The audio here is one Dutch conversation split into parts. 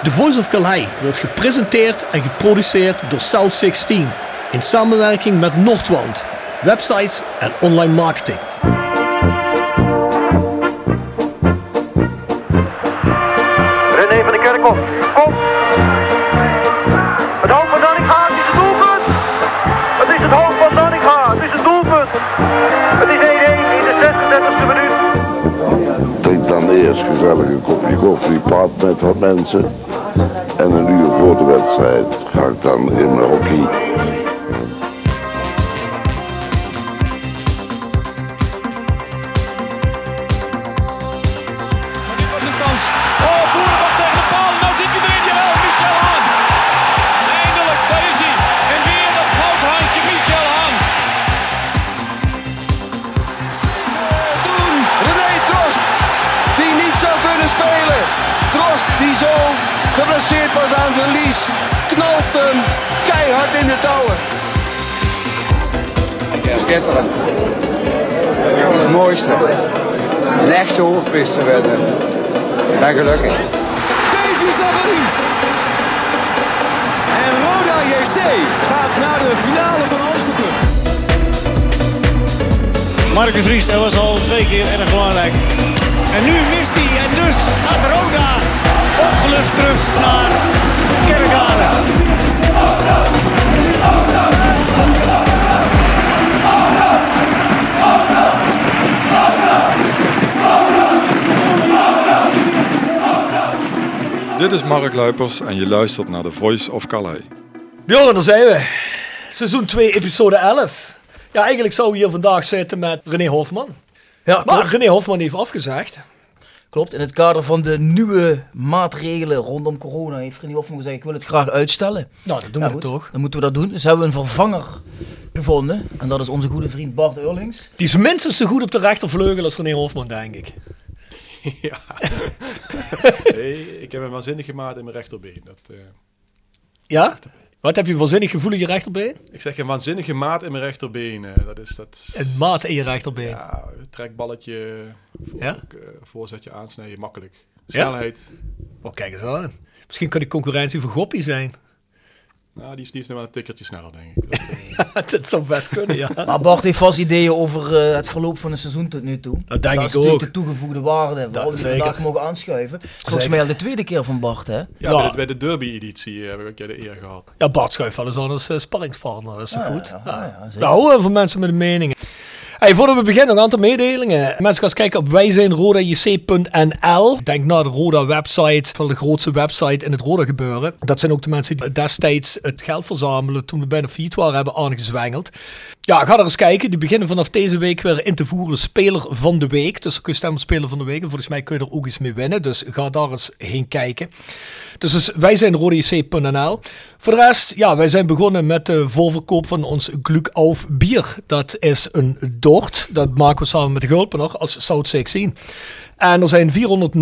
The Voice of Calais wordt gepresenteerd en geproduceerd door South 16 in samenwerking met Noordwand, websites en online marketing. René van de Kerkhof, kom! Het hoofd van Nanninga, het is het doelpunt! Het is het hoofd van Nanninga, het is het doelpunt! Het is 1-1 in de 36e minuut. Drink dan eerst gezellig een kopje koffie, praat met wat mensen. En een uur voor de wedstrijd ga ik dan in mijn hockey. Geblesseerd was aan zijn lies, knalt hem keihard in de touwen. Schitterend. Het mooiste. Een echte hoofdprijs te winnen. Ik ben gelukkig. Davy Zacharie. En Roda JC gaat naar de finale van Amsterdam. Marcus Ries, dat was al 2 keer erg belangrijk. En nu mist hij en dus gaat Roda opgelucht terug naar Kerkrade. Dit is Mark Luipers en je luistert naar The Voice of Calais. Bjorn, daar zijn we. Seizoen 2, episode 11. Ja, eigenlijk zouden we hier vandaag zitten met René Hofman. Ja, maar René Hofman heeft afgezegd. Klopt, in het kader van de nieuwe maatregelen rondom corona heeft René Hofman gezegd, ik wil het graag uitstellen. Nou, dat doen we toch. Dan moeten we dat doen. Dus hebben we een vervanger gevonden. En dat is onze goede vriend Bart Eurlings. Die is minstens zo goed op de rechtervleugel als René Hofman, denk ik. Ja. Nee, ik heb een waanzinnige maat in mijn rechterbeen. Ja? Wat heb je waanzinnig gevoel in je rechterbeen? Ik zeg een waanzinnige maat in mijn rechterbeen. Een maat in je rechterbeen? Ja, trekballetje, ja? Voorzetje aansnijden, makkelijk. Snelheid. Ja? Oh, kijk eens aan. Misschien kan die concurrentie voor Goppie zijn. Nou, die is nog wel een tikkertje sneller, denk ik. Dat zou best kunnen, ja. Maar Bart heeft vast ideeën over het verloop van het seizoen tot nu toe. Dat denk ik ook. Dat is natuurlijk de toegevoegde waarde waarom we vandaag mogen aanschuiven. Volgens mij al de tweede keer van Bart, hè? Ja. Bij de derby-editie heb ik de eer gehad. Ja, Bart schuift wel eens aan als sparringspartner, dat is toch goed? Ja, nou, voor mensen met een mening. Hey, voordat we beginnen, nog een aantal mededelingen. Mensen gaan eens kijken op wijzijnrodajc.nl. Denk naar de Roda website, van de grootste website in het Roda gebeuren. Dat zijn ook de mensen die destijds het geld verzamelen toen we bijna failliet waren, hebben aangezwengeld. Ja, ga er eens kijken. Die beginnen vanaf deze week weer in te voeren speler van de week. Dus dan kun je stemmen op speler van de week. En volgens mij kun je er ook iets mee winnen. Dus ga daar eens heen kijken. Dus wij zijn rodajc.nl. Voor de rest, ja, wij zijn begonnen met de voorverkoop van ons Glück auf bier. Dat is een dort. Dat maken we samen met de Gulpener als South 16. En er zijn 400,75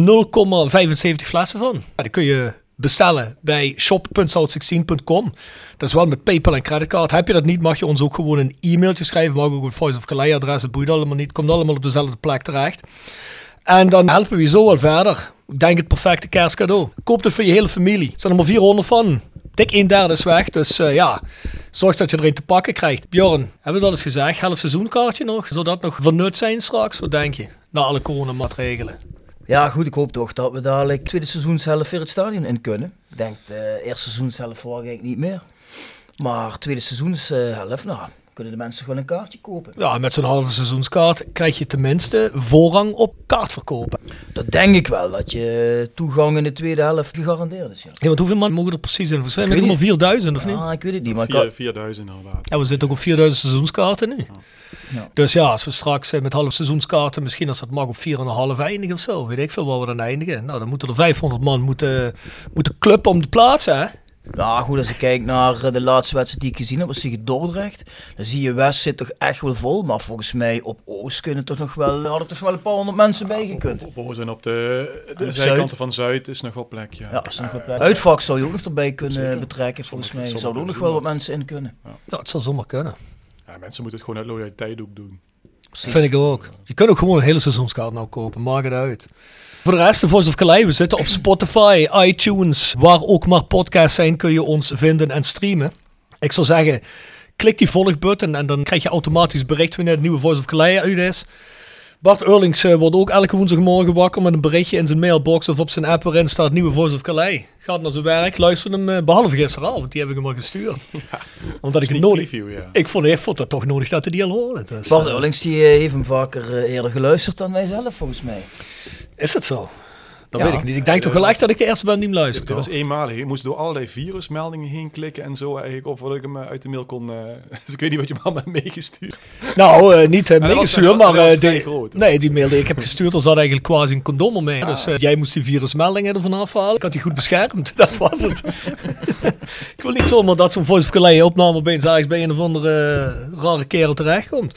flessen van. Ja, die kun je bestellen bij shop.south16.com. Dat is wel met PayPal en creditcard. Heb je dat niet, mag je ons ook gewoon een e-mailtje schrijven. Mag ook een Voice of Calais adres. Het boeit allemaal niet. Komt allemaal op dezelfde plek terecht. En dan helpen we je zo wel verder. Ik denk het perfecte kerstcadeau. Koop het voor je hele familie. Er zijn er maar 400 van. Dik 1/3 is weg. Dus ja, zorg dat je er een te pakken krijgt. Bjorn, hebben we dat eens gezegd? Half seizoenkaartje nog? Zou dat nog van nut zijn straks? Wat denk je? Na alle coronamaatregelen. Ja, goed. Ik hoop toch dat we dadelijk tweede seizoenshelft weer het stadion in kunnen. Ik denk de eerste seizoenshelft verwacht ik niet meer. Maar tweede seizoenshelft, nou, kunnen de mensen gewoon een kaartje kopen. Ja, met zo'n halve seizoenskaart krijg je tenminste voorrang op kaartverkopen. Dat denk ik wel, dat je toegang in de tweede helft gegarandeerd is. Ja, want hoeveel man mogen er precies in? Volgens mij nog maar 4000 of niet? Ah, ik weet het niet. Maar 4000 inderdaad. Ja, we zitten ook op 4000 seizoenskaarten nu. Ja. Dus ja, als we straks met half seizoenskaarten, misschien als dat mag op 4,5 eindigen of zo, weet ik veel waar we dan eindigen. Nou, dan moeten er 500 man moeten clubben om de plaats, hè? Nou goed, als ik kijk naar de laatste wedstrijd die ik gezien heb, was tegen Dordrecht. Dan zie je West zit toch echt wel vol. Maar volgens mij op Oost hadden toch wel een paar honderd mensen bijgekund. Op Oost en op de zijkanten van Zuid is nog wel plek. Ja, is nog wel plek. Uitvak zou je ook nog erbij kunnen betrekken. Volgens mij zouden er ook nog wel wat mensen in kunnen. Ja, het zal zomaar kunnen. Ja, mensen moeten het gewoon uit loyaliteit ook doen. Precies. Vind ik ook. Je kunt ook gewoon een hele seizoenskaart nou kopen, maakt het uit. Voor de rest, de Voice of Calais, we zitten op Spotify, iTunes, waar ook maar podcasts zijn, kun je ons vinden en streamen. Ik zou zeggen, klik die volgbutton en dan krijg je automatisch bericht wanneer de nieuwe Voice of Calais uit is. Bart Eurlings wordt ook elke woensdagmorgen wakker met een berichtje in zijn mailbox of op zijn app waarin staat nieuwe Voice of Calais. Gaat naar zijn werk, luister hem, behalve gisteravond, die heb ik hem al gestuurd. Ja, omdat ik het nodig review, ja. Ik vond het toch nodig dat hij die al hoorde. Dus, Bart Eurlings die heeft hem vaker eerder geluisterd dan wij zelf volgens mij. Is het zo? Dat weet ik niet. Ik denk toch wel echt dat ik de eerste ben die hem luistert. Dit was eenmalig. Ik moest door allerlei virusmeldingen heen klikken en zo eigenlijk. Of wat ik hem uit de mail kon... dus ik weet niet wat je me allemaal hebt meegestuurd. Nou, niet meegestuurd, maar... die mail die ik heb gestuurd, er zat eigenlijk quasi een condoom omheen. Dus jij moest die virusmeldingen ervan afhalen. Ik had die goed beschermd. Dat was het. Ik wil niet zomaar dat zo'n Voice of Calais opname opeens ergens bij een of andere rare kerel terechtkomt.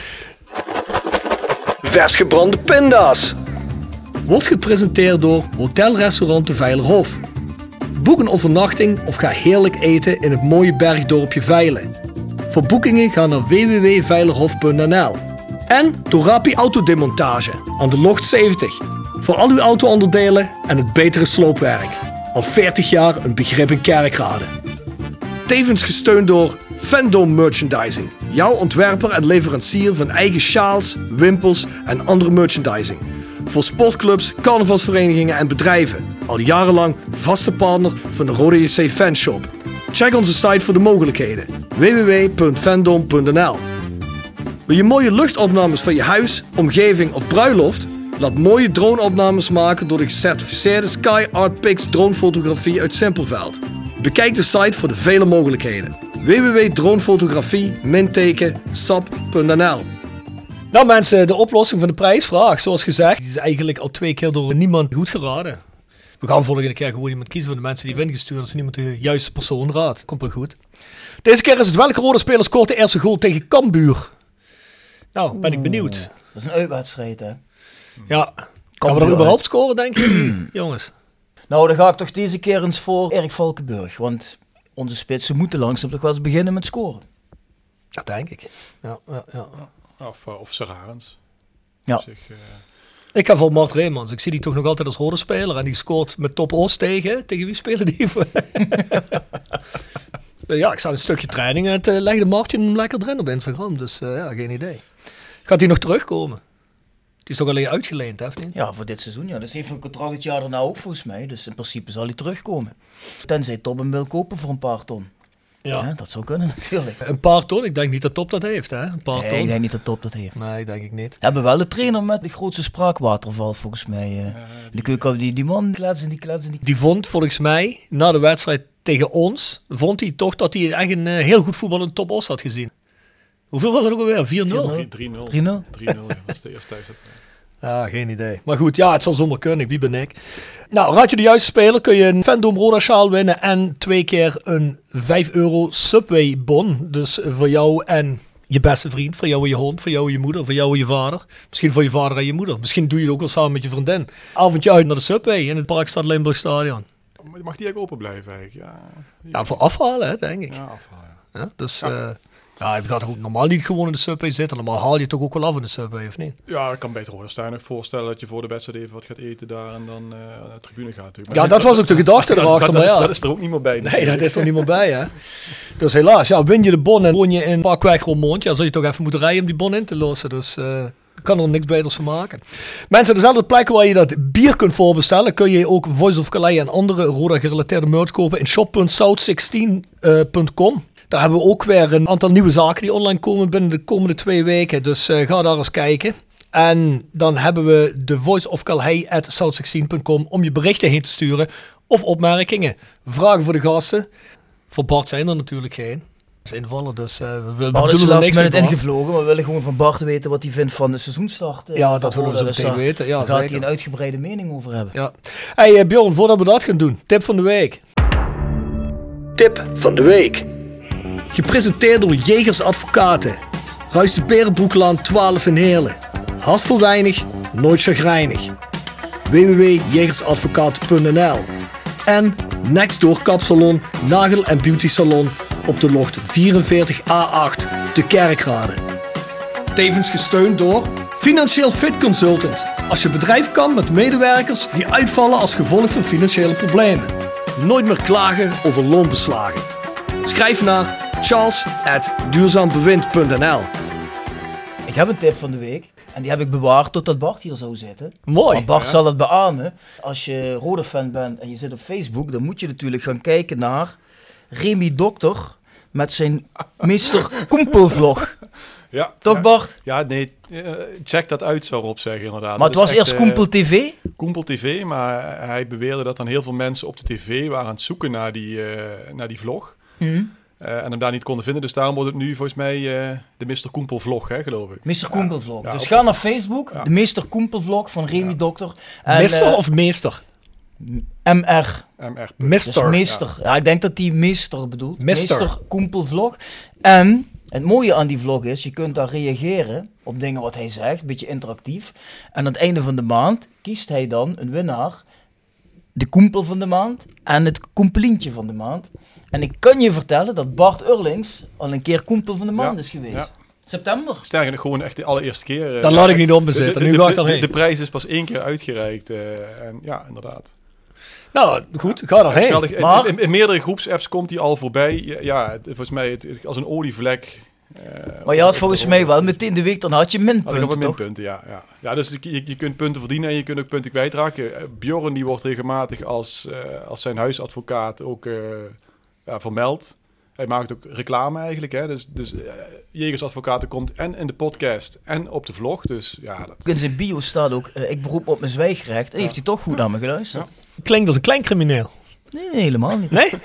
Vers gebrande pinda's. Wordt gepresenteerd door Hotel-Restaurant de Veilerhof. Boek een overnachting of ga heerlijk eten in het mooie bergdorpje Veilen. Voor boekingen ga naar www.veilerhof.nl. En door Rapi Autodemontage aan de Locht 70. Voor al uw auto-onderdelen en het betere sloopwerk. Al 40 jaar een begrip in Kerkrade. Tevens gesteund door Fandom Merchandising. Jouw ontwerper en leverancier van eigen sjaals, wimpels en andere merchandising. Voor sportclubs, carnavalsverenigingen en bedrijven. Al jarenlang vaste partner van de Rode JC Fanshop. Check onze site voor de mogelijkheden. www.fandom.nl. Wil je mooie luchtopnames van je huis, omgeving of bruiloft? Laat mooie droneopnames maken door de gecertificeerde Sky Art Pix dronefotografie uit Simpelveld. Bekijk de site voor de vele mogelijkheden. www.dronefotografie-sap.nl. Nou mensen, de oplossing van de prijsvraag, zoals gezegd, is eigenlijk al 2 keer door niemand goed geraden. We gaan volgende keer gewoon iemand kiezen van de mensen die hebben ingestuurd, als niemand de juiste persoon raadt. Komt wel goed. Deze keer is het welke rode speler scoort de eerste goal tegen Cambuur? Nou, ben ik benieuwd. Dat is een uitwedstrijd, hè? Ja, gaan we er überhaupt scoren, denk je, jongens? Nou, dan ga ik toch deze keer eens voor Erik Valkenburg, want onze spitsen moeten langzaam toch wel eens beginnen met scoren. Dat denk ik. Ja. Of Serarens. Ja. Ik ga voor Mart Reemans. Ik zie die toch nog altijd als rode speler. En die scoort met Top Os tegen. Tegen wie spelen die? Ja, ik sta een stukje training. Het legde Martje hem lekker erin op Instagram. Dus geen idee. Gaat hij nog terugkomen? Het is toch alleen uitgeleend, hè? Niet? Ja, voor dit seizoen. Ja. Dus heeft een contract het jaar daarna ook volgens mij. Dus in principe zal hij terugkomen. Tenzij Top hem wil kopen voor een paar ton. Ja, dat zou kunnen natuurlijk. Een paar ton? Ik denk niet dat Top dat heeft, hè? Een paar ton. Ik denk niet dat Top dat heeft. Nee, denk ik niet. We hebben wel de trainer met de grootste spraakwaterval, volgens mij. Die man, die vond volgens mij, na de wedstrijd tegen ons, vond hij toch dat hij echt een heel goed voetbal in Top Os had gezien. Hoeveel was het ook alweer? 4-0? 3-0. 3-0, ja, dat is de eerste thuiswedstrijd. Ja, geen idee. Maar goed, ja, het zal zomaar kunnen. Wie ben ik? Nou, raad je de juiste speler, kun je een Fandom Roda sjaal winnen en 2 keer een €5 Subway bon. Dus voor jou en je beste vriend, voor jou en je hond, voor jou en je moeder, voor jou en je vader. Misschien voor je vader en je moeder. Misschien doe je het ook wel samen met je vriendin. Avondje uit naar de Subway in het Parkstad Limburg Stadion. Mag die eigenlijk open blijven eigenlijk? Ja, voor afhalen, hè, denk ik. Ja, afhalen. Ja, dus... Ja, je gaat toch ook normaal niet gewoon in de Subway zitten. Normaal haal je het toch ook wel af in de Subway, of niet? Ja, ik kan beter Roda voorstellen dat je voor de wedstrijd even wat gaat eten daar en dan naar de tribune gaat natuurlijk. Ja, dat was ook de gedachte erachter. Dat is er ook niet meer bij. Nee, dat is er niet meer bij, hè. Dus helaas, win je de bon en woon je in Parkweg Roermond, zal je toch even moeten rijden om die bon in te lossen. Dus ik kan er niks beters van maken. Mensen, dezelfde plekken waar je dat bier kunt voorbestellen, kun je ook Voice of Calais en andere Roda gerelateerde merch kopen in shop.south16.com. Daar hebben we ook weer een aantal nieuwe zaken die online komen binnen de komende 2 weken. Dus ga daar eens kijken. En dan hebben we de voiceofcalais@south16.com om je berichten heen te sturen. Of opmerkingen. Vragen voor de gasten. Voor Bart zijn er natuurlijk geen. Dat is invallen, dus we doen er niks mee ingevlogen. Maar we willen gewoon van Bart weten wat hij vindt van de seizoenstart. Ja, dat willen we zo meteen weten. Ja, daar gaat hij een uitgebreide mening over hebben. Ja. Hey Bjorn, voordat we dat gaan doen. Tip van de week. Tip van de week. Gepresenteerd door Jegers Advocaten. Ruist de Berenbroeklaan 12 in Heerlen. Hart voor weinig, nooit chagrijnig. www.jegersadvocaten.nl. En Nextdoor Kapsalon, Nagel en Beauty Salon op de Locht 44A8 te Kerkrade. Tevens gesteund door Financieel Fit Consultant. Als je bedrijf kan met medewerkers die uitvallen als gevolg van financiële problemen. Nooit meer klagen over loonbeslagen. Schrijf naar charles@duurzaambewind.nl. Ik heb een tip van de week. En die heb ik bewaard totdat Bart hier zou zitten. Mooi. Maar Bart zal het beamen. Als je rode fan bent en je zit op Facebook, dan moet je natuurlijk gaan kijken naar Remy Dokter met zijn Mr. Koempelvlog. Ja, Toch Bart? Ja, nee, check dat uit, zou Rob zeggen inderdaad. Maar het was eerst Koempel TV? Koempel TV, maar hij beweerde dat dan heel veel mensen op de tv waren aan het zoeken naar die vlog. En hem daar niet konden vinden. Dus daarom wordt het nu volgens mij de Mr. Koempel vlog, hè, geloof ik. Mr. Koempel vlog. Ja, dus ga naar Facebook, de Mr. Koempel vlog van Remy Dokter. En, Mister of meester? MR. Mister. Dus meester. Ja, ik denk dat die meester bedoelt. Mister Koempel vlog. En het mooie aan die vlog is, je kunt daar reageren op dingen wat hij zegt, een beetje interactief. En aan het einde van de maand kiest hij dan een winnaar, de Koempel van de maand en het Koempelientje van de maand. En ik kan je vertellen dat Bart Eurlings al een keer Koempel van de maand is geweest. Ja. September. Sterker nog, gewoon echt de allereerste keer. Dat laat ik niet onbezitten. Nu ga ik daarheen. De prijs is pas 1 keer uitgereikt. En ja, inderdaad. Nou, goed, ga daarheen. Maar in meerdere groepsapps komt hij al voorbij. Ja, volgens mij als een olievlek. Maar je had volgens mij wel meteen de week, dan had je minpunten, had ik minpunten, ja. Ja, dus je kunt punten verdienen en je kunt ook punten kwijtraken. Bjorn die wordt regelmatig als zijn huisadvocaat ook vermeld. Hij maakt ook reclame eigenlijk. Hè? Dus Jegersadvocaten komt en in de podcast en op de vlog. Dus, ja, dat... In zijn bio staat ook, ik beroep op mijn zwijgrecht. En heeft hij toch goed aan me geluisterd. Ja. Klinkt als een klein crimineel. Nee, helemaal niet. Nee?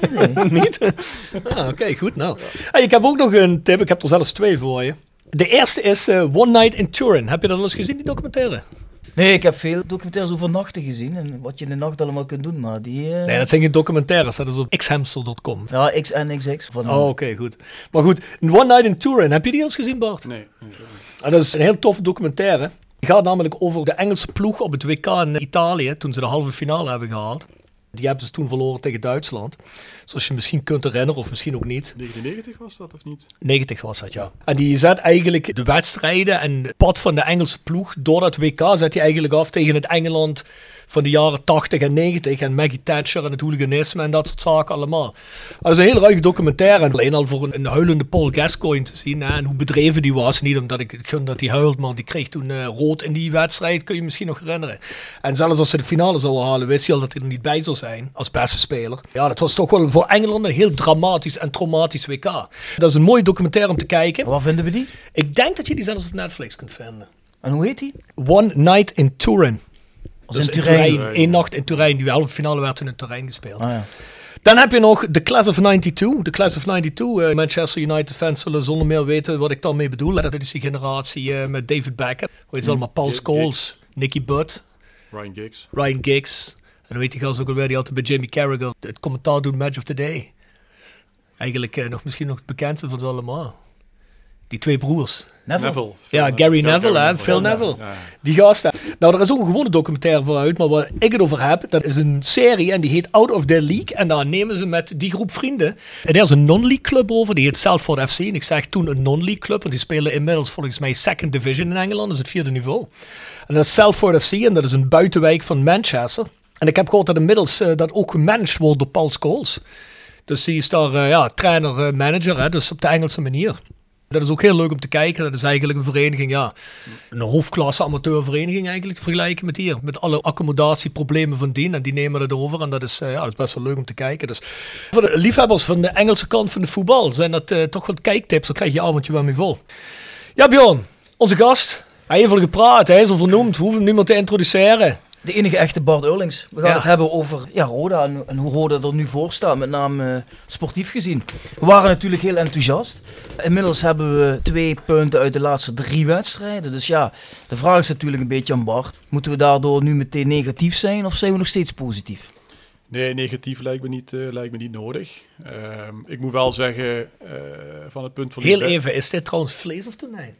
Niet? Oké, goed. Nou. Hey, ik heb ook nog een tip. Ik heb er zelfs 2 voor je. De eerste is One Night in Turin. Heb je dat al eens gezien, die documentaire? Nee, ik heb veel documentaires over nachten gezien en wat je in de nacht allemaal kunt doen, maar die... Nee, dat zijn geen documentaires, dat is op xhamster.com. Ja, XNXX. Oké, goed. Maar goed, One Night in Turin, heb je die al eens gezien, Bart? Nee. Dat is een heel toffe documentaire. Die gaat namelijk over de Engelse ploeg op het WK in Italië, toen ze de halve finale hebben gehaald. Die hebben ze toen verloren tegen Duitsland. Zoals je misschien kunt herinneren, of misschien ook niet. 1990 was dat, of niet? 90 was dat, ja. En die zet eigenlijk de wedstrijden en het pad van de Engelse ploeg door dat WK zet hij eigenlijk af tegen het Engeland van de jaren 80 en 90 en Maggie Thatcher en het hooliganisme en dat soort zaken allemaal. Dat is een heel ruige documentaire en alleen al voor een huilende Paul Gascoigne te zien en hoe bedreven die was. Niet omdat ik gun dat hij huilt, maar die kreeg toen rood in die wedstrijd, kun je misschien nog herinneren. En zelfs als ze de finale zouden halen, wist hij al dat hij er niet bij zou zijn als beste speler. Ja, dat was toch wel voor Engeland een heel dramatisch en traumatisch WK. Dat is een mooie documentaire om te kijken. Waar vinden we die? Ik denk dat je die zelfs op Netflix kunt vinden. En hoe heet die? One Night in Turin. Dus in Turijn. 1 nacht in Turijn. Die halve finale werd toen in Turijn gespeeld. Ah, ja. Dan heb je nog de Class of 92. De Class of 92. Manchester United fans zullen zonder meer weten wat ik daarmee bedoel. Dat is die generatie met David Beckham. Hoe heet ze allemaal? Paul Scholes, Nicky Butt. Ryan Giggs. En hoe heet die gast ook alweer? Die altijd bij Jamie Carragher het commentaar doet Match of the Day. Eigenlijk misschien nog het bekendste van ze allemaal. Die 2 broers. Neville. Ja, Gary Neville en Phil Neville. Ja. Die gasten. Nou, er is ook een gewone documentaire voor uit, maar waar ik het over heb, dat is een serie en die heet Out of Their League. En daar nemen ze met die groep vrienden. En er is een non-league club over, die heet Salford FC. En ik zeg toen een non-league club, want die spelen inmiddels volgens mij second division in Engeland, dat is het 4e niveau. En dat is Salford FC en dat is een buitenwijk van Manchester. En ik heb gehoord dat inmiddels dat ook gemanaged wordt door Paul Scholes. Dus die is daar trainer-manager, dus op de Engelse manier. Dat is ook heel leuk om te kijken. Dat is eigenlijk een vereniging, een hoofdklasse amateurvereniging eigenlijk te vergelijken met hier. Met alle accommodatieproblemen van dien. En die nemen het over. En dat is best wel leuk om te kijken. Dus voor de liefhebbers van de Engelse kant van de voetbal zijn dat toch wat kijktips. Dan krijg je je avondje wel mee vol. Ja, Bjorn, onze gast. Hij heeft al gepraat, hij is al vernoemd. We hoeven hem niet meer te introduceren. De enige echte Bart Eurlings. We gaan het hebben over Roda en hoe Roda er nu voor staat, met name sportief gezien. We waren natuurlijk heel enthousiast. Inmiddels hebben we 2 punten uit de laatste 3 wedstrijden. Dus ja, de vraag is natuurlijk een beetje aan Bart. Moeten we daardoor nu meteen negatief zijn of zijn we nog steeds positief? Nee, negatief lijkt me niet nodig. Ik moet wel zeggen, van het punt van... Heel even, is dit trouwens vlees of tonijn?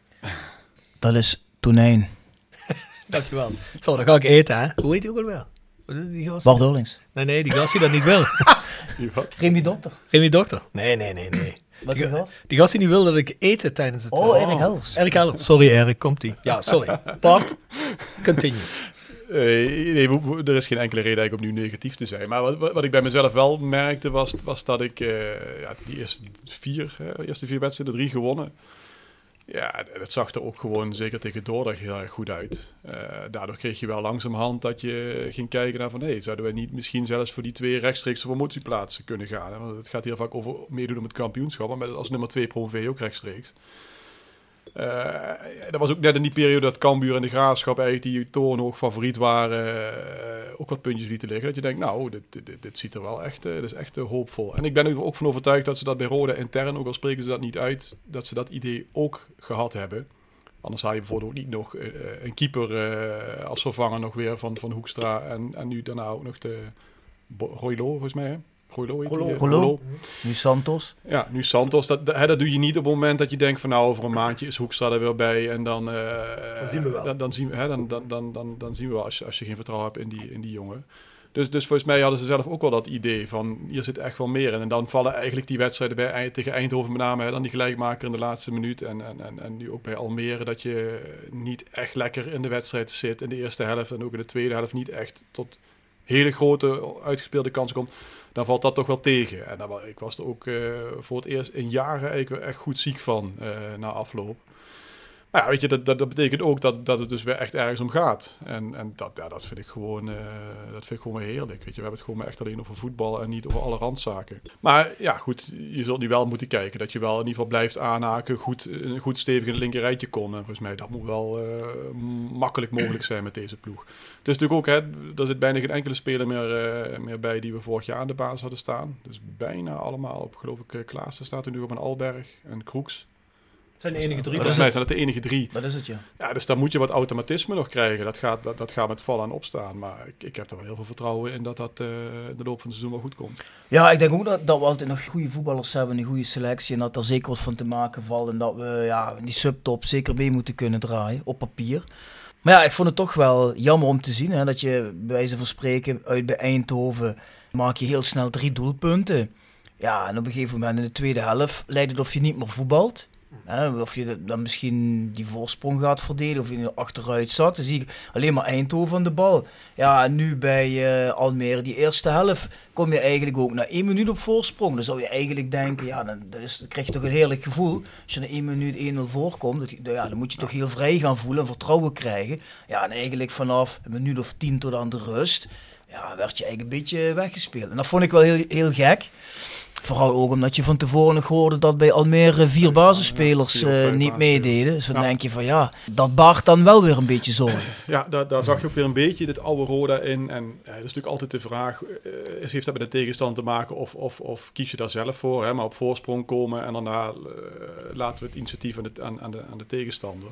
Dat is tonijn. Dankjewel. Zo, dan ga ik eten, hè. Hoe heet die ook alweer? Bart Eurlings. Nee, die gast die dat niet wil. Remy Dokter. Remy Dokter? Nee. Wat die gast? Die gast die niet wil dat ik eten tijdens het... Erik Hellers. Erik Hellers. Sorry Erik, komt-ie. Ja, sorry. Bart, continue. Nee, er is geen enkele reden eigenlijk om nu negatief te zijn. Maar wat ik bij mezelf wel merkte was dat ik die eerste vier wedstrijden, 3 gewonnen. Ja, dat zag er ook gewoon zeker tegen Dordrecht heel erg goed uit. Daardoor kreeg je wel langzamerhand dat je ging kijken naar van... zouden wij niet misschien zelfs voor die 2 rechtstreekse promotieplaatsen kunnen gaan? Hè? Want het gaat heel vaak over meedoen om het kampioenschap. Maar als nummer 2 promoveer je ook rechtstreeks. Dat was ook net in die periode dat Cambuur en de Graafschap eigenlijk die torenhoog favoriet waren, ook wat puntjes lieten liggen. Dat je denkt, nou, dit ziet er wel echt, dit is echt hoopvol. En ik ben er ook van overtuigd dat ze dat bij Roda intern, ook al spreken ze dat niet uit, dat ze dat idee ook gehad hebben. Anders haal je bijvoorbeeld ook niet nog een keeper als vervanger nog weer van Hoekstra en nu daarna ook nog de Roylo, volgens mij, hè? Golo. Nu Santos. Ja, nu Santos. Dat doe je niet op het moment dat je denkt van nou, over een maandje is Hoekstra er weer bij en dan zien we wel. Dan zien we wel als je geen vertrouwen hebt in die jongen. Dus volgens mij hadden ze zelf ook wel dat idee van hier zit echt wel meer in. En dan vallen eigenlijk die wedstrijden tegen Eindhoven met name, dan die gelijkmaker in de laatste minuut. En nu ook bij Almere dat je niet echt lekker in de wedstrijd zit in de eerste helft en ook in de tweede helft niet echt tot hele grote uitgespeelde kansen komt. Dan valt dat toch wel tegen. En ik was er ook voor het eerst in jaren eigenlijk echt goed ziek van na afloop. Maar ja, weet je, dat betekent ook dat het dus weer echt ergens om gaat. En dat vind ik gewoon weer heerlijk. Weet je, we hebben het gewoon maar echt alleen over voetbal en niet over alle randzaken. Maar ja, goed, je zult nu wel moeten kijken dat je wel in ieder geval blijft aanhaken. Goed stevig in het linkerrijtje kon. En volgens mij dat moet wel makkelijk mogelijk zijn met deze ploeg. Het is natuurlijk ook, er zit bijna geen enkele speler meer bij die we vorig jaar aan de basis hadden staan. Dus bijna allemaal op, geloof ik, Klaassen staat er nu op een Alberg en Kroeks. Zijn de enige 3. Dat zijn dat de enige 3. Dat is het, ja. Ja, dus dan moet je wat automatisme nog krijgen. Dat gaat met vallen en opstaan. Maar ik heb er wel heel veel vertrouwen in dat in de loop van het seizoen wel goed komt. Ja, ik denk ook dat we altijd nog goede voetballers hebben, een goede selectie. En dat er zeker wat van te maken valt. En dat we in die subtop zeker mee moeten kunnen draaien, op papier. Maar ja, ik vond het toch wel jammer om te zien. Hè, dat je bij wijze van spreken uit bij Eindhoven maak je heel snel 3 doelpunten. Ja, en op een gegeven moment in de tweede helft lijkt het of je niet meer voetbalt. Of je dan misschien die voorsprong gaat verdelen, of je achteruit zakt. Dan zie ik alleen maar Eindhoven aan de bal. Ja, en nu bij Almere, die eerste helft, kom je eigenlijk ook na 1 minuut op voorsprong. Dan zou je eigenlijk denken, ja, dan krijg je toch een heerlijk gevoel. Als je na 1 minuut 1-0 voorkomt, dan moet je toch heel vrij gaan voelen en vertrouwen krijgen. Ja, en eigenlijk vanaf een minuut of 10 tot aan de rust, ja, werd je eigenlijk een beetje weggespeeld. En dat vond ik wel heel, heel gek. Vooral ook omdat je van tevoren nog hoorde dat bij Almere 4 basisspelers niet meededen. Dus dan denk je van ja, dat baart dan wel weer een beetje zorgen. Ja, daar zag je ook weer een beetje dit oude Roda in. En dat is natuurlijk altijd de vraag, heeft dat met de tegenstand te maken of kies je daar zelf voor? Hè? Maar op voorsprong komen en daarna laten we het initiatief aan de tegenstander.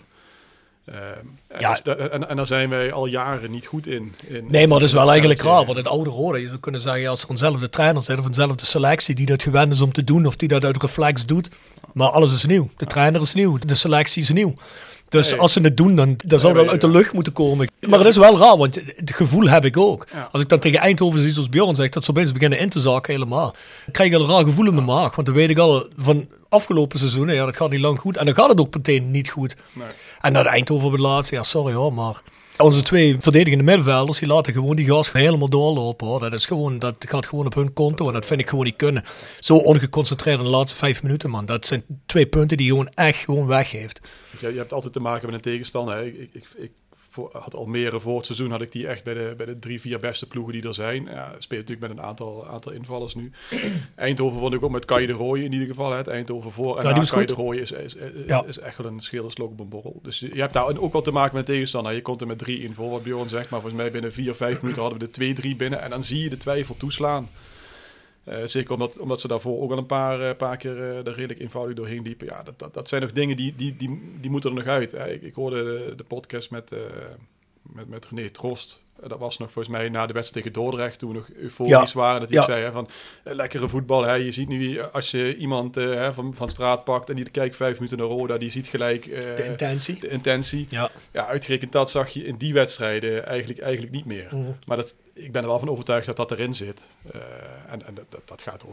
En daar zijn wij al jaren niet goed in. Nee, maar dat is wel eigenlijk raar. Want het oude Roda, je zou kunnen zeggen, als er eenzelfde trainer zit of eenzelfde selectie die dat gewend is om te doen of die dat uit reflex doet. Maar alles is nieuw. De trainer is nieuw. De selectie is nieuw. Dus als ze het doen, dan zou dat uit de lucht moeten komen. Maar het is wel raar, want het gevoel heb ik ook. Ja. Als ik dan tegen Eindhoven zie, zoals Bjorn zegt, dat ze opeens beginnen in te zakken helemaal. Dan krijg ik al een raar gevoel in mijn maag. Want dan weet ik al van afgelopen seizoenen, ja, dat gaat niet lang goed. En dan gaat het ook meteen niet goed. Nee. En naar de Eindhoven op het laatste, ja, sorry hoor, maar onze 2 verdedigende middenvelders, die laten gewoon die gas helemaal doorlopen. Hoor. Dat gaat gewoon op hun konto en dat vind ik gewoon niet kunnen. Zo ongeconcentreerd in de laatste 5 minuten, man. Dat zijn 2 punten die je gewoon echt weggeeft. Je hebt altijd te maken met een tegenstander. Hè. Ik had Almere voor het seizoen, had ik die echt bij de 3-4 beste ploegen die er zijn. Ja, speelt natuurlijk met een aantal invallers nu. Eindhoven vond ik ook met Kai de Rooij in ieder geval. Het Eindhoven voor. En ja, Kai de Rooij is echt wel een schelerslok op een borrel. Dus je hebt daar ook wel te maken met een tegenstander. Je komt er met 3 in voor, wat Bjorn zegt. Maar volgens mij binnen 4-5 minuten hadden we de 2-3 binnen. En dan zie je de twijfel toeslaan. Zeker omdat ze daarvoor ook al een paar keer er redelijk eenvoudig doorheen liepen. Ja, dat zijn nog dingen die moeten er nog uit. Ik hoorde de podcast met René Trost. Dat was nog volgens mij na de wedstrijd tegen Dordrecht, toen we nog euforisch waren. Dat hij zei van lekkere voetbal. Hè. Je ziet nu als je iemand van straat pakt en die kijkt 5 minuten naar Roda, die ziet gelijk de intentie. Ja, uitgerekend dat zag je in die wedstrijden eigenlijk niet meer. Maar ik ben er wel van overtuigd dat erin zit. En dat gaat er ook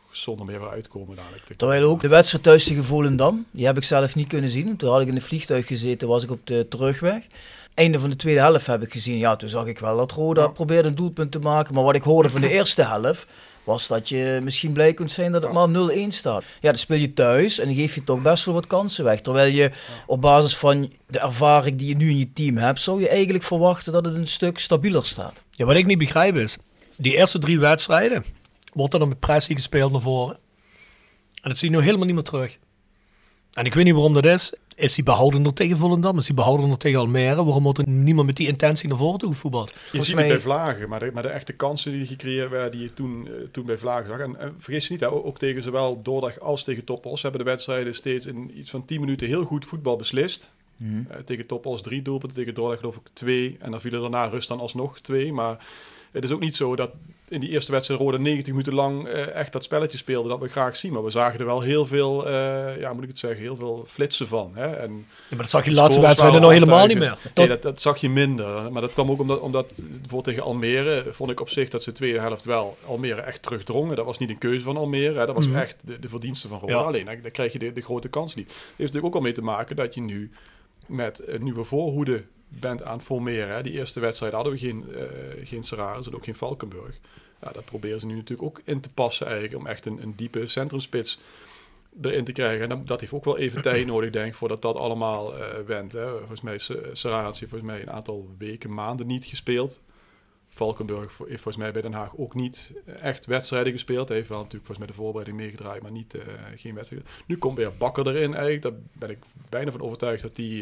zonder meer weer uitkomen dadelijk. Terwijl ook de wedstrijd thuis tegen Volendam, die heb ik zelf niet kunnen zien. Toen had ik in het vliegtuig gezeten, was ik op de terugweg. Einde van de tweede helft heb ik gezien. Ja, toen zag ik wel dat Roda probeerde een doelpunt te maken. Maar wat ik hoorde van de eerste helft, was dat je misschien blij kunt zijn dat het maar 0-1 staat. Ja, dan speel je thuis en dan geef je toch best wel wat kansen weg. Terwijl je op basis van de ervaring die je nu in je team hebt, zou je eigenlijk verwachten dat het een stuk stabieler staat. Ja, wat ik niet begrijp is, die eerste 3 wedstrijden wordt er dan met pressie gespeeld naar voren. En dat zie je nu helemaal niet meer terug. En ik weet niet waarom dat is. Is hij behoudender tegen Volendam? Is hij behoudender tegen Almere? Waarom wordt er niemand met die intentie naar voren toe gevoetbald? Je ziet het bij Vlagen, maar de echte kansen die gecreëerd werden, die je toen bij Vlagen zag. En vergeet je niet, hè, ook tegen zowel Dordrecht als tegen Top Os hebben de wedstrijden steeds in iets van 10 minuten heel goed voetbal beslist. Tegen Top Os 3 doelpunten, tegen Dordrecht geloof ik 2. En dan vielen daarna rust dan alsnog 2. Maar het is ook niet zo dat in die eerste wedstrijd Roda 90 minuten lang echt dat spelletje speelde dat we graag zien. Maar we zagen er wel heel veel, heel veel flitsen van. Hè? En ja, maar dat zag je de laatste wedstrijden nog helemaal niet meer. Nee, dat zag je minder. Maar dat kwam ook omdat bijvoorbeeld tegen Almere vond ik op zich dat ze de tweede helft wel Almere echt terugdrongen. Dat was niet een keuze van Almere. Hè? Dat was echt de verdienste van Roda. Ja. Alleen dan krijg je de grote kans niet. Dat heeft natuurlijk ook al mee te maken dat je nu met een nieuwe voorhoede bent aan het formeren. Hè. Die eerste wedstrijd hadden we geen Sararis en ook geen Valkenburg. Ja, dat proberen ze nu natuurlijk ook in te passen eigenlijk, om echt een diepe centrumspits erin te krijgen. En dat heeft ook wel even tijd nodig, denk ik, voordat dat allemaal wendt. Hè. Volgens mij is Sararis volgens mij een aantal weken, maanden niet gespeeld. Valkenburg heeft volgens mij bij Den Haag ook niet echt wedstrijden gespeeld. Hij heeft wel natuurlijk volgens mij de voorbereiding meegedraaid, maar niet geen wedstrijden. Nu komt weer Bakker erin eigenlijk. Daar ben ik bijna van overtuigd dat die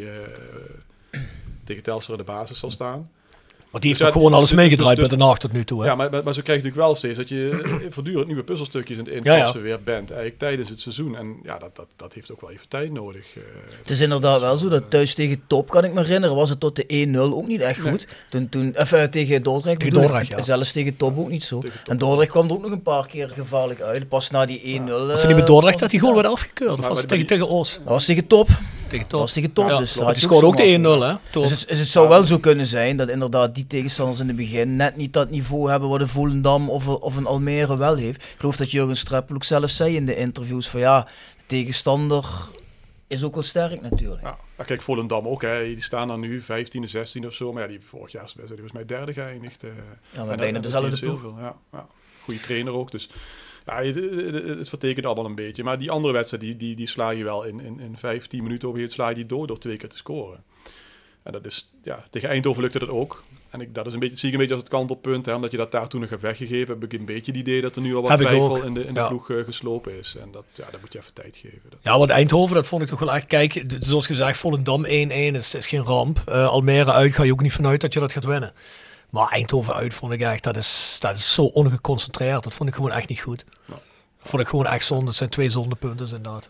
tegen Telstra de basis zal staan. Want die heeft toch gewoon alles meegedraaid met Den Haag tot nu toe. Hè? Ja, maar zo krijg je natuurlijk wel steeds dat je voortdurend nieuwe puzzelstukjes in het inpassen weer bent. Eigenlijk tijdens het seizoen. En ja, dat heeft ook wel even tijd nodig. Het is inderdaad wel zo dat thuis tegen Top, kan ik me herinneren, was het tot de 1-0 ook niet echt goed. Toen tegen Dordrecht. Tegen Dordrecht, ja. Zelfs tegen Top ook niet zo. En Dordrecht kwam er ook nog een paar keer gevaarlijk uit. Pas na die 1-0. Was het niet met Dordrecht dat die goal werd afgekeurd? Of was het tegen Os? Dat was tegen Top. Dat was tegen Top. Ja, dus die scoorde ook de 1-0. Hè? Dus het zou wel zo kunnen zijn dat inderdaad die tegenstanders in het begin net niet dat niveau hebben wat een Volendam of een Almere wel heeft. Ik geloof dat Jurgen Streppel ook zelf zei in de interviews van ja, de tegenstander is ook wel sterk natuurlijk. Ja, kijk, Volendam ook, hè. Die staan dan nu 15e, 16e of zo. Maar ja, die vorig jaar zijn volgens mij derde geëindigd. Ja, maar bijna dezelfde ploeg. Ja. Goede trainer ook, dus ja, het vertekent allemaal een beetje. Maar die andere wedstrijd, die sla je wel in 5-10 minuten op sla je die door 2 keer te scoren. En dat is, ja, tegen Eindhoven lukte dat ook. En dat is zie ik een beetje als het kantelpunt, hè, omdat je dat daar toen nog hebt weggegeven. Heb ik een beetje het idee dat er nu al wat twijfel in de ploeg geslopen is. En dat moet je even tijd geven. Ja, want Eindhoven, dat vond ik toch wel echt. Kijk, zoals gezegd, Volendam 1-1 is geen ramp. Almere uit ga je ook niet vanuit dat je dat gaat winnen. Maar Eindhoven uit vond ik echt, dat is zo ongeconcentreerd. Dat vond ik gewoon echt niet goed. Dat vond ik gewoon echt zonde. Het zijn 2 zondepunten inderdaad.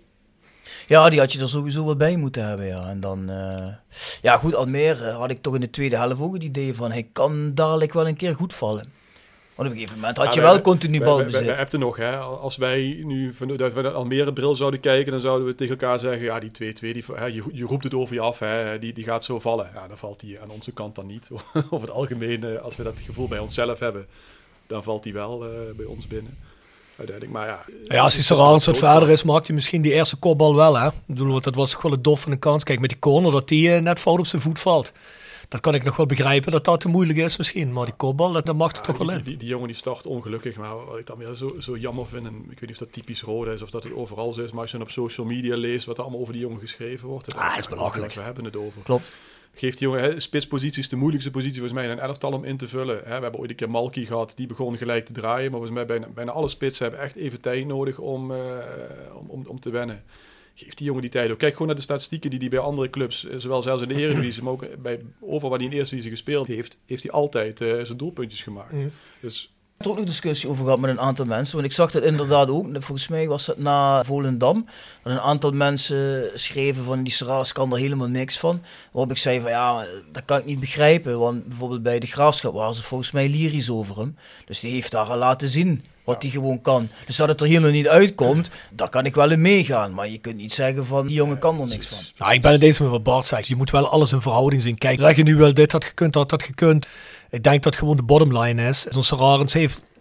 Ja, die had je er sowieso wel bij moeten hebben, ja. En dan, ja goed, Almere had ik toch in de tweede helft ook het idee van, hij kan dadelijk wel een keer goed vallen. Want op een gegeven moment had je wel continu balbezit. We hebben nog, hè. Als wij nu vanuit de Almere bril zouden kijken, dan zouden we tegen elkaar zeggen, ja, die 2-2, je roept het over je af, hè. Die gaat zo vallen. Ja, dan valt die aan onze kant dan niet. Over het algemeen, als we dat gevoel bij onszelf hebben, dan valt die wel bij ons binnen. Maar als hij Sararis wat verder is, maakt hij misschien die eerste kopbal wel. Hè? Ik bedoel, dat was toch wel een doffe kans. Kijk, met die corner dat die net fout op zijn voet valt. Dat kan ik nog wel begrijpen dat dat te moeilijk is misschien. Maar die kopbal, dat mag er toch wel in. Die jongen die start ongelukkig. Maar wat ik dan weer zo jammer vind, en ik weet niet of dat typisch Roda is of dat het overal zo is. Maar als je dan op social media leest wat er allemaal over die jongen geschreven wordt. Dat is belachelijk. We hebben het over. Klopt. Geeft die jongen, spitspositie is de moeilijkste positie volgens mij in een elftal om in te vullen. We hebben ooit een keer Malky gehad, die begon gelijk te draaien. Maar volgens mij bijna alle spitsen hebben echt even tijd nodig om te wennen. Geeft die jongen die tijd ook. Kijk gewoon naar de statistieken die hij bij andere clubs, zowel zelfs in de Eredivisie, maar ook overal waar hij in de Eerste Divisie gespeeld heeft hij altijd zijn doelpuntjes gemaakt. Dus Ik heb er ook nog discussie over gehad met een aantal mensen. Want ik zag dat inderdaad ook. Volgens mij was het na Volendam. Dat een aantal mensen schreven van die Sararis kan er helemaal niks van. Waarop ik zei van ja, dat kan ik niet begrijpen. Want bijvoorbeeld bij de Graafschap waren ze volgens mij lyrisch over hem. Dus die heeft daar al laten zien wat hij gewoon kan. Dus dat het er hier nog niet uitkomt, daar kan ik wel in meegaan. Maar je kunt niet zeggen van die jongen kan er niks van. Nou, ik ben het deze met wat Bart zegt. Je moet wel alles in verhouding zien. Kijk, zeg je nu wel dit had gekund, dat had gekund. Ik denk dat gewoon de bottomline is. Zo'n Sararis heeft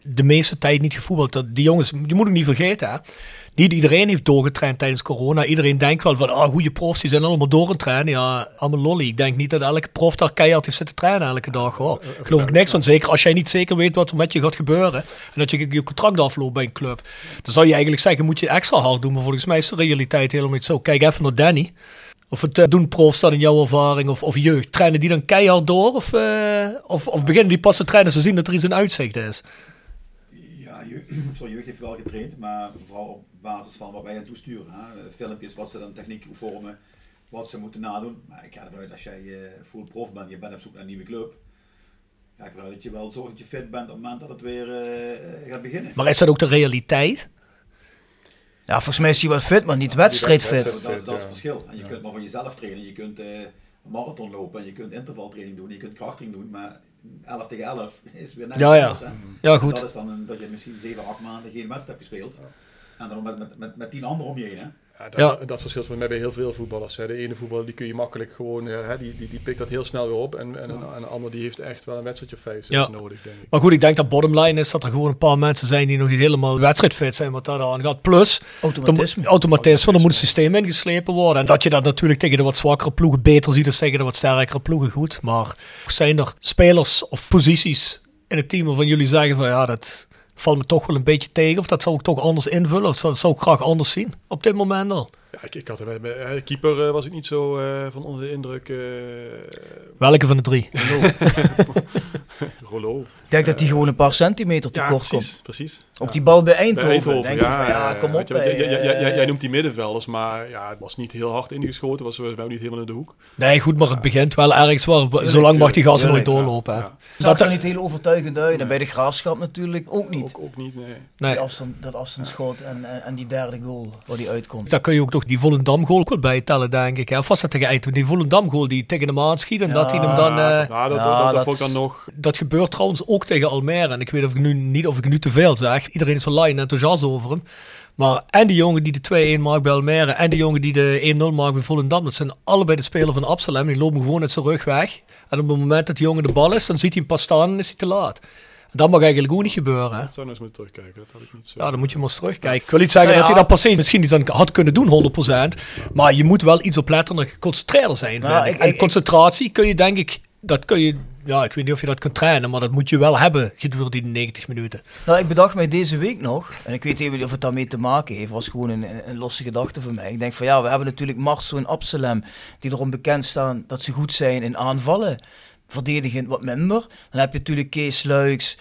de meeste tijd niet gevoetbald. Die jongens, je moet ook niet vergeten, hè. Niet iedereen heeft doorgetraind tijdens corona. Iedereen denkt wel van, goede profs, die zijn allemaal door aan het trainen. Ja, allemaal lolly. Ik denk niet dat elke prof daar keihard heeft zitten trainen elke dag, hoor. Geloof ik niks van. Zeker als jij niet zeker weet wat er met je gaat gebeuren. En dat je contract afloopt bij een club. Dan zou je eigenlijk zeggen, moet je extra hard doen. Maar volgens mij is de realiteit helemaal niet zo. Kijk even naar Danny. Of het doen profs dan in jouw ervaring of jeugd. Trainen die dan keihard door? Of beginnen die pas te trainen als ze zien dat er iets in uitzicht is? Ja, jeugd heeft wel getraind, maar vooral op basis van wat wij aan toesturen. Hè? Filmpjes, wat ze dan techniek vormen, wat ze moeten nadoen. Maar ik ga ervan uit, als jij full prof bent, je bent op zoek naar een nieuwe club. Ga ik ervan uit dat je wel zorgt dat je fit bent op het moment dat het weer gaat beginnen. Maar is dat ook de realiteit? Ja, volgens mij is hij wel fit, maar niet wedstrijdfit. Dat is het verschil. En je kunt maar van jezelf trainen. Je kunt een marathon lopen en je kunt intervaltraining doen. Je kunt krachttraining doen, maar 11 tegen 11 is weer net anders. Ja, goed. Dat is dan dat je misschien 7, 8 maanden geen wedstrijd hebt gespeeld. En dan met 10 anderen om je heen. Hè? Dat verschilt voor mij bij heel veel voetballers. Hè. De ene voetballer die kun je makkelijk gewoon, die pikt dat heel snel weer op. En een ander die heeft echt wel een wedstrijdje of 5 nodig, denk ik. Maar goed, ik denk dat bottomline is dat er gewoon een paar mensen zijn die nog niet helemaal wedstrijdfit zijn wat daar aan gaat. Plus, automatisme, er moet een systeem ingeslepen worden. En dat je dat natuurlijk tegen de wat zwakkere ploegen beter ziet dan tegen de wat sterkere ploegen goed. Maar zijn er spelers of posities in het team waarvan jullie zeggen van ja, dat valt me toch wel een beetje tegen, of dat zou ik toch anders invullen, of dat zou ik graag anders zien op dit moment al? Ja, ik had er bij keeper was ik niet zo van onder de indruk. Welke van de 3? Rollo. Ik denk dat hij gewoon een paar centimeter tekort komt. Precies. Ook die bal bij Eindhoven. Denk kom op. Jij noemt die middenvelders, maar ja, het was niet heel hard ingeschoten, was wel niet helemaal in de hoek. Nee, goed, maar het begint wel ergens waar, zolang mag die gasten nooit doorlopen. Ja. Dat er niet heel overtuigend uit. En bij de Graafschap natuurlijk ook niet. Ook niet, nee. Dat afstandsschot en die derde goal waar die uitkomt. Daar kun je ook nog die Volendam goal bij tellen, denk ik. Of was dat tegen Eindhoven? Die Volendam goal die tegen hem aanschiet en dat hij hem dan... dat vond ik dan nog... Dat gebeurt trouwens ook tegen Almere. En ik weet of ik nu te veel zeg. Iedereen is van Lion enthousiast over hem. Maar en die jongen die de 2-1 maakt bij Almere en die jongen die de 1-0 maakt bij Volendam, dat zijn allebei de spelers van Absalem. Die lopen gewoon uit zijn rug weg. En op het moment dat die jongen de bal is, dan ziet hij hem pas staan en is hij te laat. En dat mag eigenlijk ook niet gebeuren. Hè? Dat zou nog eens moeten terugkijken, dat had ik niet zo. Ja, dan moet je maar eens terugkijken. Ik wil niet zeggen dat hij dat per se misschien iets aan had kunnen doen, 100%. Maar je moet wel iets opletterder en geconcentreerder zijn. En concentratie kun je, denk ik, dat kun je... Ja, ik weet niet of je dat kunt trainen, maar dat moet je wel hebben gedurende die 90 minuten. Nou, ik bedacht mij deze week nog, en ik weet even of het daarmee te maken heeft, was gewoon een losse gedachte voor mij. Ik denk van ja, we hebben natuurlijk Marso en Absalem, die erom bekend staan dat ze goed zijn in aanvallen. Verdedigend wat minder. Dan heb je natuurlijk Kees Luijks,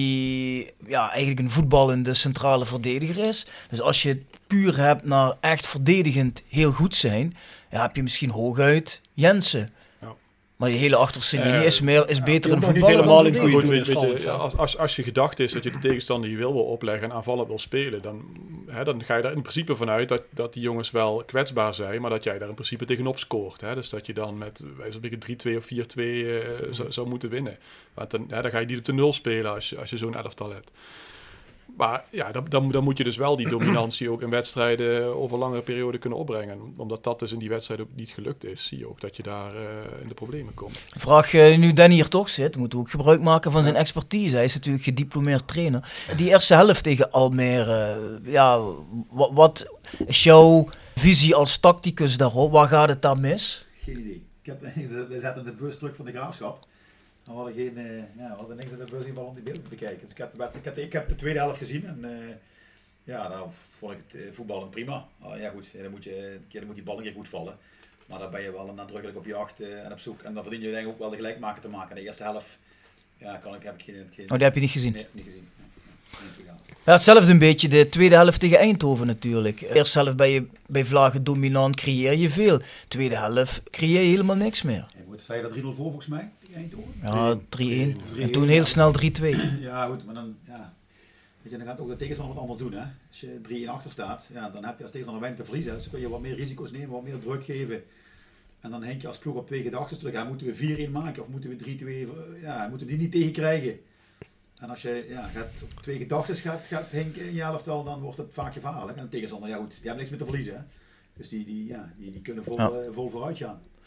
die eigenlijk een voetballende centrale verdediger is. Dus als je het puur hebt naar echt verdedigend heel goed zijn, heb je misschien hooguit Jensen. Maar je hele achterste linie is beter een voetballer dan verdedigen. Als je gedachte is dat je de tegenstander je wil opleggen en aanvallen wil spelen, dan ga je daar in principe vanuit dat die jongens wel kwetsbaar zijn, maar dat jij daar in principe tegenop scoort. Hè? Dus dat je dan met wijze van 3-2 of 4-2 zou moeten winnen. Want dan ga je niet op de 0 spelen als je zo'n elftal hebt. Maar ja, dan moet je dus wel die dominantie ook in wedstrijden over langere perioden kunnen opbrengen. Omdat dat dus in die wedstrijd ook niet gelukt is, zie je ook dat je daar in de problemen komt. Vraag nu Danny hier toch zit, moet ook gebruik maken van zijn expertise. Hij is natuurlijk gediplomeerd trainer. Die eerste helft tegen Almere, wat is jouw visie als tacticus daarop? Waar gaat het daar mis? Geen idee. We zetten de bus terug van de Graafschap. We hadden niks in de bus om die beelden te bekijken. Dus ik heb de tweede helft gezien en nou vond ik het voetballen prima. Dan moet die bal een keer goed vallen. Maar dan ben je wel nadrukkelijk op jacht en op zoek. En dan verdien je eigenlijk ook wel de gelijkmaker te maken. De eerste helft heb ik geen... Oh, die heb je niet gezien? Nee, niet gezien. Ja, hetzelfde een beetje de tweede helft tegen Eindhoven natuurlijk. De eerste helft ben je bij Vlagen dominant, creëer je veel. Tweede helft creëer je helemaal niks meer. Zei je dat 3-0 voor volgens mij? Eindhoven? Ja, 3-1. En toen heel snel 3-2. Ja, goed, maar dan, weet je, dan gaat ook de tegenstander wat anders doen. Hè? Als je 3-1 achter staat, dan heb je als tegenstander weinig te verliezen. Dus dan kun je wat meer risico's nemen, wat meer druk geven. En dan henk je als ploeg op 2 gedachten terug. Moeten we 4-1 maken of moeten we 3-2? Moeten we die niet tegenkrijgen? En als je gaat op 2 gedachten gaat henken in je elftal, dan wordt het vaak gevaarlijk. En de tegenstander, die hebben niks meer te verliezen. Hè? Dus die kunnen vol vooruit gaan.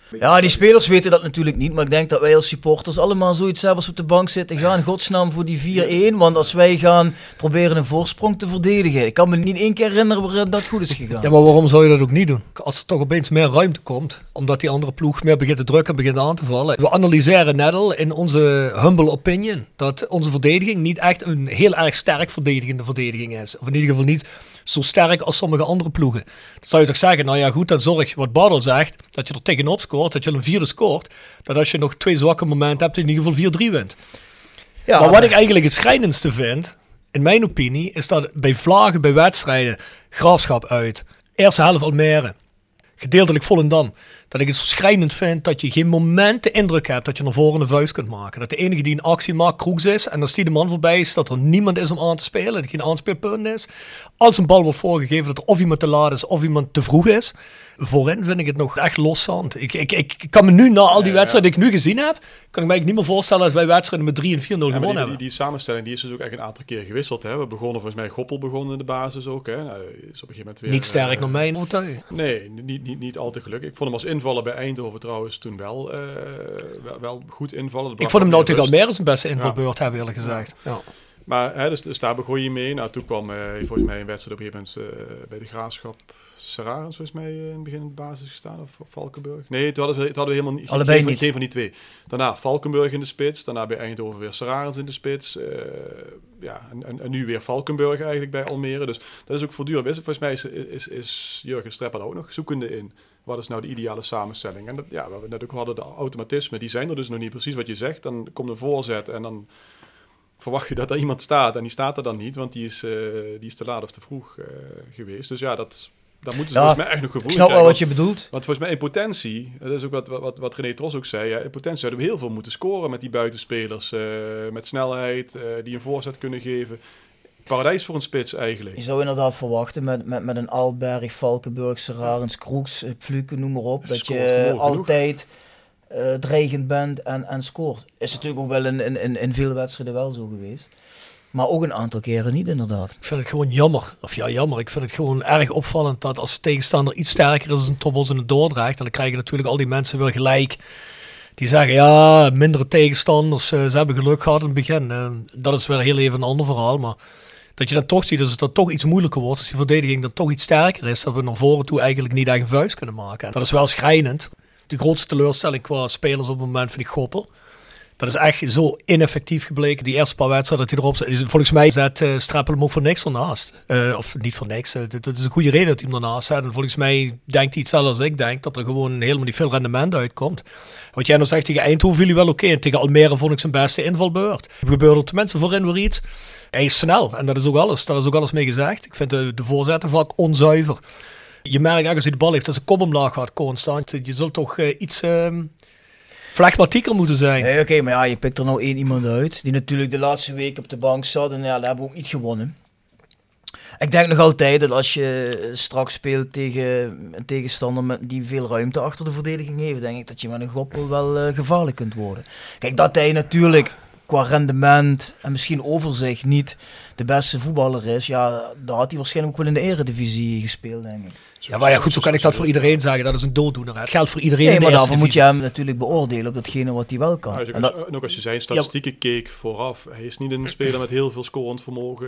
Ja, die spelers weten dat natuurlijk niet, maar ik denk dat wij als supporters allemaal zoiets hebben als we op de bank zitten. Ga in godsnaam voor die 4-1, want als wij gaan proberen een voorsprong te verdedigen. Ik kan me niet één keer herinneren waarin dat goed is gegaan. Ja, maar waarom zou je dat ook niet doen? Als er toch opeens meer ruimte komt, omdat die andere ploeg meer begint te drukken en begint aan te vallen. We analyseren net al in onze humble opinion dat onze verdediging niet echt een heel erg sterk verdedigende verdediging is. Of in ieder geval niet zo sterk als sommige andere ploegen. Dan zou je toch zeggen, nou ja goed, dan zorg, wat Badel zegt, dat je er tegenop scoort, dat je een 4e scoort, dat als je nog 2 zwakke momenten hebt, in ieder geval 4-3 wint. Ja, maar wat ik eigenlijk het schrijnendste vind, in mijn opinie, is dat bij vlagen, bij wedstrijden, Graafschap uit, eerste helft Almere, gedeeltelijk Volendam, dat ik het zo schrijnend vind dat je geen moment de indruk hebt dat je naar voren een vuist kunt maken. Dat de enige die een actie maakt Kroeks is, en als die de man voorbij is, dat er niemand is om aan te spelen, dat er geen aanspeelpunt is. Als een bal wordt voorgegeven, dat er of iemand te laat is of iemand te vroeg is. Voorin vind ik het nog echt loszand. Ik kan me nu, na al die wedstrijden die ik nu gezien heb, kan ik me eigenlijk niet meer voorstellen dat wij wedstrijden met 3 en 4-0 gewonnen hebben. Die samenstelling die is dus ook echt een aantal keer gewisseld. Hè. We begonnen volgens mij, Goppel begon in de basis ook. Hè. Nou, is op een gegeven moment weer, niet sterk naar mijn overtuiging. Nee, niet al te gelukkig. Ik vond hem als invaller bij Eindhoven trouwens toen wel goed invallen. Ik vond hem nou tegen Almere zijn beste invalbeurt hebben, eerlijk gezegd. Ja. Maar dus daar begon je mee. Nou, toen kwam volgens mij een wedstrijd op een gegeven moment bij de Graafschap. Serarens volgens mij in het begin in de basis gestaan, of Valkenburg. Nee, toen hadden we helemaal niet. Geen van die twee. Daarna Valkenburg in de spits. Daarna bij Eindhoven weer Serarens in de spits. En nu weer Valkenburg eigenlijk bij Almere. Dus dat is ook voortdurend. Volgens mij is Jurgen Streppel ook nog zoekende in. Wat is nou de ideale samenstelling? En dat, wat we net ook hadden, de automatismen, die zijn er dus nog niet precies wat je zegt. Dan komt een voorzet en dan verwacht je dat er iemand staat. En die staat er dan niet, want die is te laat of te vroeg geweest. Dus ja, daar moeten ze volgens mij echt nog gevoel in krijgen. Ik snap wel wat je bedoelt. Want volgens mij in potentie, dat is ook wat René Tros ook zei, in potentie zouden we heel veel moeten scoren met die buitenspelers. Met snelheid, die een voorzet kunnen geven. Paradijs voor een spits eigenlijk. Je zou inderdaad verwachten met een Alberg, Valkenburg, Serarens, Kroeks, Fluke, noem maar op. Dat je altijd dreigend bent en scoort. Is natuurlijk ook wel in veel wedstrijden wel zo geweest. Maar ook een aantal keren niet, inderdaad. Ik vind het gewoon jammer. Ik vind het gewoon erg opvallend dat als de tegenstander iets sterker is als een Topos in het Dordrecht, dan krijgen natuurlijk al die mensen weer gelijk. Die zeggen, ja, mindere tegenstanders, ze hebben geluk gehad in het begin. Dat is weer heel even een ander verhaal. Maar dat je dan toch ziet dat het dan toch iets moeilijker wordt. Als die verdediging dan toch iets sterker is, dat we naar voren toe eigenlijk niet echt een vuist kunnen maken. En dat is wel schrijnend. De grootste teleurstelling qua spelers op het moment vind ik Goppel. Dat is echt zo ineffectief gebleken. Die eerste paar wedstrijden dat hij erop zit. Volgens mij zet Streppel hem ook voor niks ernaast. Of niet voor niks. Dat is een goede reden dat hij hem ernaast zet. En volgens mij denkt hij hetzelfde als ik denk. Dat er gewoon helemaal niet veel rendement uitkomt. Wat jij nou zegt, tegen Eindhoven viel hij wel oké. En tegen Almere vond ik zijn beste invalbeurt. Er gebeurde er tenminste voorin weer iets. Hij is snel. En dat is ook alles. Daar is ook alles mee gezegd. Ik vind de voorzetten vaak onzuiver. Je merkt als hij de bal heeft dat zijn kop omlaag gaat constant. Je zult toch iets flegmatieker moeten zijn. Nee, oké, maar ja, je pikt er nou één iemand uit. Die natuurlijk de laatste week op de bank zat. En ja, daar hebben we ook niet gewonnen. Ik denk nog altijd dat als je straks speelt tegen een tegenstander die veel ruimte achter de verdediging heeft, denk ik dat je met een Goppel wel gevaarlijk kunt worden. Kijk, dat hij natuurlijk qua rendement en misschien overzicht niet de beste voetballer is, ja, daar had hij waarschijnlijk ook wel in de Eredivisie gespeeld, denk ik. Ja, maar ja, goed, zo kan ik dat voor iedereen zeggen. Dat is een dooddoener. Het geldt voor iedereen. Nee, maar daarvoor moet je hem natuurlijk beoordelen op datgene wat hij wel kan. Ja, ook als je zijn statistieken keek vooraf. Hij is niet een speler met heel veel scorend vermogen.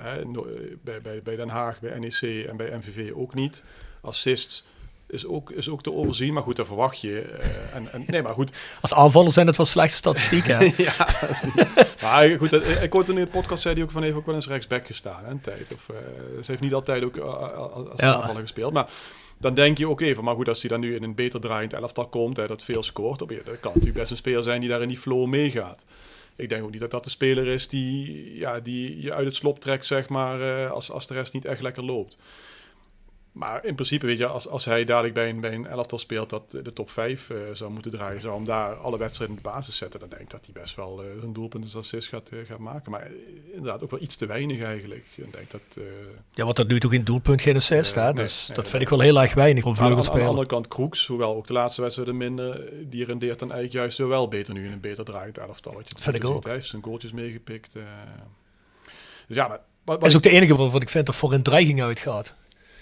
Bij Den Haag, bij NEC en bij MVV ook niet. Assists is ook te overzien, maar goed, dat verwacht je. Nee, maar goed. Als aanvaller zijn het wel slechte statistieken. Ja, dat is niet. Maar goed, ik hoorde in de podcast, zei hij ook van, heeft ook wel eens rechtsback gestaan, hè, een tijd. Ze heeft niet altijd ook als aanvaller gespeeld, maar dan denk je ook even, maar goed, als hij dan nu in een beter draaiend elftal komt, dat veel scoort, dat kan natuurlijk best een speler zijn die daar in die flow meegaat. Ik denk ook niet dat dat de speler is die je uit het slop trekt, zeg maar, als de rest niet echt lekker loopt. Maar in principe, weet je, als hij dadelijk bij een elftal speelt dat de top 5 zou moeten draaien, zou hem daar alle wedstrijden in de basis zetten, dan denk ik dat hij best wel zijn doelpunt als assist gaat maken. Maar inderdaad ook wel iets te weinig eigenlijk. Ik denk dat, ja, want dat nu toch geen doelpunt, geen assist, hè? Dus dat vind ik wel heel erg weinig voor vleugelspeler. Aan de andere kant Kroeks, hoewel ook de laatste wedstrijden minder, die rendeert dan eigenlijk juist weer wel beter nu in een beter draaiend elftal. Dat vind ik ook. Hij heeft zijn goaltjes meegepikt. Dus ja, maar is ook de enige waarvan ik vind dat voor een dreiging uitgaat.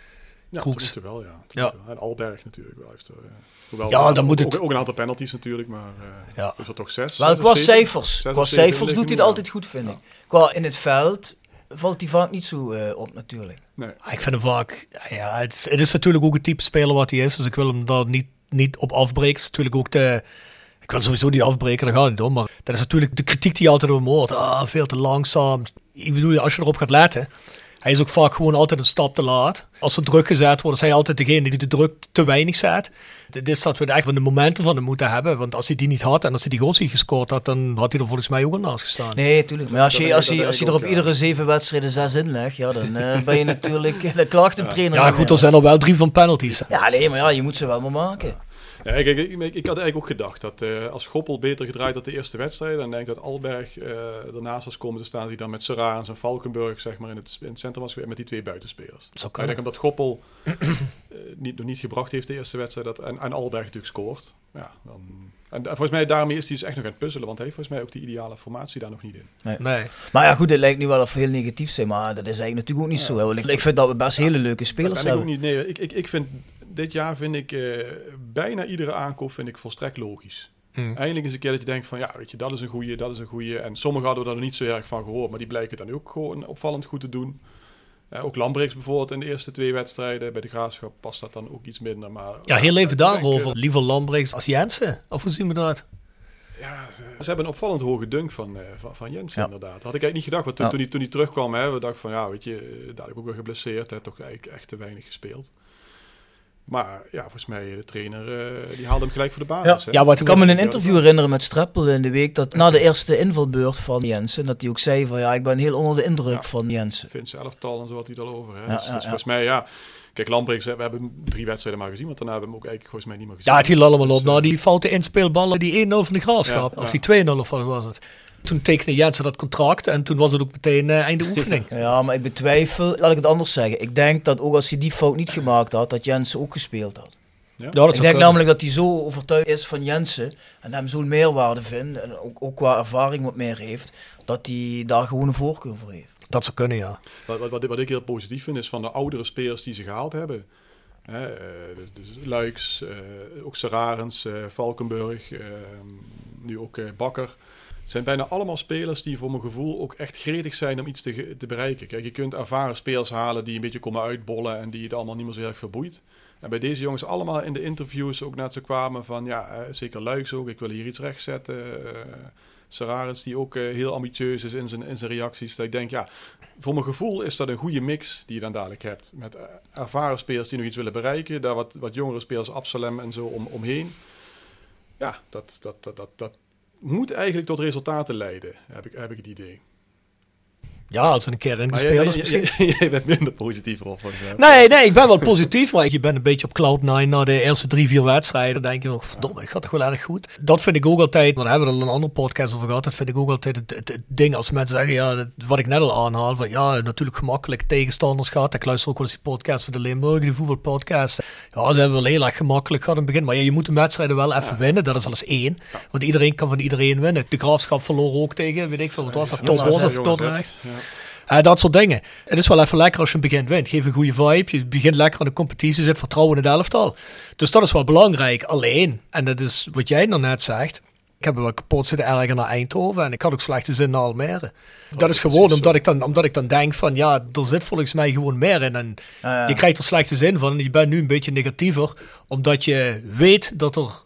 Ja, Kroeks. tot nu toe wel, ja. Ja. En Alberg natuurlijk wel. Heeft, hoewel, Ja, dan moet het... Ook een aantal penalties natuurlijk, maar is er toch 6? Wel, qua cijfers doet hij het altijd goed, vind ik. Qua in het veld valt hij vaak niet zo op natuurlijk. Nee. Ik vind hem vaak... Ja, het is natuurlijk ook het type speler wat hij is, dus ik wil hem daar niet op afbreken. Het is natuurlijk ook ik wil sowieso niet afbreken, daar gaat het niet om, maar dat is natuurlijk de kritiek die je altijd op hem hoort. Veel te langzaam. Ik bedoel, als je erop gaat letten... Hij is ook vaak gewoon altijd een stap te laat. Als er druk gezet wordt, is hij altijd degene die de druk te weinig zet. Dit is dat we echt van de momenten van hem moeten hebben. Want als hij die niet had en als hij die goals niet gescoord had, dan had hij er volgens mij ook al naast gestaan. Nee, tuurlijk. Maar als je er op iedere 7 wedstrijden 6 inlegt, ja, dan ben je natuurlijk de klachtentrainer. Ja, goed, er zijn er wel 3 van penalties. Ja, nee, maar ja, je moet ze wel maar maken. Ja, ik had eigenlijk ook gedacht dat als Goppel beter gedraaid had de eerste wedstrijd, dan denk ik dat Alberg ernaast was komen te staan, die dan met Serraans en Valkenburg zeg maar in het centrum was met die 2 buitenspelers. Ik denk omdat Goppel nog niet gebracht heeft de eerste wedstrijd en Alberg natuurlijk scoort. Ja, en volgens mij daarmee is hij dus echt nog aan het puzzelen, want hij heeft volgens mij ook die ideale formatie daar nog niet in. Nee. Maar ja, goed, het lijkt nu wel of heel negatief zijn, maar dat is eigenlijk natuurlijk ook niet zo. Hè. Ik vind dat we best hele leuke spelers hebben. Ik vind dit jaar bijna iedere aankoop volstrekt logisch. Eindelijk eens een keer dat je denkt van ja, weet je, dat is een goeie. En sommigen hadden we daar nog niet zo erg van gehoord, maar die blijken dan ook gewoon opvallend goed te doen. Ook Lambrechts bijvoorbeeld in de eerste 2 wedstrijden. Bij de Graafschap past dat dan ook iets minder. Maar, ja, heel even daarover. Liever Lambrechts als Jensen? Of hoe zien we dat? Ja, ze hebben een opvallend hoge dunk van Jensen inderdaad. Dat had ik eigenlijk niet gedacht. Want toen hij terugkwam, we dachten van ja, weet je, daar heb ik ook wel geblesseerd. Hij heeft toch eigenlijk echt te weinig gespeeld. Maar ja, volgens mij de trainer die haalde hem gelijk voor de basis. Ja, ik kan me een interview herinneren met Streppel in de week dat na de eerste invalbeurt van Jensen, dat hij ook zei van ja, ik ben heel onder de indruk van Jensen. Vindt ze elftal en zo had hij het al over. Hè? Dus volgens mij, kijk, Lambrechts, we hebben 3 wedstrijden maar gezien, want daarna hebben we hem ook eigenlijk volgens mij niet meer gezien. Ja, het hield allemaal op. Nou, die foute inspeelballen, die 1-0 van de Graafschap, of die 2-0 of wat was het. Toen tekende Jensen dat contract en toen was het ook meteen einde oefening. Ja, maar ik betwijfel, laat ik het anders zeggen. Ik denk dat ook als hij die fout niet gemaakt had, dat Jensen ook gespeeld had. Ja? Ik denk namelijk dat hij zo overtuigd is van Jensen en hem zo'n meerwaarde vindt en ook qua ervaring wat meer heeft, dat hij daar gewoon een voorkeur voor heeft. Dat zou kunnen, ja. Wat ik heel positief vind is van de oudere spelers die ze gehaald hebben. Dus Luiks, ook Serraens, Valkenburg, nu ook Bakker. Het zijn bijna allemaal spelers die voor mijn gevoel ook echt gretig zijn om iets te bereiken. Kijk, je kunt ervaren spelers halen die een beetje komen uitbollen en die het allemaal niet meer zo erg verboeit. En bij deze jongens allemaal in de interviews ook net zo kwamen van ja, zeker Luiks ook, ik wil hier iets rechtzetten. Serraens die ook heel ambitieus is in zijn reacties. Dat ik denk, ja, voor mijn gevoel is dat een goede mix die je dan dadelijk hebt. Met ervaren spelers die nog iets willen bereiken. Daar wat jongere spelers, Absalem en zo omheen. Ja, dat moet eigenlijk tot resultaten leiden, heb ik het idee. Ja, als een keer in gespeeld is misschien. Jij bent minder positief op. Nee, ik ben wel positief, maar je bent een beetje op cloud 9 na de eerste 3-4 wedstrijden. Dan denk je nog, verdomme, ik ga toch wel erg goed. Dat vind ik ook altijd, maar daar hebben we er een andere podcast over gehad. Dat vind ik ook altijd het ding als mensen zeggen, ja, wat ik net al aanhaal, van ja, natuurlijk gemakkelijk tegenstanders gehad. Ik luister ook wel eens die podcast van de Limburg, die voetbalpodcast. Ja, ze hebben wel heel erg gemakkelijk gehad in het begin, maar ja, je moet de wedstrijden wel even winnen. Dat is alles 1. Want iedereen kan van iedereen winnen. De Graafschap verloor ook tegen, weet ik veel, wat was dat, Topos of Dordrecht. Dat soort dingen. Het is wel even lekker als je een begin wint. Geef een goede vibe. Je begint lekker aan de competitie. Zit vertrouwen in het elftal. Dus dat is wel belangrijk. Alleen, en dat is wat jij nog net zegt. Ik heb me wel kapot zitten erger naar Eindhoven. En ik had ook slechte zin naar Almere. Dat is gewoon omdat ik dan denk van ja, er zit volgens mij gewoon meer in. En je krijgt er slechte zin van. En je bent nu een beetje negatiever. Omdat je weet dat er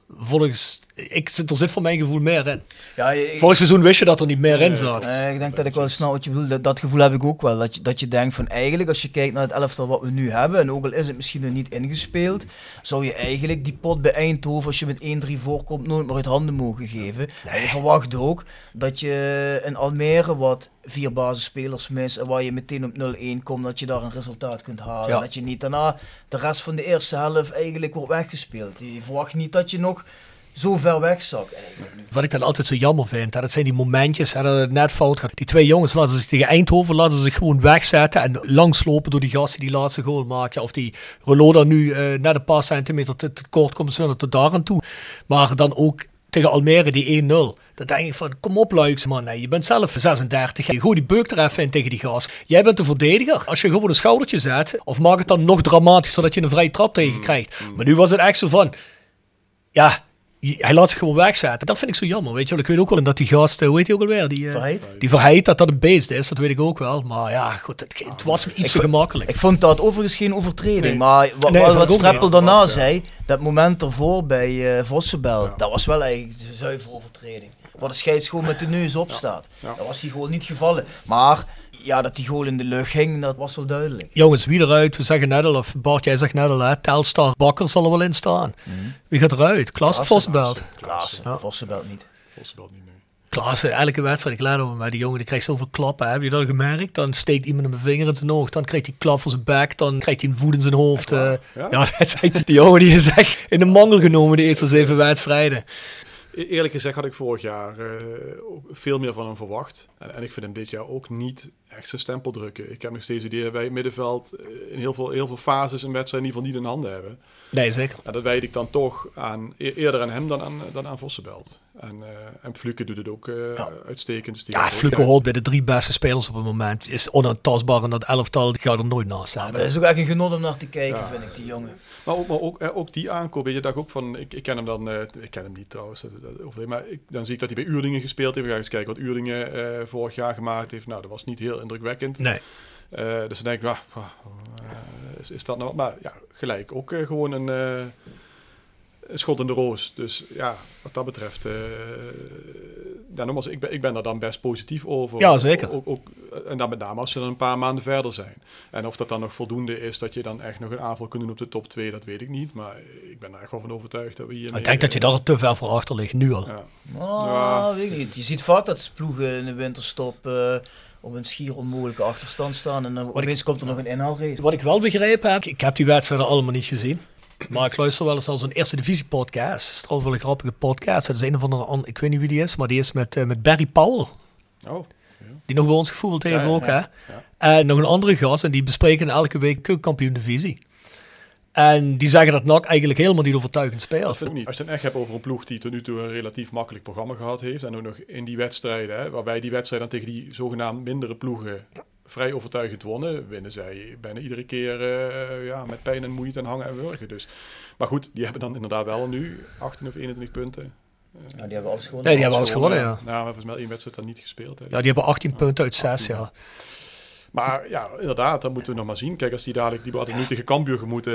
er zit voor mijn gevoel meer in. Ja, vorig seizoen wist je dat er niet meer in zat. Ik denk dat ik wel snel wat je bedoelt. Dat gevoel heb ik ook wel. Dat je denkt van eigenlijk als je kijkt naar het elftal wat we nu hebben. En ook al is het misschien nog niet ingespeeld. Zou je eigenlijk die pot bij Eindhoven als je met 1-3 voorkomt nooit meer uit handen mogen geven. Nee. En je verwacht ook dat je in Almere wat 4 basisspelers mist. En waar je meteen op 0-1 komt. Dat je daar een resultaat kunt halen. Ja. Dat je niet daarna de rest van de eerste helft eigenlijk wordt weggespeeld. Je verwacht niet dat je nog zo ver weg zakt eigenlijk. Wat ik dan altijd zo jammer vind, dat zijn die momentjes dat het net fout gaat. Die 2 jongens laten zich tegen Eindhoven zich gewoon wegzetten en langslopen door die gasten die laatste goal maken. Of die Reloda nu net een paar centimeter te kort komt, zullen tot daar aan toe. Maar dan ook tegen Almere, die 1-0. Dan denk ik van, kom op Luiks, man. Nee, je bent zelf 36. Gooi die beuk er even in tegen die gas. Jij bent de verdediger. Als je gewoon een schoudertje zet, of maak het dan nog dramatischer dat je een vrije trap tegen krijgt. Maar nu was het echt zo van, ja, hij laat zich gewoon wegzetten. Dat vind ik zo jammer, weet je wel. Ik weet ook wel dat die gast, hoe heet hij ook alweer? Die Verheid, dat een beest is, dat weet ik ook wel. Maar ja, goed, het was me iets te gemakkelijk. Ik vond dat overigens geen overtreding. Maar wat Streppel daarna zei, dat moment ervoor bij Vossenbelt, dat was wel eigenlijk een zuivere overtreding. Waar de scheids gewoon met de neus op staat. Dat was hij gewoon niet gevallen. Maar ja, dat die goal in de lucht ging, dat was wel duidelijk. Jongens, wie eruit? We zeggen net al, of Bart, jij zegt net al, hè, Telstar, Bakker zal er wel in staan. Wie gaat eruit? Klaassen, Vossenbelt? Klaassen, Vossenbelt niet. Vossenbelt niet, nee. Klaassen, elke wedstrijd, ik let op maar die jongen die krijgt zoveel klappen. Heb je dat gemerkt? Dan steekt iemand een vinger in zijn oog, dan krijgt hij klap voor zijn bek, dan krijgt hij een voet in zijn hoofd. Ja, dat zei die jongen, die is echt in de mangel genomen de eerste 7 wedstrijden. Eerlijk gezegd had ik vorig jaar ook veel meer van hem verwacht. En ik vind hem dit jaar ook niet echt zijn stempel drukken. Ik heb nog steeds het idee dat wij het middenveld in heel veel fases een wedstrijd in ieder geval niet in handen hebben. Nee, zeker. En dat wijd ik dan toch eerder aan hem dan aan Vossenbelt. En Fluke doet het ook uitstekend. Dus ja, Fluke hoort bij de 3 beste spelers op het moment. Is onaantastbaar en dat elftal gaat er nooit naast zijn. Maar dat is ook echt een genot om naar te kijken, vind ik, die jongen. Maar ook die aankoop, weet je, dacht ook van, ik ken hem dan, ik ken hem niet trouwens, maar dan zie ik dat hij bij Uerdingen gespeeld heeft. We gaan eens kijken wat Uerdingen vorig jaar gemaakt heeft. Nou, dat was niet heel indrukwekkend. Nee. Dus dan denk ik, is dat nou... Maar ja, gelijk ook gewoon een schot in de roos. Dus ja, wat dat betreft... nogmaals, ik ben daar dan best positief over. Ja, zeker. En dan met name als ze dan een paar maanden verder zijn. En of dat dan nog voldoende is dat je dan echt nog een aanval kunt doen op de top 2, dat weet ik niet. Maar ik ben er echt wel van overtuigd dat we hier... Ik denk dat je daar te ver voor achter ligt, nu al. Ja. Weet ik niet. Je ziet vaak dat ploegen in de winterstop... op een schier onmogelijke achterstand staan en dan opeens komt er nog een inhaalrace. Wat ik wel begrepen heb, ik heb die wedstrijden allemaal niet gezien, maar ik luister wel eens als een eerste divisie podcast. Dat is trouwens wel een grappige podcast. Dat is een of andere, ik weet niet wie die is, maar die is met Barry Powell. Oh. Die nog bij ons gevoetbald heeft ook, hè. Ja. En nog een andere gast en die bespreken elke week keukenkampioen divisie. En die zeggen dat NAC eigenlijk helemaal niet overtuigend speelt. Als je het echt hebt over een ploeg die tot nu toe een relatief makkelijk programma gehad heeft. En ook nog in die wedstrijden, hè, waarbij die wedstrijden dan tegen die zogenaamd mindere ploegen vrij overtuigend wonnen, winnen zij bijna iedere keer met pijn en moeite en hangen en wurgen. Dus. Maar goed, die hebben dan inderdaad wel nu 18 of 21 punten. Ja, die hebben alles gewonnen. Nee, die hebben alles gewonnen, ja. Nou, maar volgens mij 1 wedstrijd dan niet gespeeld. Hè. Ja, die hebben 18 punten uit 6, ja. Maar ja, inderdaad, dat moeten we nog maar zien. Kijk, als die dadelijk, die hadden nu tegen Cambuur gemoeten.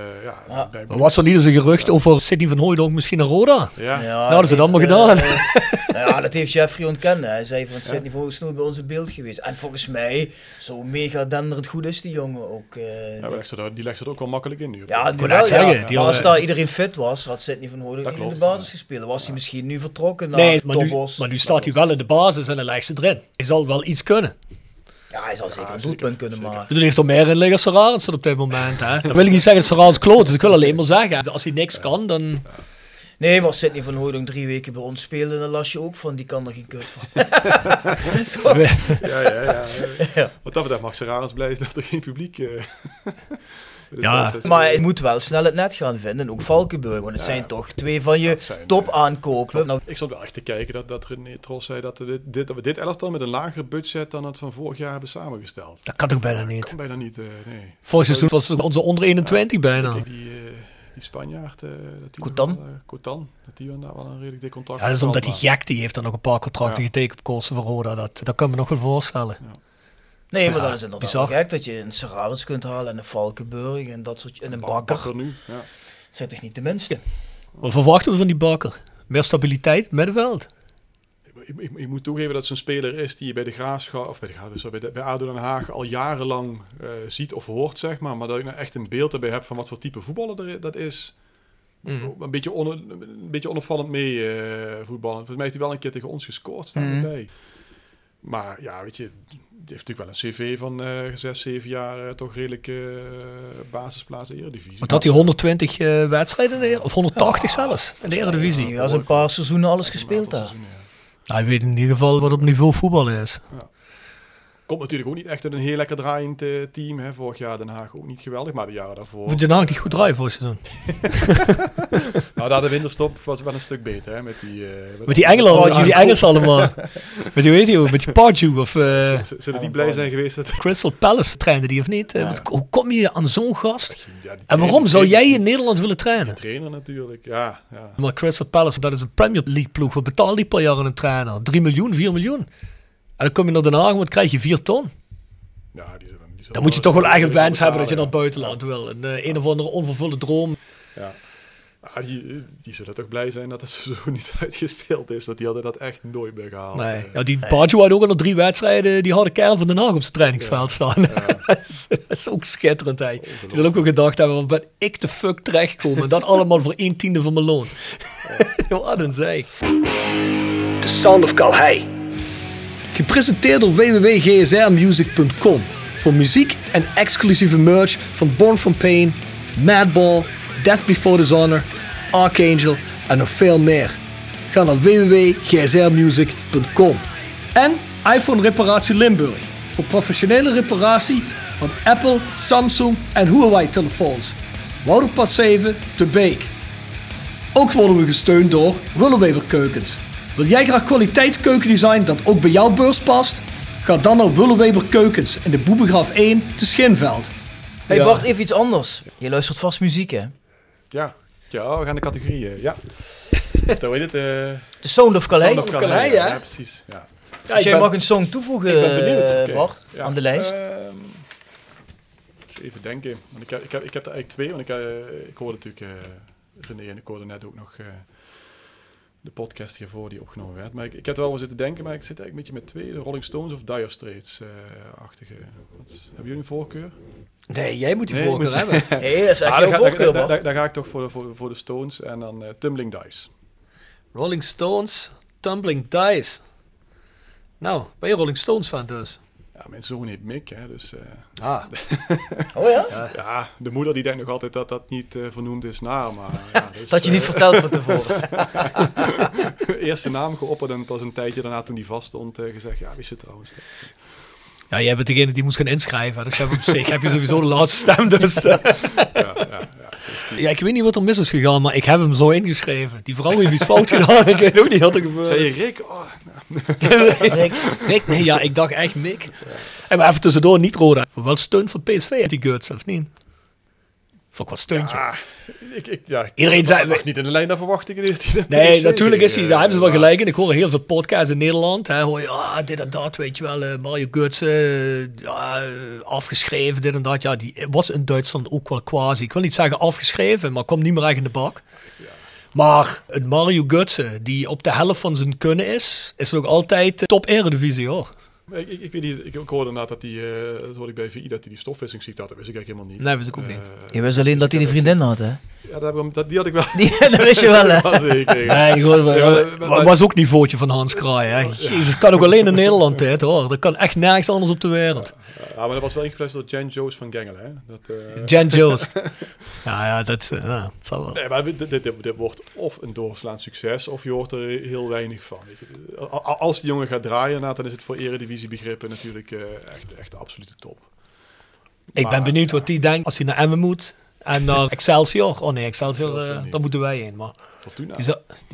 Was er niet eens een gerucht over Sidney van Hooijdonk misschien naar Roda? Ja. Nou, dat is het allemaal gedaan. Ja, dat heeft Jeffrey ontkennen. Hij zei van Sidney van Hooijdonk bij ons in beeld geweest. En volgens mij, zo mega denderend goed is die jongen ook. Die legt het ook wel makkelijk in nu. Ja, ik wil zeggen. Maar als daar iedereen fit was, had Sidney van Hooijdonk in de basis gespeeld. Was hij misschien nu vertrokken naar Topos. Maar nu staat hij wel in de basis en hij legt ze erin. Hij zal wel iets kunnen. Ja, hij zal zeker een doelpunt kunnen maken. Er heeft er meer in liggen als Sararensen op dit moment. Hè? Dan wil ik niet zeggen dat Sararensen kloot is. Ik wil alleen maar zeggen, als hij niks kan, dan... Nee, maar Sidney van Hooijdonk 3 weken bij ons spelen, dan las je ook van, die kan er geen kut van. Ja. Wat dat betreft mag Sararensen blij zijn dat er geen publiek... Ja, maar hij moet wel snel het net gaan vinden. Ook Valkenburg, want het zijn toch 2 van je top aankopen. Nou, ik zat wel echt te kijken dat René Tros zei dat we dit elftal met een lager budget dan het van vorig jaar hebben samengesteld. Dat kan toch bijna niet? Dat kan bijna niet, nee. Vorig seizoen was het onze onder 21 bijna. Die Spanjaard, Cotan, dat die daar wel een redelijk dik contract. Ja, dat is omdat die gek, die heeft dan nog een paar contracten getekend op kosten van Roda. Dat kan me nog wel voorstellen. Ja. Nee, maar dat is inderdaad wel gek dat je een Sararis kunt halen en een Valkenburg en dat soort, en een Bakker. Nu, ja. Dat zijn toch niet de minste. Wat verwachten we van die Bakker? Meer middenveld? Ik moet toegeven dat het een speler is die je bij de Graafschap, bij ADO Den Haag al jarenlang ziet of hoort, zeg maar. Maar dat ik nou echt een beeld erbij heb van wat voor type voetballer dat is. Een beetje onopvallend mee voetballen. Volgens mij heeft hij wel een keer tegen ons gescoord, staan erbij. Maar ja, weet je, die heeft natuurlijk wel een cv van 6-7 jaar toch redelijk basisplaats in de Eredivisie. Want had hij 120 wedstrijden of 180 zelfs in de Eredivisie? Hij has een paar seizoenen alles gespeeld daar. Hij weet in ieder geval wat op niveau voetbal is. Ja. Komt natuurlijk ook niet echt uit een heel lekker draaiend team. Hè. Vorig jaar Den Haag ook niet geweldig, maar de jaren daarvoor... Den Haag niet goed draaien vorig seizoen. Nou, daar de winterstop was wel een stuk beter, hè? Met die Engelsen, die Engelsen allemaal. Met die, weet je ook, met die Pardew. Zullen die blij zijn geweest? Dat... Crystal Palace trainde die of niet? Hoe kom je aan zo'n gast? En waarom zou jij in Nederland willen trainen? De trainer natuurlijk, ja. Maar Crystal Palace, dat is een Premier League ploeg. Wat betaalt die per jaar aan een trainer? 3 miljoen, 4 miljoen? En dan kom je naar Den Haag, wat krijg je 4 ton? Ja, dan moet je toch wel echt een wens hebben dat je naar het buitenland wil. Een of andere onvervulde droom. Ja. Die zullen toch blij zijn dat het zo niet uitgespeeld is. Want die hadden dat echt nooit meer gehaald. Nee. Ja, die Pardew had ook al nog 3 wedstrijden. Die harde kerel van Den Haag op zijn trainingsveld staan. Ja. dat is ook schitterend. Hè. Die zal ook wel gedacht hebben, wat ben ik de fuck terechtgekomen. Dat allemaal voor 1/10 van mijn loon. Wat een zeik. The Sound of Calhei. Gepresenteerd door www.gsrmusic.com. Voor muziek en exclusieve merch van Born From Pain, Madball, Death Before Dishonor, Archangel en nog veel meer. Ga naar www.gsrmusic.com. En iPhone Reparatie Limburg. Voor professionele reparatie van Apple, Samsung en Huawei telefoons. Wouderpad 7 te Beek. Ook worden we gesteund door Willeweber Keukens. Wil jij graag kwaliteitskeukendesign dat ook bij jouw beurs past? Ga dan naar Willeweber Keukens in de Boebegraaf 1 te Schinveld. Hey Bart, even iets anders. Je luistert vast muziek, hè? Ja, we gaan de categorieën. Ja. Zo heet het. The Sound of Calhei. Sound of Calhei, ja. Ja, precies. Ja. Dus jij mag een song toevoegen, ik ben benieuwd. Bart, aan de lijst. Even denken. Want ik heb er eigenlijk 2. Want ik hoorde natuurlijk René en ik hoorde net ook nog de podcast hiervoor die opgenomen werd. Maar ik heb er wel zitten denken, maar ik zit eigenlijk een beetje met 2. De Rolling Stones of Dire Straits-achtige. Hebben jullie een voorkeur? Nee, jij moet die voorkeur hebben. Nee, dat is echt jouw voorkeur, man. Daar ga ik toch voor de Stones en dan Tumbling Dice. Rolling Stones, Tumbling Dice. Nou, ben je Rolling Stones fan dus? Ja, mijn zoon heet Mick, hè, dus... Oh ja? Ja, de moeder die denkt nog altijd dat dat niet vernoemd is naar, maar... Ja, dus, dat je niet verteld van tevoren. Eerste naam geopperd en pas een tijdje daarna toen die vast stond gezegd, ja, wist je trouwens... Ja, jij bent degene die moest gaan inschrijven. Dus op zich heb je sowieso de laatste stem. Dus. Ja, ik weet niet wat er mis is gegaan, maar ik heb hem zo ingeschreven. Die vrouw heeft iets fout gedaan. Ik weet ook niet wat er gebeurde. Zei je Rick? Oh, Rick? Nee, ja, ik dacht echt Mick. En maar even tussendoor, niet Roda. Wel steun van PSV, die Guts, of niet? Vond ik wel steuntje. Iedereen zei niet in de lijn naar verwachtingen. Nee, natuurlijk is hij. Daar hebben ze wel gelijk in. Ik hoor heel veel podcasts in Nederland. Hè, hoor je, dit en dat, weet je wel. Mario Götze, afgeschreven, dit en dat. Ja, die was in Duitsland ook wel quasi. Ik wil niet zeggen afgeschreven, maar kwam niet meer echt in de bak. Ja. Maar een Mario Götze, die op de helft van zijn kunnen is nog altijd top eredivisie, hoor. Ik weet niet, ik hoorde inderdaad dat dat hoorde ik bij VI, dat hij die stofwisselingsziekte had. Dat wist ik eigenlijk helemaal niet. Nee, wist ik ook niet. Je wist alleen dat hij een vriendin had, hè? Ja, die had ik wel. Dat wist je wel, hè? Nee, was ook niveautje van Hans Kraai, hè? Jezus, kan ook alleen in Nederland, dit, hoor. Dat kan echt nergens anders op de wereld. Ja, maar dat was wel ingefluisterd door Jan Joost van Gengelen, hè? Jan Joost. dat zal wel. Nee, maar dit wordt of een doorslaand succes, of je hoort er heel weinig van. Weet je. Als die jongen gaat draaien, dan is het voor eredivisiebegrippen natuurlijk echt de absolute top. Ik ben benieuwd wat die denkt als hij naar Emmen moet en naar Excelsior. Oh nee, Excelsior daar moeten wij heen. Maar Fortuna. Die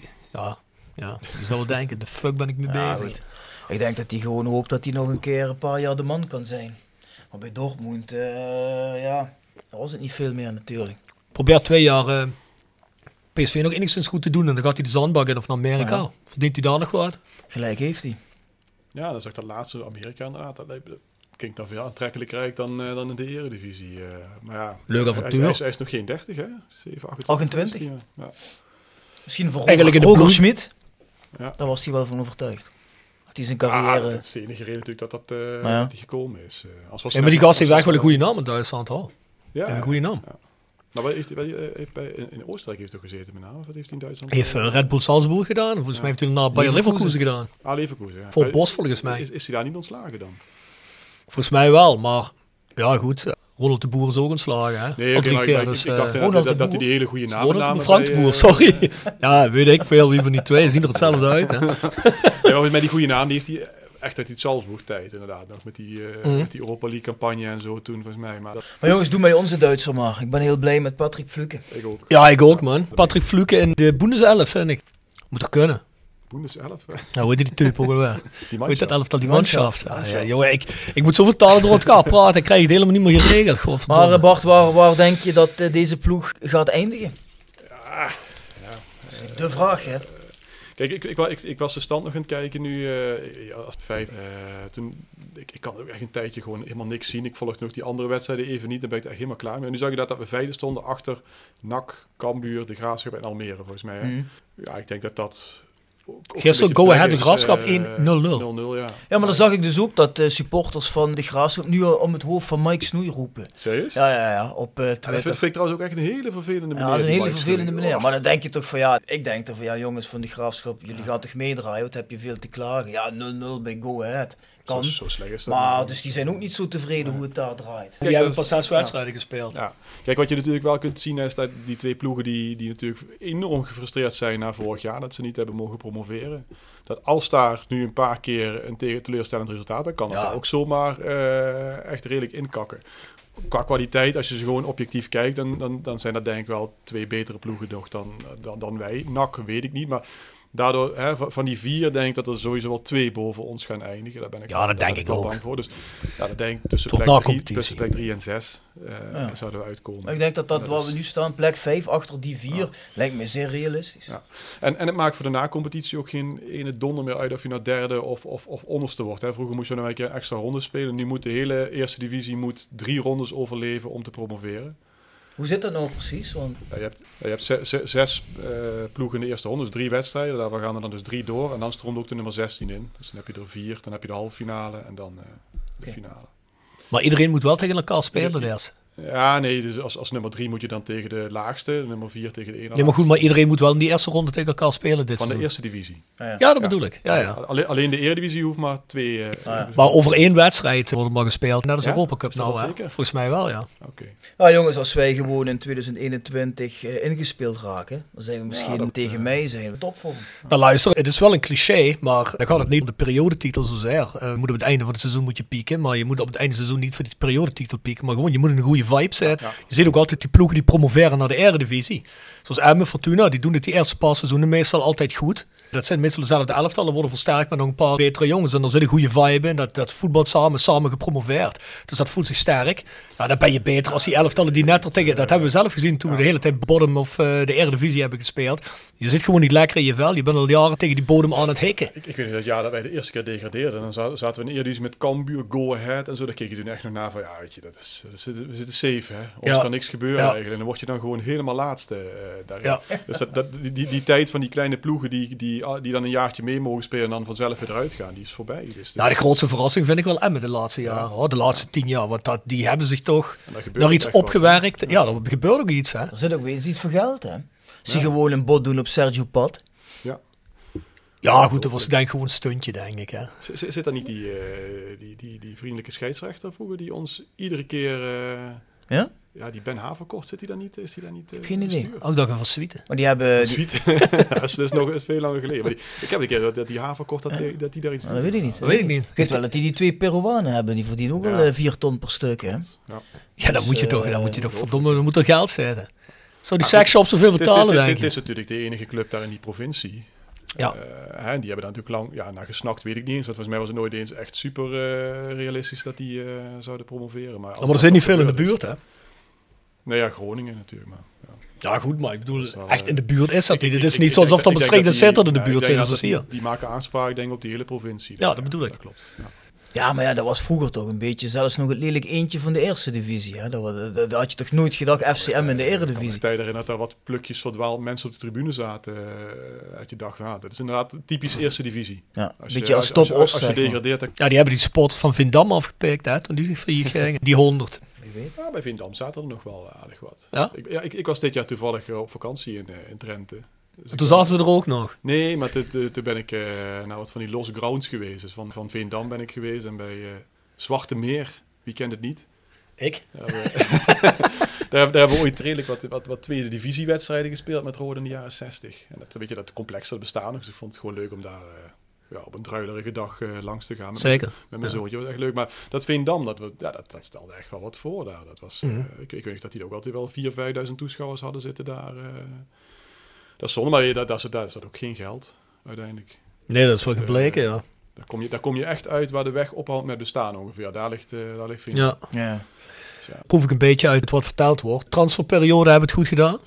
zou wel denken, de fuck ben ik mee bezig. Goed. Ik denk dat hij gewoon hoopt dat hij nog een keer een paar jaar de man kan zijn. Maar bij Dortmund, daar was het niet veel meer natuurlijk. Probeer 2 jaar PSV nog enigszins goed te doen en dan gaat hij de zandbak in of naar Amerika. Ja. Verdient hij daar nog wat? Gelijk heeft hij. Ja, dan zag dat laatste Amerika inderdaad. Dat klinkt dan veel aantrekkelijker dan in de eredivisie. Maar ja, leuk avontuur. Hij is nog geen 30, hè? 28. Ja. Misschien voor Roger Schmid. Ja. Daar was hij wel van overtuigd. Dat hij zijn carrière... dat is de enige reden natuurlijk dat hij gekomen is. Maar die gast heeft echt wel een goede naam in Duitsland, hoor. Ja, een goede naam. Ja. Nou, in Oostenrijk heeft hij toch gezeten met naam? Of wat heeft hij in Duitsland? Hij heeft Red Bull Salzburg gedaan. Volgens mij heeft hij naar Bayer Leverkusen gedaan. Leverkusen, ja. Voor Bos volgens mij. Is hij daar niet ontslagen dan? Volgens mij wel, maar ja goed. Ronald de Boer is ook ontslagen, hè? Nee, ik dacht dat hij die hele goede namen Frank de Boer, sorry. Ja, weet ik veel wie van die twee. Zien er hetzelfde uit, hè? Ja, maar met die goede naam, die heeft hij echt uit die Salzburg-tijd inderdaad. Nog met die Europa League-campagne en zo toen, volgens mij. Maar jongens, doe mij onze Duitser maar. Ik ben heel blij met Patrick Fluke. Ik ook. Ja, ik ook, man. Patrick Fluke in de Bundeself, vind ik. Moet toch kunnen? Bundeself? Nou, hoe heet die type ook alweer? Hoe heet dat elftal, die manschaft? Ja, jongen, ik moet zoveel talen door elkaar praten. Ik krijg het helemaal niet meer geregeld. Maar Bart, waar denk je dat deze ploeg gaat eindigen? Ja. Dat is de vraag, hè? Kijk, ik was de stand nog aan het kijken nu, als 5. Ik kan ook echt een tijdje gewoon helemaal niks zien. Ik volgde nog die andere wedstrijden even niet, dan ben ik er echt helemaal klaar mee. En nu zag je dat we 5e stonden achter NAC, Cambuur, de Graafschap en Almere, volgens mij. Hè? Ja, ik denk dat... Gisteren Go Ahead de Graafschap 1-0-0. Ja, maar dan zag ik dus ook dat supporters van de Graafschap nu om het hoofd van Mike Snoei roepen. Serieus? Ja, op Twitter. Dat vind ik trouwens ook echt een hele vervelende meneer. Ja, dat is een hele vervelende meneer. Maar dan denk je toch van ik denk toch van jongens van de Graafschap, jullie gaan toch meedraaien, wat heb je veel te klagen. Ja, 0-0 bij Go Ahead. Kan. Zo slecht is dat. Maar dus die zijn ook niet zo tevreden hoe het daar draait. Die hebben pas 6 wedstrijden gespeeld. Ja. Kijk, wat je natuurlijk wel kunt zien is dat die 2 ploegen die natuurlijk enorm gefrustreerd zijn na vorig jaar, dat ze niet hebben mogen promoveren. Dat als daar nu een paar keer een teleurstellend resultaat, dan kan het daar ook zomaar echt redelijk inkakken. Qua kwaliteit, als je ze gewoon objectief kijkt, dan zijn dat denk ik wel 2 betere ploegen nog dan wij. NAC weet ik niet, maar daardoor, van die 4 denk ik dat er sowieso wel 2 boven ons gaan eindigen. Daar ben ik, dat denk ik wel ook. Bang voor. Dus dat denk ik tussen plek 3 en 6 zouden we uitkomen. Maar ik denk dat waar we nu staan, plek 5 achter die 4, lijkt me zeer realistisch. Ja. En het maakt voor de na-competitie ook geen ene donder meer uit of je nou derde of onderste wordt. Hè. Vroeger moest je nou een keer extra rondes spelen. Nu moet de hele eerste divisie 3 rondes overleven om te promoveren. Hoe zit dat nou precies? Want... Ja, je hebt 6 ploegen in de eerste ronde, dus 3 wedstrijden. Daarvan gaan er dan dus 3 door en dan stroomt ook de nummer 16 in. Dus dan heb je er 4, dan heb je de halve finale en dan de finale. Maar iedereen moet wel tegen elkaar spelen eerst. Ja, nee, dus als nummer 3 moet je dan tegen de laagste, nummer 4 tegen de ene. Nee, maar goed, maar iedereen moet wel in die eerste ronde tegen elkaar spelen dit van seizoen. De eerste divisie. Ja, dat bedoel ik. Ja. Alleen de Eredivisie hoeft maar 2... Maar over 1 wedstrijd wordt maar gespeeld. Net als de Europa Cup nou, hè? Zeker? Volgens mij wel, ja. Okay. Nou jongens, als wij gewoon in 2021 ingespeeld raken, dan zijn we misschien tegen mij zijn we topvorm. Nou luister, het is wel een cliché, maar dan gaat het niet om de periodetitel zozeer. Je moet op het einde van het seizoen moet je pieken, maar je moet op het einde van het seizoen niet voor die periodetitel pieken, maar gewoon je moet een goede vibe zetten. Je ziet ook altijd die ploegen die promoveren naar de Eredivisie. Zoals Emmen, Fortuna, die doen het die eerste paar seizoenen meestal altijd goed. Dat zijn meestal dezelfde elftallen, worden versterkt met nog een paar betere jongens. En er zit een goede vibe in, dat voetbalt samen gepromoveerd. Dus dat voelt zich sterk. Nou, dan ben je beter als die elftallen die net er tegen... Dat hebben we zelf gezien toen we de hele tijd bottom of de Eredivisie hebben gespeeld. Je zit gewoon niet lekker in je vel. Je bent al jaren tegen die bodem aan het hikken. Ik weet niet dat wij de eerste keer degradeerden. Dan zaten we in de Eredivisie met Cambuur, Go Ahead en zo. Daar keek je toen echt nog naar van, ja, weet je, we zitten safe, hè. Ons kan niks gebeuren eigenlijk. En dan word je dan gewoon helemaal laatste daarin. Ja. Dus die tijd van die kleine ploegen die dan een jaartje mee mogen spelen en dan vanzelf weer eruit gaan, die is voorbij. Dus nou, de grootste verrassing vind ik wel Emmen de laatste jaren. Hoor. De laatste 10 jaar. Want die hebben zich toch nog iets opgewerkt. Wat, ja, er gebeurt ook iets. Hè. Er zit ook weer iets voor geld, hè. Zie gewoon een bod doen op Sergio Pat. Ja. Ja, goed, dat was denk ik gewoon een stuntje, denk ik. Hè. Zit daar niet die vriendelijke scheidsrechter vroeger die ons iedere keer... Ja? Ja, die Ben Haverkort, is die daar niet? Geen idee. Ook dat van Zwieten. Maar die hebben... dat is nog veel langer geleden. Maar ik heb een keer dat die Haverkort, dat die daar iets doet. Dat weet ik niet. Dat weet ik niet. Ik weet wel dat die 2 Peruanen hebben. Die verdienen ook wel 4 ton per stuk, hè? Ja, dan moet je toch verdomme, dan moet er geld zitten. Zou die seksshop zoveel betalen, denk ik? Dit is natuurlijk de enige club daar in die provincie. Ja. En die hebben daar natuurlijk lang naar gesnakt, weet ik niet eens. Want volgens mij was het nooit eens echt super realistisch dat die zouden promoveren. Maar er zit niet veel in de buurt, hè? Nee, ja, Groningen natuurlijk. Maar, ja, goed, maar ik bedoel, echt in de buurt is dat niet. Het is niet zoals of er beschreven Sittard in de buurt zit, zoals hier. Die maken aanspraak, denk ik, op die hele provincie. Ja, dat bedoel ik. Dat klopt. Ja, maar dat was vroeger toch een beetje zelfs nog het lelijk eentje van de eerste divisie. Hè? Dat had je toch nooit gedacht, FCM in de Eredivisie. Ik tijd erin dat er wat plukjes verdwaald mensen op de tribune zaten. Uit je dacht, dat is inderdaad typisch eerste divisie. Ja, een beetje als top Os. Als je degradeert... Ja, die hebben die supporters van Vindam afgepikt, hè, toen die failliet gingen. Die 100. Ja, bij Vindam zaten er nog wel aardig wat. Ja? Ik was dit jaar toevallig op vakantie in Drenthe. Dus toen zaten ze er ook nog? Nee, maar toen ben ik naar wat van die losse grounds geweest. Dus van Veendam ben ik geweest en bij Zwarte Meer. Wie kent het niet? Ik? Daar hebben we ooit redelijk wat tweede divisiewedstrijden gespeeld met Rode in de jaren 60. En dat complex dat bestaat nog, dus ik vond het gewoon leuk om daar op een druilerige dag langs te gaan. Zeker. Met mijn zoontje, was echt leuk. Maar dat Veendam, dat stelde echt wel wat voor daar. Dat was, ik weet niet dat die ook altijd wel 4.000-5.000 toeschouwers hadden zitten daar. Dat is zonde, maar daar zat ook geen geld uiteindelijk. Nee, dat is wel gebleken, ja. Daar kom je echt uit waar de weg ophoudt met bestaan ongeveer. Daar ligt Veendam. Ja. Proef ik een beetje uit wat verteld wordt. Transferperiode hebben het goed gedaan?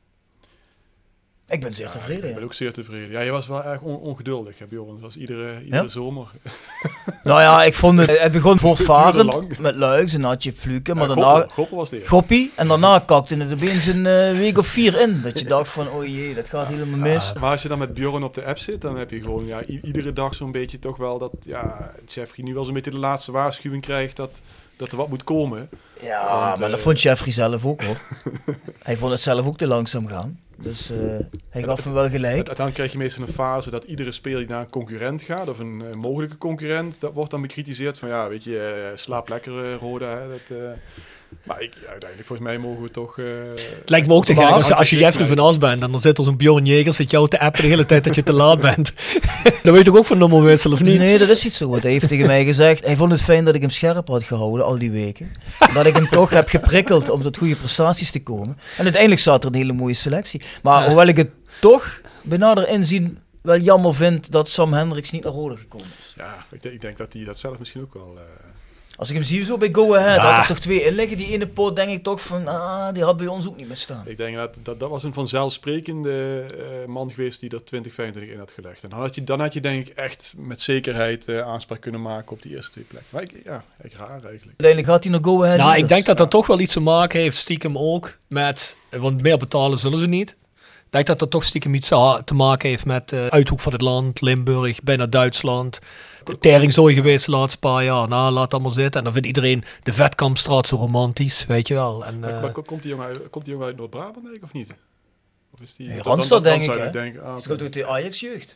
Ik ben zeer tevreden. Ik ben ook zeer tevreden. Ja, je was wel erg ongeduldig, hè, Bjorn. Dat was iedere zomer. Nou ja, ik vond het begon voortvarend met Luiks en had je Fluke, maar daarna... Goppel was de eerste. Goppie, en daarna kakte het opeens een week of 4 in. Dat je dacht van, oh jee, dat gaat helemaal mis. Maar als je dan met Bjorn op de app zit, dan heb je gewoon iedere dag zo'n beetje toch wel dat Jeffrey nu wel zo'n beetje de laatste waarschuwing krijgt dat er wat moet komen. Ja, want, maar dat vond Jeffrey zelf ook hoor. Hij vond het zelf ook te langzaam gaan. Dus hij gaf hem wel gelijk. Dan krijg je meestal een fase dat iedere speler die naar een concurrent gaat, of een mogelijke concurrent, dat wordt dan bekritiseerd van ja, weet je, slaap lekker Roda. Maar uiteindelijk, volgens mij mogen we toch... het lijkt me ook te gek als je Jeffrey van As bent en dan zit er zo'n Bjorn Jegers, zit jou te appen de hele tijd dat je te laat bent. Dan weet je toch ook van nummerwissel, of niet? Nee, dat is niet zo. Want hij heeft tegen mij gezegd, hij vond het fijn dat ik hem scherp had gehouden al die weken. Dat ik hem toch heb geprikkeld om tot goede prestaties te komen. En uiteindelijk zat er een hele mooie selectie. Maar hoewel ik het toch bij nader inzien wel jammer vind dat Sam Hendricks niet naar Roda gekomen is. Ja, ik denk dat hij dat zelf misschien ook wel... Als ik hem zie zo bij Go Ahead, had er toch 2 in liggen. Die ene poot denk ik toch van, die had bij ons ook niet meer staan. Ik denk dat was een vanzelfsprekende man geweest die er 2025 in had gelegd. En dan had je denk ik echt met zekerheid aanspraak kunnen maken op die eerste 2 plekken. Maar echt raar eigenlijk. Uiteindelijk gaat hij naar Go Ahead. Nou, ik denk dat dat toch wel iets te maken heeft, stiekem ook, met, want meer betalen zullen ze niet. Ik denk dat dat toch stiekem iets te maken heeft met uithoek van het land, Limburg, bijna Duitsland. Teringzooi geweest de laatste paar jaar. Nou, laat dat maar zitten. En dan vindt iedereen de Vetkampstraat zo romantisch, weet je wel. En, maar komt die jongen uit Noord-Brabant denk ik, of niet? Of is die... Randstad denk ik, hè? Het gaat door de Ajax-jeugd.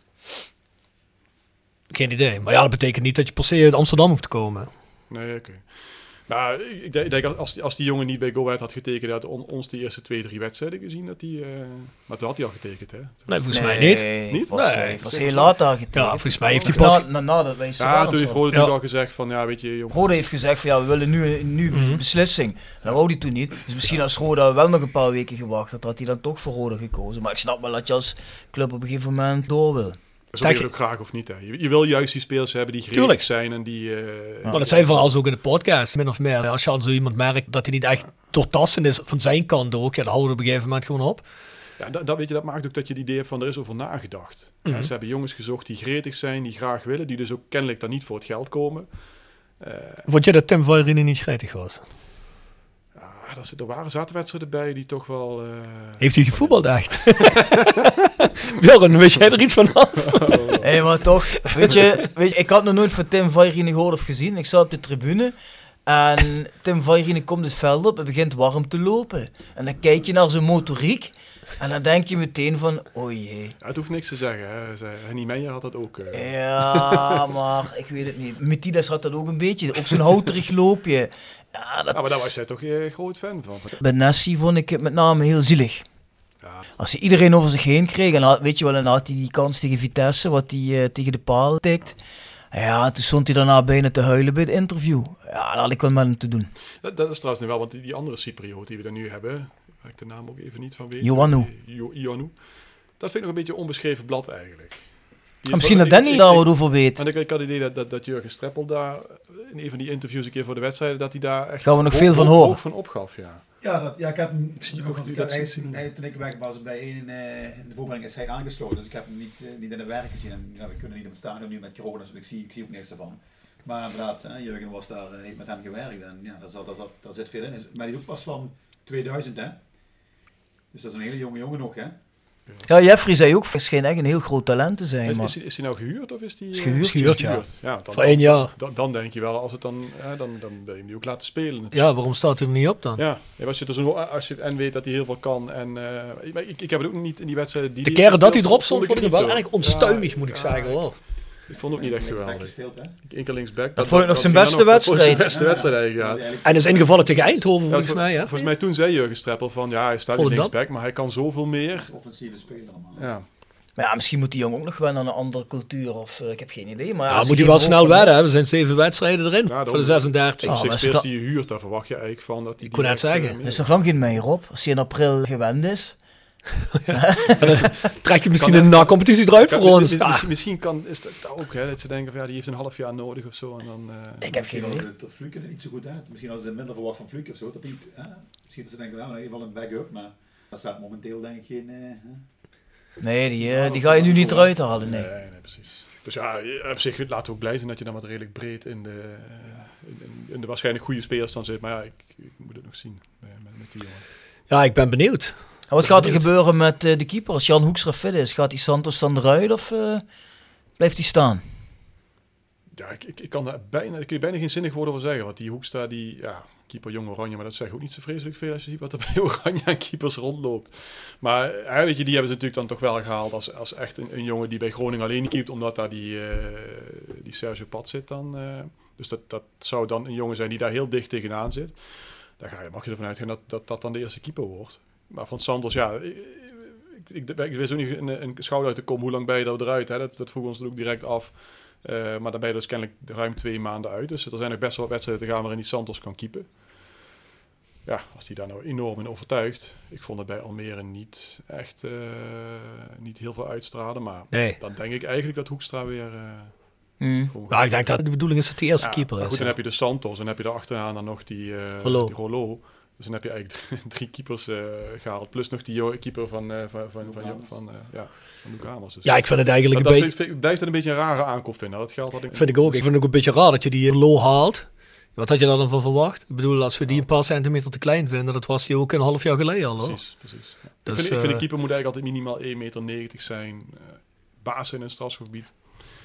Geen idee. Maar ja, dat betekent niet dat je per se uit Amsterdam hoeft te komen. Nee, oké. Maar ik denk als die jongen niet bij Go Ahead had getekend, had ons die eerste 2-3 wedstrijden gezien. Maar toen had hij al getekend, hè? Nee, volgens mij niet. Niet? Het was heel laat daar getekend. Ja, volgens mij heeft hij pas... Nadat wij toen heeft Roda natuurlijk al gezegd van, ja, weet je... Jongens. Roda heeft gezegd van, ja, we willen nu een beslissing. En dat wou hij toen niet. Dus misschien als Roda wel nog een paar weken gewacht had hij dan toch voor Roda gekozen. Maar ik snap wel dat je als club op een gegeven moment door wil. Dat wil je ook graag of niet, hè? Je wil juist die spelers hebben die gretig zijn en die... Maar dat zijn vooral ook in de podcast, min of meer. Als je aan zo iemand merkt dat hij niet echt doortastend is van zijn kant ook, dan houden we op een gegeven moment gewoon op. Ja, dat maakt ook dat je het idee hebt van er is over nagedacht. Ze hebben jongens gezocht die gretig zijn, die graag willen, die dus ook kennelijk dan niet voor het geld komen. Vond je dat Tim Vairine niet gretig was? Er waren zaterdwedstrijden bij die toch wel... Heeft hij gevoetbald echt? Bjorn, weet jij er iets van af? Hé, maar toch, weet je, ik had nog nooit van Tim Vairine gehoord of gezien. Ik zat op de tribune en Tim Vairine komt het veld op en begint warm te lopen. En dan kijk je naar zijn motoriek en dan denk je meteen van, oh jee. Ja, het hoeft niks te zeggen, hè. Henny Meijer had dat ook. Ja, maar ik weet het niet. Metidas had dat ook een beetje. Ook zo'n houterig loopje. Ja, maar daar was jij toch groot fan van? Bij Nessie vond ik het met name heel zielig. Ja. Als hij iedereen over zich heen kreeg, en weet je wel, en had hij die kans tegen Vitesse, wat hij tegen de paal tikt. Ja, toen stond hij daarna bijna te huilen bij het interview. Ja, dat had ik wel met hem te doen. Dat is trouwens nu wel, want die andere Cypriot die we er nu hebben, waar ik de naam ook even niet van weet. Ioannou. Dat vind ik nog een beetje een onbeschreven blad eigenlijk. Misschien dat Danny daar wat over weet. En ik had het idee dat Jurgen Streppel daar in een van die interviews een keer voor de wedstrijden, dat hij daar echt gaan we nog veel van horen. Ook van opgaf, ja. Ja, ik heb hem... Toen ik weg was bij in de voorbereiding is hij aangesloten, dus ik heb hem niet in het werk gezien. En we kunnen niet op het stadion nu met corona, dus ik zie ook niks ervan. Maar inderdaad, Jurgen was daar, heeft met hem gewerkt en ja, daar zit veel in. Maar die ook pas van 2000, hè. Dus dat is een hele jonge jongen nog, hè. Ja, Jeffrey zei ook, het schijnt echt een heel groot talent te zijn. Is hij nou gehuurd of is hij... Gehuurd, ja. Voor 1 jaar. Dan denk je wel, als het dan wil je hem die ook laten spelen. Natuurlijk. Ja, waarom staat hij er niet op dan? Ja, als je weet dat hij heel veel kan. En ik heb het ook niet in die wedstrijden... De keren dat hij erop stond, vond ik hem wel eigenlijk onstuimig, moet ik zeggen. Hoor. Ik vond het ook niet echt geweldig. Eén keer linksback. Dat vond ik nog zijn beste wedstrijd. En is ingevallen tegen Eindhoven, volgens mij. Volgens mij toen zei Jurgen Streppel van, ja, hij staat niet linksback, maar hij kan zoveel meer. Offensieve speler allemaal. Ja. Maar ja, misschien moet die jongen ook nog wel naar een andere cultuur of ik heb geen idee. Maar Ja, moet hij wel snel wedden, hè? We zijn 7 wedstrijden erin Ja, voor de 36. Op zich die je huurt, daar verwacht je eigenlijk van dat die... Ik kon net zeggen. Er is nog lang geen meier op. Als hij in april gewend is. Trekt je misschien in de na-competitie eruit voor ons. Misschien is dat ook, hè, dat ze denken van ja, die heeft een half jaar nodig of zo. En dan, ik heb geen idee. Dat Fluke er niet zo goed uit. Misschien als ze minder verwacht van Fluke of zo. Dat die, misschien dat ze denken, nou, in ieder geval een backup, maar daar staat momenteel denk ik geen... Nee, die ga je nu niet eruit halen. Nee, precies. Dus ja, op zich laten we ook blij zijn dat je dan wat redelijk breed in de waarschijnlijk goede spelers dan zit. Maar ja, ik moet het nog zien met die jongen. Ja, ik ben benieuwd. Wat gaat er gebeuren met de keeper? Als Jan Hoekstra fit is, gaat die Santos dan eruit of blijft hij staan? Ja, ik kan daar bijna geen zinnig woorden over zeggen. Want die Hoekstra, keeper Jong Oranje, maar dat zegt ook niet zo vreselijk veel als je ziet wat er bij Oranje aan keepers rondloopt. Maar weet je, die hebben ze natuurlijk dan toch wel gehaald als echt een jongen die bij Groningen alleen keept, omdat daar die Sergio Pat zit dan. Dus dat zou dan een jongen zijn die daar heel dicht tegenaan zit. Daar mag je ervan uitgaan dat dan de eerste keeper wordt. Maar van Santos, ja, ik weet zo niet een schouder uit te komen. Hoe lang ben je er eruit? Hè? Dat vroegen we ons ook direct af. Maar dan ben je dus kennelijk ruim 2 maanden uit. Dus er zijn nog best wel wedstrijden te gaan waarin die Santos kan keepen. Ja, als die daar nou enorm in overtuigt. Ik vond het bij Almere niet echt niet heel veel uitstralen. Maar dan denk ik eigenlijk dat Hoekstra weer... Ja, ik denk dat de bedoeling is dat die eerste keeper is. Goed, dan heb je de Santos en dan heb je daarachteraan dan nog die Rollo. Dus dan heb je eigenlijk 3 keepers gehaald. Plus nog die keeper van Luc Hamers. Dus. Ja, ik vind het eigenlijk blijft het een beetje een rare aankoop vinden. Dat geld had ik... Vind ik ook. Ik vind het ook een beetje raar dat je die Rollo haalt. Wat had je daar dan van verwacht? Ik bedoel, als we die een paar centimeter te klein vinden, dat was die ook een half jaar geleden al. Hoor. Precies. Ja. Dus, ik vind de keeper moet eigenlijk altijd minimaal 1,90 meter zijn. Baas in een strafschopgebied.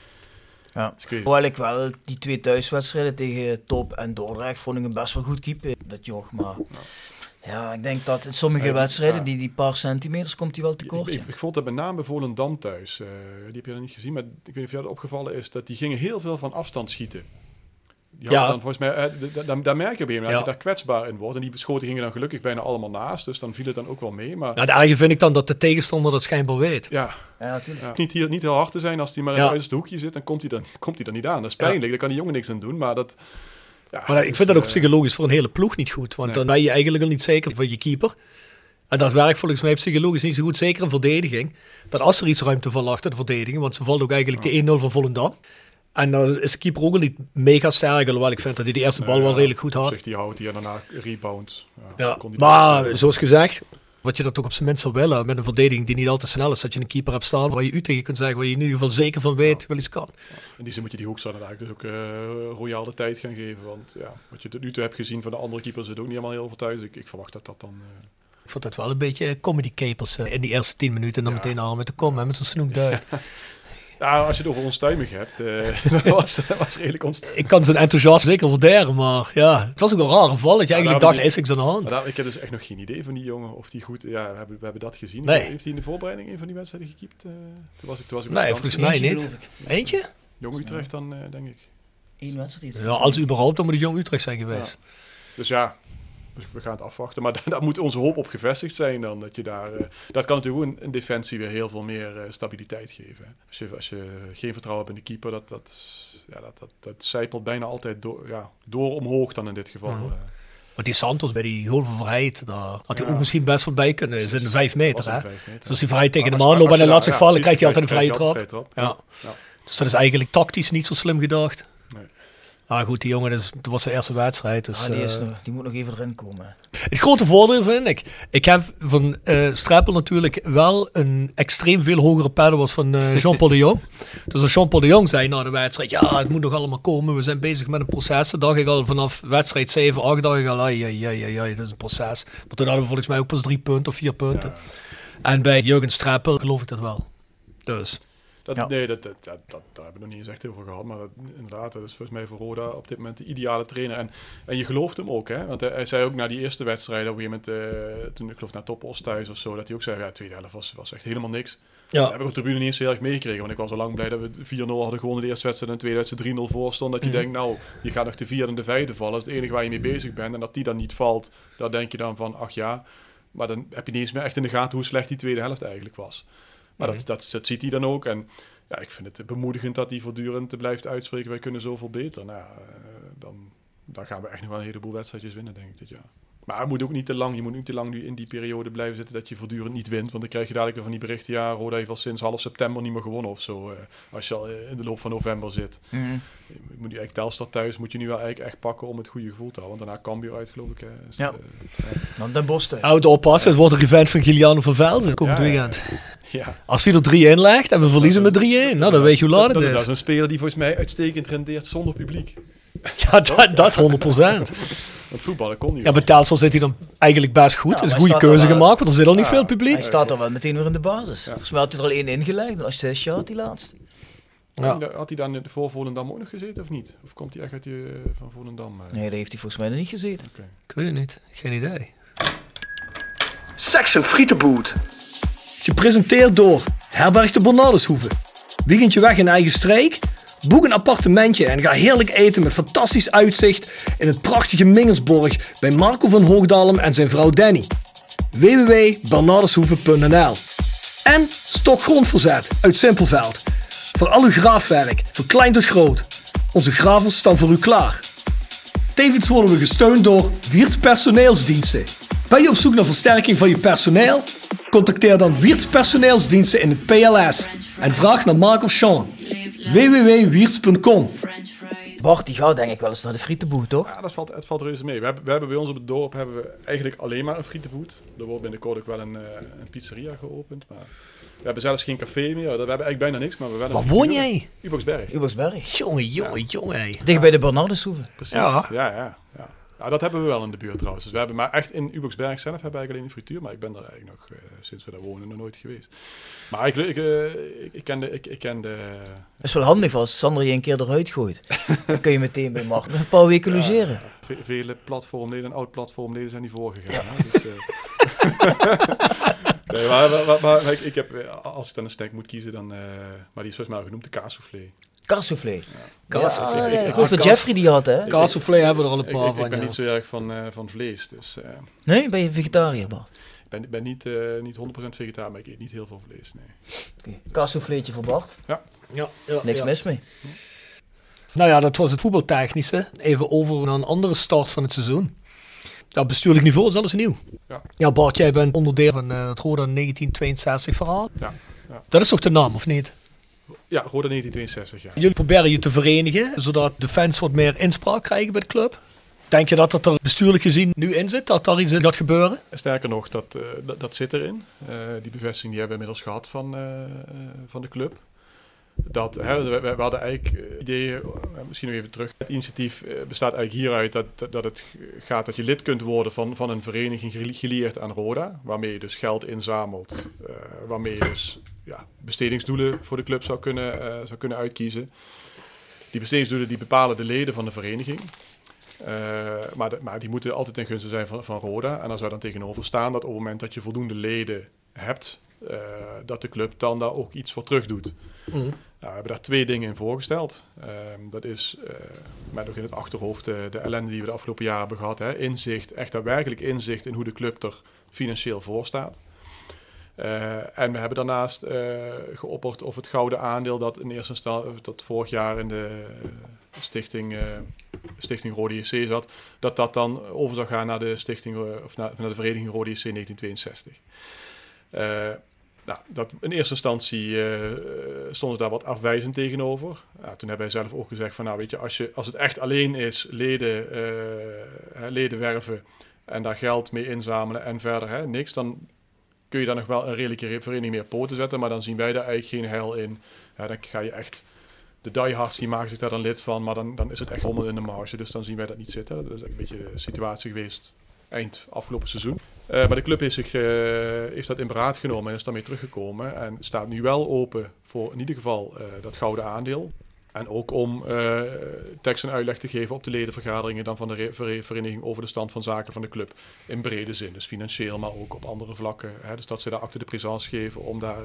Ja, hoewel ik wel die 2 thuiswedstrijden tegen Top en Dordrecht vond ik hem best wel goed keeper, dat joch. Maar ja, ik denk dat in sommige wedstrijden, die paar centimeters, komt hij wel tekort. Ik vond dat met name bij Volendam thuis, die heb je dan niet gezien, maar ik weet niet of jou dat opgevallen is, dat die gingen heel veel van afstand schieten. Die dan volgens mij, daar merk je op een gegeven moment dat je daar kwetsbaar in wordt. En die schoten gingen dan gelukkig bijna allemaal naast. Dus dan viel het dan ook wel mee. Maar... het erge vind ik dan dat de tegenstander dat schijnbaar weet. Ja, natuurlijk. Ja. Niet heel hard te zijn als hij maar in het uiterste hoekje zit. Dan komt hij dan niet aan. Dat is pijnlijk. Daar kan die jongen niks aan doen. Maar dat... Ja, maar ik vind dat ook psychologisch voor een hele ploeg niet goed. Want dan ben je eigenlijk al niet zeker voor je keeper. En dat werkt volgens mij psychologisch niet zo goed. Zeker in verdediging. Dat als er iets ruimte valt achter de verdediging. Want ze valt ook eigenlijk de 1-0 van Volendam. En dan is de keeper ook al niet mega sterk, alhoewel ik vind dat hij de eerste bal wel redelijk goed had. Die houdt hij en daarna rebound. Maar zoals gezegd, wat je dat ook op zijn minst zou willen, met een verdediging die niet al te snel is, dat je een keeper hebt staan waar je u tegen kunt zeggen, waar je in ieder geval zeker van weet wel iets kan. In die zin moet je die Hoekstra eigenlijk dus ook royaal de tijd gaan geven. Want wat je tot nu toe hebt gezien van de andere keepers zit ook niet helemaal heel overtuigd. Ik verwacht dat dan... Ik vond dat wel een beetje comedy capers in die eerste 10 minuten en dan meteen aan met de kom met zo'n snoekduik. Ja, als je het over onstuimig hebt, dat was redelijk onstuimig. Ik kan zijn enthousiasme zeker waarderen, maar ja, het was ook een rare val dat je eigenlijk dacht, is niks aan de hand. Ik heb dus echt nog geen idee van die jongen, of die goed, we hebben dat gezien. Nee. Heeft hij in de voorbereiding een van die wedstrijden gekiept? Toen was ik nee, volgens mij niet. Eentje? Jong Utrecht dan, denk ik. 1 wedstrijd. Ja, als überhaupt, dan moet het Jong Utrecht zijn geweest. Ja. Dus ja, we gaan het afwachten. Maar daar moet onze hoop op gevestigd zijn dan. Dat je daar, dat kan natuurlijk ook een defensie weer heel veel meer stabiliteit geven. Als je geen vertrouwen hebt in de keeper, dat zijpelt bijna altijd door omhoog dan in dit geval. Want die Santos bij die goal van Verheid, daar had hij ook misschien best wel bij kunnen. Is in 5 meter, hè? Dus als hij Verheid tegen de man loopt en hij laat zich vallen, krijgt hij altijd een vrije trap. Ja. Dus dat is eigenlijk tactisch niet zo slim gedacht. Ah goed, die jongen, dat was de eerste wedstrijd. Dus, die moet nog even erin komen. Het grote voordeel vind ik heb van Streppel natuurlijk wel een extreem veel hogere peil was van Jean-Paul de Jong. Dus als Jean-Paul de Jong zei na de wedstrijd, ja, het moet nog allemaal komen, we zijn bezig met een proces. Dan dacht ik al vanaf wedstrijd 7, 8, dacht ik al, ja, dat is een proces. Maar toen hadden we volgens mij ook pas 3 punten of 4 punten. Ja. En bij Jurgen Streppel geloof ik dat wel. Dus... Nee, daar hebben we nog niet eens echt over gehad. Maar inderdaad, dat is volgens mij voor Roda op dit moment de ideale trainer. En je gelooft hem ook, hè? Want hij zei ook na die eerste wedstrijd, op een gegeven moment, toen ik geloof naar Topos thuis of zo, dat hij ook zei, ja, de tweede helft was echt helemaal niks. Ja. Dat heb ik op de tribune niet eens heel erg meegekregen. Want ik was al lang blij dat we 4-0 hadden gewonnen de eerste wedstrijd en de tweede wedstrijd 3-0 voor stond. Dat je denkt, nou, je gaat nog de 4e en de 5e vallen. Dat is het enige waar je mee bezig bent. En dat die dan niet valt, daar denk je dan van, ach ja. Maar dan heb je niet eens meer echt in de gaten hoe slecht die tweede helft eigenlijk was. Maar dat ziet hij dan ook. En ja, ik vind het bemoedigend dat hij voortdurend blijft uitspreken. Wij kunnen zoveel beter. Nou, dan gaan we echt nog wel een heleboel wedstrijdjes winnen, denk ik, dit jaar. Maar het moet ook niet te lang. Je moet niet te lang nu in die periode blijven zitten dat je voortdurend niet wint. Want dan krijg je dadelijk weer van die berichten. Ja, Roda heeft al sinds half september niet meer gewonnen of zo. Als je al in de loop van november zit. Mm. Je moet eigenlijk Telstar thuis moet je nu wel eigenlijk echt pakken om het goede gevoel te houden. Want daarna Cambuur uit, geloof ik. Dan Den Bosch thuis. Houd oppassen, het wordt een revenge van Giuliano van Velzen komend weekend. Ja. Als hij er 3 in legt en we verliezen met 3-1, nou dan weet je hoe laat het is. Dat is een speler die volgens mij uitstekend rendeert zonder publiek. Ja, dat 100%. Want voetballen kon niet. Ja, bij Telstar zit hij dan eigenlijk best goed. Het is een goede staat keuze er wel- gemaakt, want er zit al niet veel publiek. Hij staat er wel meteen weer in de basis. Volgens mij had hij er al 1 ingelegd. En assistje had hij laatst. Ja. Had hij dan voor Volendam ook nog gezeten of niet? Of komt hij echt uit van Volendam? Nee, daar heeft hij volgens mij nog niet gezeten. Okay. Ik weet het niet. Geen idee. Section Frietenboot. Gepresenteerd door Herberg de Bernardeshoeve. Weekendje weg in eigen streek? Boek een appartementje en ga heerlijk eten met fantastisch uitzicht in het prachtige Mingersborg bij Marco van Hoogdalem en zijn vrouw Danny. www.bernardeshoeve.nl. En Stokgrondverzet uit Simpelveld. Voor al uw graafwerk, van klein tot groot. Onze gravels staan voor u klaar. Tevens worden we gesteund door Wiertz Personeelsdiensten. Ben je op zoek naar versterking van je personeel? Contacteer dan Wiertz Personeelsdiensten in het PLS en vraag naar Mark of Sean. www.wiertz.com. Bart, die gaat denk ik wel eens naar de frietenboot, toch? Ja, het valt reuze mee. We hebben bij ons op het dorp eigenlijk alleen maar een frietenboot. Er wordt binnenkort ook wel een pizzeria geopend. Maar we hebben zelfs geen café meer. We hebben eigenlijk bijna niks. Maar we hebben waar woon jij? Uboxberg. Jongen. Dicht bij de Bernardeshoeve. Precies, Ja. Ja, dat hebben we wel in de buurt trouwens. Dus we hebben maar echt in Uboxberg zelf hebben we eigenlijk alleen een frituur. Maar ik ben daar eigenlijk nog, sinds we daar wonen, nog nooit geweest. Maar ik ken de... Dat is wel handig als Sander je een keer eruit gooit. Dan kun je meteen bij Mark een paar weken logeren. Vele platformleden en oud-platformleden zijn die voorgegaan. Ja. Dus, nee, maar ik heb, als ik dan een snack moet kiezen, dan... maar die is volgens mij al genoemd, de kaassoufflé. Kaassoufflé. Kaassoufflé. Ik geloof dat Jeffrey die had, hè? Kaassoufflé hebben we er al een paar van. Ik ben niet zo erg van vlees, dus... Nee, ben je vegetariër, Bart? Ik ben niet 100% vegetariër, maar ik eet niet heel veel vlees, nee. Okay. Kaassouffleetje voor Bart? Ja. Niks mis mee. Nou ja, dat was het voetbaltechnische. Even over naar een andere start van het seizoen. Dat bestuurlijk niveau is alles nieuw. Ja, Bart, jij bent onderdeel van het Roda 1962 verhaal. Ja. Dat is toch de naam, of niet? Ja, Roda 1962, ja. Jullie proberen je te verenigen, zodat de fans wat meer inspraak krijgen bij de club. Denk je dat dat er bestuurlijk gezien nu in zit? Dat daar iets in gaat gebeuren? Sterker nog, dat zit erin. Die bevestiging die hebben we inmiddels gehad van de club. We hadden eigenlijk ideeën, misschien nog even terug. Het initiatief bestaat eigenlijk hieruit dat het gaat dat je lid kunt worden van een vereniging gelieerd aan Roda. Waarmee je dus geld inzamelt. Waarmee je dus bestedingsdoelen voor de club zou kunnen uitkiezen. Die bestedingsdoelen die bepalen de leden van de vereniging. Maar die moeten altijd ten gunste zijn van Roda. En dan zou dan tegenover staan dat op het moment dat je voldoende leden hebt, dat de club dan daar ook iets voor terug doet. Mm. Nou, we hebben daar 2 dingen in voorgesteld. Dat is met nog in het achterhoofd de ellende die we de afgelopen jaren hebben gehad. Hè. Inzicht, echt daadwerkelijk inzicht in hoe de club er financieel voor staat. En we hebben daarnaast geopperd of het gouden aandeel dat in eerste instantie dat vorig jaar in de stichting Rode JC zat, dat dan over zou gaan naar de stichting of naar de vereniging Rode JC 1962. Dat in eerste instantie stonden daar wat afwijzend tegenover. Toen hebben wij zelf ook gezegd van, nou weet je, als het echt alleen is leden werven en daar geld mee inzamelen en verder niks, dan kun je daar nog wel een redelijke vereniging meer op poten zetten, maar dan zien wij daar eigenlijk geen heil in. Ja, dan ga je echt, de diehards die maken zich daar dan lid van, maar dan is het echt rommel in de marge, dus dan zien wij dat niet zitten. Dat is een beetje de situatie geweest eind afgelopen seizoen. Maar de club heeft dat in beraad genomen en is daarmee teruggekomen en staat nu wel open voor in ieder geval dat gouden aandeel. En ook om tekst en uitleg te geven op de ledenvergaderingen dan van de vereniging over de stand van zaken van de club. In brede zin, dus financieel, maar ook op andere vlakken. Dus dat ze daar acte de présence geven om daar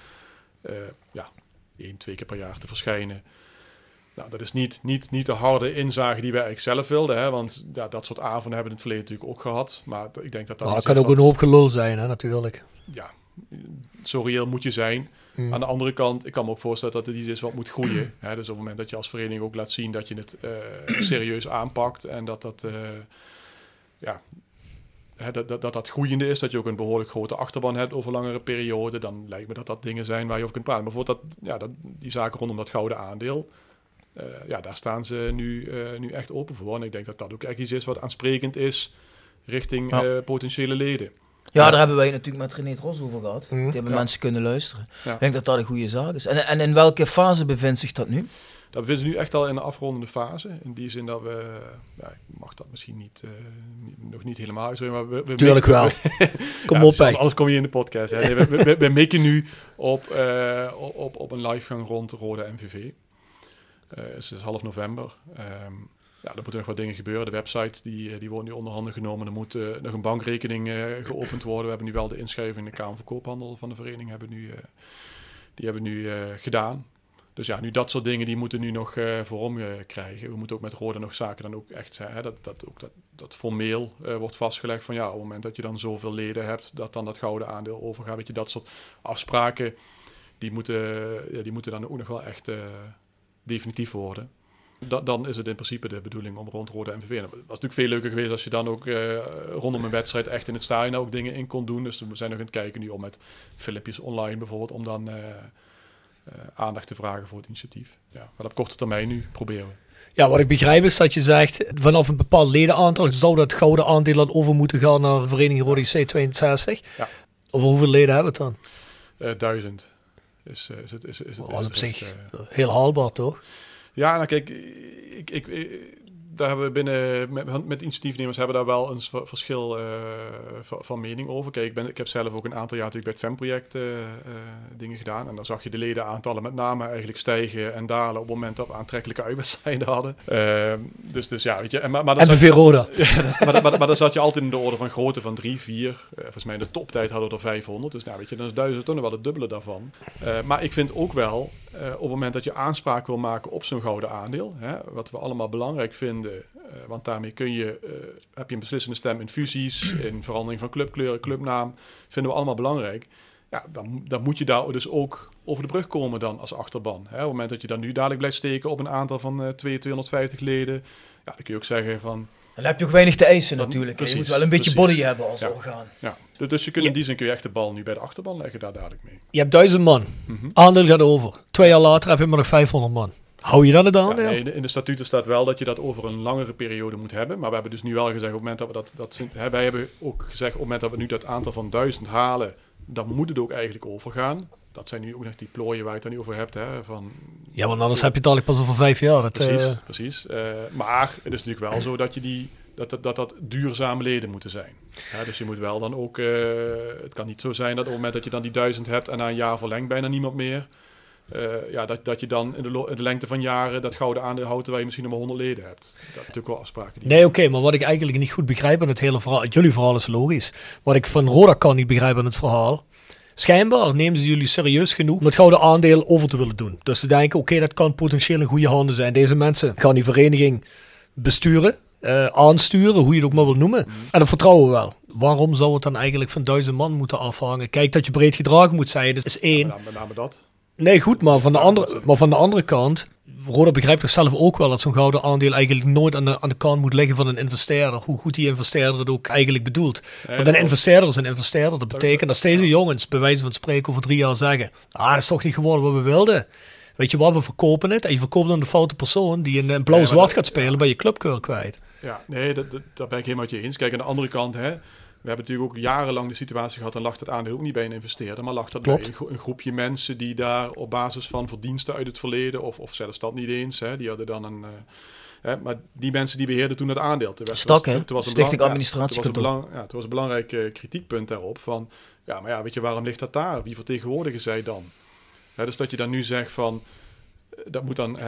1-2 keer per jaar te verschijnen. Nou, dat is niet de harde inzage die wij eigenlijk zelf wilden. Hè? Want dat soort avonden hebben we in het verleden natuurlijk ook gehad. Maar ik denk dat kan ook een hoop gelul zijn, hè, natuurlijk. Ja, zo reëel moet je zijn. Aan de andere kant, ik kan me ook voorstellen dat het iets is wat moet groeien. Hè? Dus op het moment dat je als vereniging ook laat zien dat je het serieus aanpakt en dat groeiende is, dat je ook een behoorlijk grote achterban hebt over langere perioden, dan lijkt me dat dingen zijn waar je over kunt praten. Maar bijvoorbeeld die zaken rondom dat gouden aandeel, daar staan ze nu echt open voor. En ik denk dat dat ook echt iets is wat aansprekend is richting potentiële leden. Ja, daar hebben wij natuurlijk met René Tros over gehad. Die hebben mensen kunnen luisteren. Ja. Ik denk dat dat een goede zaak is. En in welke fase bevindt zich dat nu? Dat bevindt zich nu echt al in de afrondende fase. In die zin dat we... ik mag dat misschien nog niet helemaal uitspreken, maar we tuurlijk wel. Kom op, bij. Anders kom je in de podcast. Hè. Nee, we mikken nu op een livegang rond de Rode MVV. Het is half november. Er moeten nog wat dingen gebeuren. De website die wordt nu onder handen genomen. Er moet nog een bankrekening geopend worden. We hebben nu wel de inschrijving in de Kamer van Koophandel van de vereniging hebben nu gedaan. Dus nu dat soort dingen die moeten nu nog vorm krijgen. We moeten ook met Roda nog zaken dan ook echt zijn. Dat formeel wordt vastgelegd van op het moment dat je dan zoveel leden hebt, dat dan dat gouden aandeel overgaat. Weet je, dat soort afspraken die moeten dan ook nog wel echt definitief worden. Dan is het in principe de bedoeling om rond Roda MVV. Het was natuurlijk veel leuker geweest als je dan ook rondom een wedstrijd echt in het stadion ook dingen in kon doen. Dus we zijn nog aan het kijken nu om met filmpjes online bijvoorbeeld, om dan aandacht te vragen voor het initiatief. Ja, maar op korte termijn nu proberen we. Ja, wat ik begrijp is dat je zegt, vanaf een bepaald ledenaantal zou dat gouden aandeel dan over moeten gaan naar de vereniging Roda C62. Ja. Over hoeveel leden hebben we het dan? 1000. Is het op zich heel haalbaar, toch? Ja, nou kijk, daar hebben we met initiatiefnemers hebben daar wel een verschil van mening over. Kijk, ik heb zelf ook een aantal jaar natuurlijk bij het FEM-project dingen gedaan. En dan zag je de ledenaantallen met name eigenlijk stijgen en dalen op het moment dat we aantrekkelijke uitwedstrijden hadden. Dus ja, weet je. MVV Roda. Maar dan zat je altijd in de orde van grootte van 3, 4. Volgens mij in de toptijd hadden we er 500. Dus weet je, dan is 1000 toch nog wel het dubbele daarvan. Maar ik vind ook wel, op het moment dat je aanspraak wil maken op zo'n gouden aandeel, wat we allemaal belangrijk vinden, want daarmee heb je een beslissende stem in fusies, in verandering van clubkleuren, clubnaam, vinden we allemaal belangrijk. Ja, dan moet je daar dus ook over de brug komen dan als achterban. Op het moment dat je dan nu dadelijk blijft steken op een aantal van 250 leden, dan kun je ook zeggen van... Dan heb je ook weinig te eisen natuurlijk. Precies, je moet wel een beetje body hebben als orgaan. Ja. Dus in die zin kun je echt de bal nu bij de achterban leggen daar dadelijk mee. Je hebt 1000 man. Aandeel gaat over. 2 jaar later heb je maar nog 500 man. Hou je dat het aandeel? Nee, in de statuten staat wel dat je dat over een langere periode moet hebben. Maar we hebben dus nu wel gezegd, op het moment dat we wij hebben ook gezegd, op het moment dat we nu dat aantal van 1000 halen, dan moet het ook eigenlijk overgaan. Dat zijn nu ook nog die plooien waar je het dan niet over hebt. Ja, want anders heb je het dadelijk pas over 5 jaar. Precies. Maar het is natuurlijk wel zo dat je dat duurzame leden moeten zijn. Dus je moet wel dan ook... het kan niet zo zijn dat op het moment dat je dan die 1000 hebt en na een jaar verlengt bijna niemand meer. Dat je dan in de lengte van jaren dat gouden aandeel houdt terwijl je misschien nog maar 100 leden hebt. Dat zijn natuurlijk wel afspraken. Nee, oké, maar wat ik eigenlijk niet goed begrijp aan het hele verhaal, jullie verhaal is logisch. Wat ik van Roda kan niet begrijpen aan het verhaal, schijnbaar nemen ze jullie serieus genoeg om het gouden aandeel over te willen doen. Dus ze denken, oké, dat kan potentieel in goede handen zijn. Deze mensen gaan die vereniging besturen, aansturen, hoe je het ook maar wil noemen. En dat vertrouwen we wel. Waarom zou het dan eigenlijk van 1000 man moeten afhangen? Kijk, dat je breed gedragen moet zijn, dat is één. Ja, met name dat. Nee, goed, maar van de andere kant, Roda begrijpt toch zelf ook wel dat zo'n gouden aandeel eigenlijk nooit aan de kant moet liggen van een investeerder. Hoe goed die investeerder het ook eigenlijk bedoelt. Want een investeerder is een investeerder. Dat betekent dat deze jongens, bij wijze van spreken, over 3 jaar zeggen, dat is toch niet geworden wat we wilden. Weet je wat, we verkopen het. En je verkoopt dan de foute persoon die in blauw-zwart gaat spelen bij je clubkeur kwijt. Ja, nee, daar ben ik helemaal met je eens. Kijk, aan de andere kant, we hebben natuurlijk ook jarenlang de situatie gehad, dan lag dat aandeel ook niet bij een investeerder, maar lag dat bij een groepje mensen die daar op basis van verdiensten uit het verleden, of zelfs dat niet eens, die hadden dan een... maar die mensen die beheerden toen het aandeel. Stichting Administratie. Toen was een belangrijk kritiekpunt daarop van, weet je, waarom ligt dat daar? Wie vertegenwoordigen zij dan? Dus dat je dan nu zegt van, dat moet dan,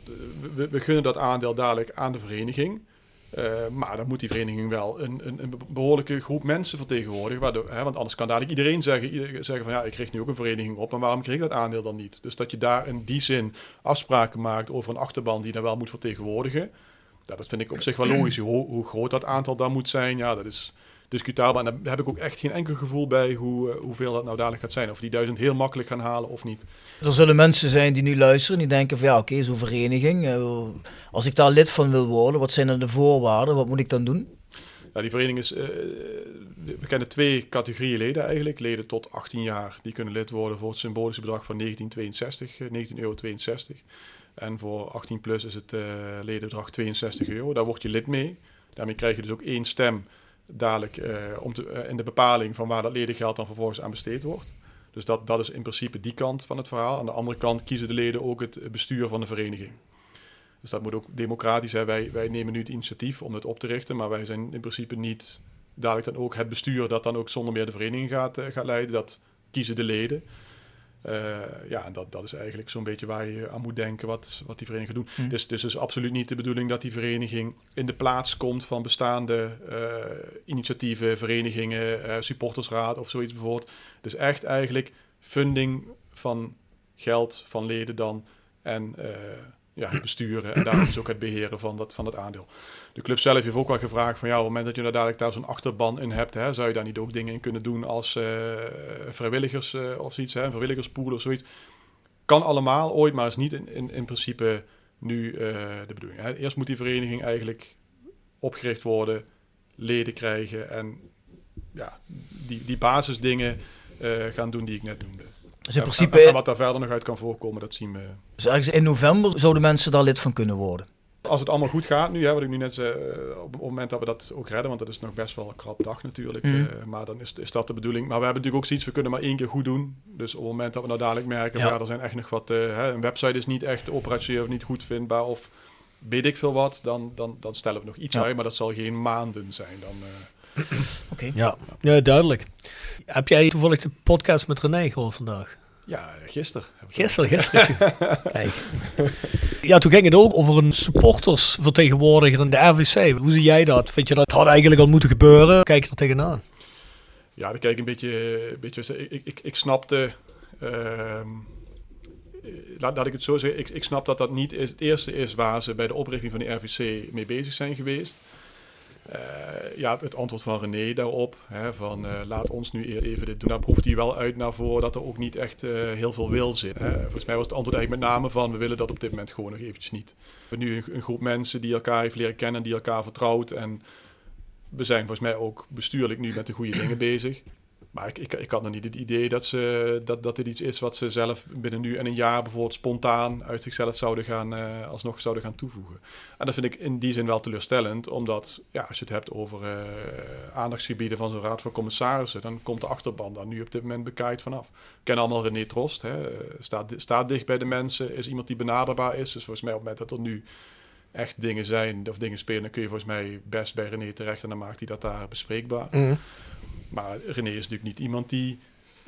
we gunnen dat aandeel dadelijk aan de vereniging. Maar dan moet die vereniging wel een behoorlijke groep mensen vertegenwoordigen. Want anders kan dadelijk iedereen zeggen van ik richt nu ook een vereniging op. En waarom kreeg ik dat aandeel dan niet? Dus dat je daar in die zin afspraken maakt over een achterban die dan wel moet vertegenwoordigen. Dat vind ik op zich wel logisch. Hoe groot dat aantal dan moet zijn, dat is discutabel. En daar heb ik ook echt geen enkel gevoel bij hoeveel dat nou dadelijk gaat zijn. Of die 1000 heel makkelijk gaan halen of niet. Er zullen mensen zijn die nu luisteren, die denken van ja, oké, zo'n vereniging. Als ik daar lid van wil worden, wat zijn dan de voorwaarden? Wat moet ik dan doen? Ja, die vereniging is... we kennen 2 categorieën leden eigenlijk. Leden tot 18 jaar, die kunnen lid worden voor het symbolische bedrag van €19,62. En voor 18 plus is het ledenbedrag €62. Daar word je lid mee. Daarmee krijg je dus ook 1 stem dadelijk in de bepaling van waar dat ledengeld dan vervolgens aan besteed wordt. Dus dat is in principe die kant van het verhaal. Aan de andere kant kiezen de leden ook het bestuur van de vereniging. Dus dat moet ook democratisch zijn. Wij nemen nu het initiatief om het op te richten, maar wij zijn in principe niet dadelijk dan ook het bestuur dat dan ook zonder meer de vereniging gaat leiden. Dat kiezen de leden. Dat is eigenlijk zo'n beetje waar je aan moet denken wat die vereniging gaat doen. Dus is absoluut niet de bedoeling dat die vereniging in de plaats komt van bestaande initiatieven, verenigingen, supportersraad of zoiets bijvoorbeeld. Dus echt eigenlijk funding van geld van leden dan en het besturen en daar is ook het beheren van dat aandeel. De club zelf heeft ook wel gevraagd van ja, op het moment dat je nou dadelijk daar zo'n achterban in hebt, hè, zou je daar niet ook dingen in kunnen doen als vrijwilligers of zoiets, hè, een vrijwilligerspool of zoiets. Kan allemaal ooit, maar is niet in principe nu de bedoeling. Hè. Eerst moet die vereniging eigenlijk opgericht worden, leden krijgen en ja, die basisdingen gaan doen die ik net noemde. Dus in principe, en wat daar verder nog uit kan voorkomen, dat zien we. Dus ergens in november zouden mensen daar lid van kunnen worden? Als het allemaal goed gaat nu, wat ik nu net zei, op het moment dat we dat ook redden, want dat is nog best wel een krap dag natuurlijk, maar dan is dat de bedoeling. Maar we hebben natuurlijk ook zoiets, we kunnen maar 1 keer goed doen. Dus op het moment dat we nou dadelijk merken, er zijn echt nog wat, een website is niet echt operationeel of niet goed vindbaar of weet ik veel wat, dan stellen we nog iets uit, maar dat zal geen maanden zijn dan. Oké. Ja, duidelijk. Heb jij toevallig de podcast met René gehoord vandaag? Ja, gisteren. Gisteren. Kijk. Ja, toen ging het ook over een supportersvertegenwoordiger in de RVC. Hoe zie jij dat? Vind je dat had eigenlijk al moeten gebeuren? Kijk je er tegenaan? Ja, dan kijk ik een beetje ik snapte... laat ik het zo zeggen. Ik snap dat niet het eerste is waar ze bij de oprichting van de RVC mee bezig zijn geweest. Het antwoord van René daarop, van laat ons nu even dit doen. Daar proeft hij wel uit naar voren dat er ook niet echt heel veel wil zit. Volgens mij was het antwoord eigenlijk met name van we willen dat op dit moment gewoon nog eventjes niet. We hebben nu een groep mensen die elkaar heeft leren kennen, die elkaar vertrouwt en we zijn volgens mij ook bestuurlijk nu met de goede dingen bezig. Maar ik had nog niet het idee dat dit iets is wat ze zelf binnen nu en een jaar bijvoorbeeld spontaan uit zichzelf alsnog zouden gaan toevoegen. En dat vind ik in die zin wel teleurstellend, omdat als je het hebt over aandachtsgebieden van zo'n raad van commissarissen, dan komt de achterban daar nu op dit moment bekaaid vanaf. We kennen allemaal René Trost, staat dicht bij de mensen, is iemand die benaderbaar is. Dus volgens mij op het moment dat er nu echt dingen zijn of dingen spelen, dan kun je volgens mij best bij René terecht en dan maakt hij dat daar bespreekbaar. Maar René is natuurlijk niet iemand die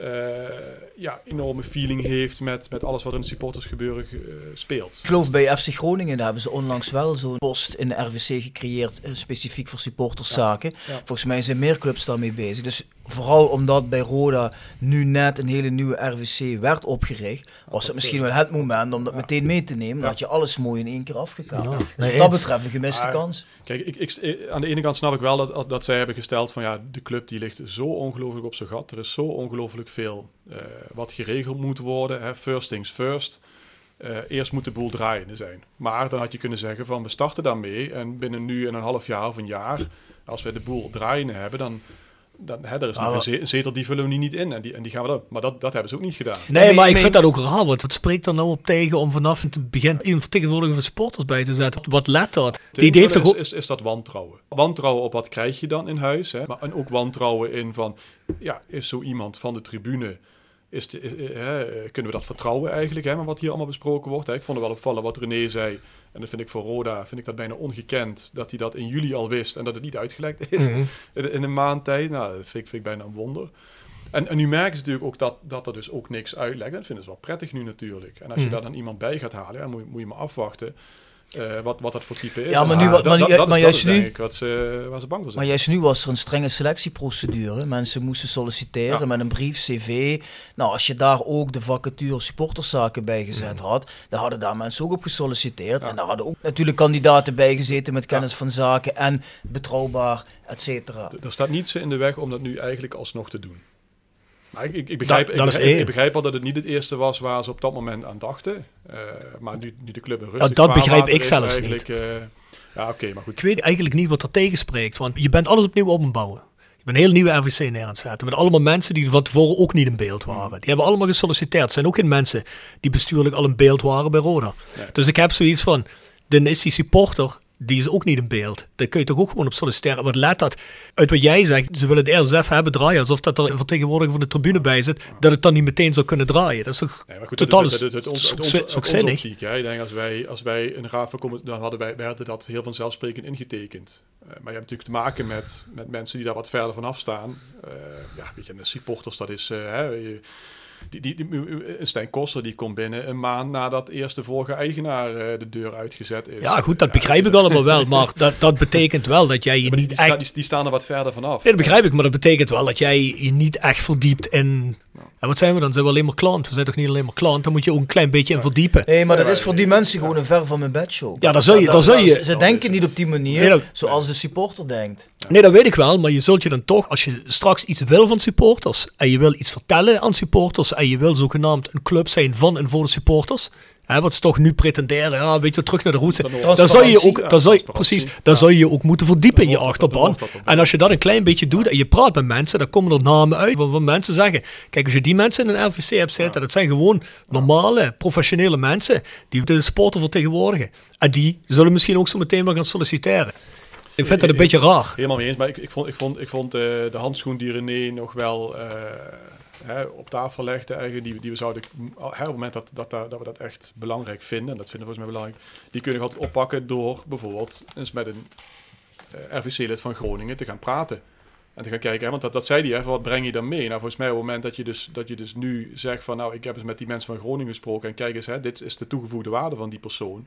enorme feeling heeft met alles wat er in het supportersgebeuren speelt. Ik geloof bij FC Groningen, daar hebben ze onlangs wel zo'n post in de RVC gecreëerd, specifiek voor supporterszaken. Ja. Volgens mij zijn meer clubs daarmee bezig. Dus vooral omdat bij Roda nu net een hele nieuwe RVC werd opgericht, was het misschien wel het moment om dat meteen mee te nemen. Dat je alles mooi in 1 keer afgekaart. Ja. Dus wat dat betreft een gemiste kans. Kijk, aan de ene kant snap ik wel dat zij hebben gesteld van de club die ligt zo ongelooflijk op zijn gat. Er is zo ongelooflijk veel wat geregeld moet worden. First things first. Eerst moet de boel draaiende zijn. Maar dan had je kunnen zeggen van we starten daarmee en binnen nu en een half jaar of een jaar, als we de boel draaiende hebben, dan er is nog een zetel, die vullen we niet in en die gaan we dan. Maar dat hebben ze ook niet gedaan. Nee, maar ik vind dat ook raar. Wat spreekt er nou op tegen om vanaf het begin een vertegenwoordiger van supporters bij te zetten? Wat let dat? Die heeft toch is dat wantrouwen. Wantrouwen op wat krijg je dan in huis. Hè? Maar en ook wantrouwen in van, is zo iemand van de tribune, kunnen we dat vertrouwen eigenlijk, maar wat hier allemaal besproken wordt. Hè? Ik vond het wel opvallend wat René zei. En dat vind ik voor Roda dat bijna ongekend dat hij dat in juli al wist en dat het niet uitgelekt is in een maand tijd. Nou, dat vind ik bijna een wonder. En nu merken ze natuurlijk ook dat er dus ook niks uitlegt. En dat vinden ze wel prettig nu natuurlijk. En als je daar dan iemand bij gaat halen, moet je maar afwachten. wat dat voor type is. Ja, maar dat juist is nu, denk ik waar ze bang voor zijn. Maar juist nu was er een strenge selectieprocedure. Mensen moesten solliciteren met een brief, cv. Nou, als je daar ook de vacature supporterszaken bij gezet had, dan hadden daar mensen ook op gesolliciteerd. En daar hadden ook natuurlijk kandidaten bij gezeten met kennis van zaken en betrouwbaar, et cetera. Er staat niets in de weg om dat nu eigenlijk alsnog te doen. Maar ik begrijp al dat het niet het eerste was waar ze op dat moment aan dachten. Maar nu de club een rustig dat begrijp ik zelfs niet. Maar goed. Ik weet eigenlijk niet wat er tegenspreekt, want je bent alles opnieuw op het bouwen. Je bent een heel nieuwe RVC neer aan het zetten. Met allemaal mensen die van tevoren ook niet in beeld waren. Die hebben allemaal gesolliciteerd. Het zijn ook geen mensen die bestuurlijk al in beeld waren bij Roda. Nee. Dus ik heb zoiets van, dan is die supporter, die is ook niet in beeld. Daar kun je toch ook gewoon op solliciteren. Wat let dat uit wat jij zegt, ze willen het eerst even hebben draaien, alsof dat er een vertegenwoordiger van de tribune bij zit, dat het dan niet meteen zou kunnen draaien. Dat is toch totaal optiek. Ik denk als wij een raad van komen, dan hadden wij hadden dat heel vanzelfsprekend ingetekend. Maar je hebt natuurlijk te maken met mensen die daar wat verder vanaf staan. Weet je, de supporters, dat is... Stijn Koster die komt binnen een maand nadat eerst de vorige eigenaar de deur uitgezet is. Ja goed, dat begrijp ik allemaal wel, maar dat betekent wel dat jij je niet echt... Die staan er wat verder vanaf. Nee, dat begrijp ik, maar dat betekent wel dat jij je niet echt verdiept in... En wat zijn we dan? Zijn we alleen maar klant? We zijn toch niet alleen maar klant? Dan moet je ook een klein beetje in verdiepen. Nee, maar dat is voor die mensen gewoon een ver van mijn bedshow. Ja, dan zou je... Ze denken niet op die manier zoals de supporter denkt. Nee, dat weet ik wel, maar je zult je dan toch, als je straks iets wil van supporters, en je wil iets vertellen aan supporters, en je wil zogenaamd een club zijn van en voor de supporters, wat ze toch nu pretenderen, weet je, terug naar de roots. Dan zou je ook moeten verdiepen in je achterban. En als je dat een klein beetje doet en je praat met mensen, dan komen er namen uit van mensen zeggen, kijk, als je die mensen in een RVC hebt zitten, dat zijn gewoon normale, professionele mensen die de supporter vertegenwoordigen. En die zullen misschien ook zo meteen wel gaan solliciteren. Ik vind dat een beetje raar. Helemaal mee eens, maar ik vond de handschoen die René nog wel op tafel legde, eigenlijk, die we zouden, op het moment dat we dat echt belangrijk vinden, en dat vinden we volgens mij belangrijk, die kunnen we altijd oppakken door bijvoorbeeld eens met een RVC-lid van Groningen te gaan praten. En te gaan kijken, want dat zei hij, wat breng je dan mee? Nou, volgens mij op het moment dat je dus nu zegt van, nou, ik heb eens met die mensen van Groningen gesproken en kijk eens, dit is de toegevoegde waarde van die persoon.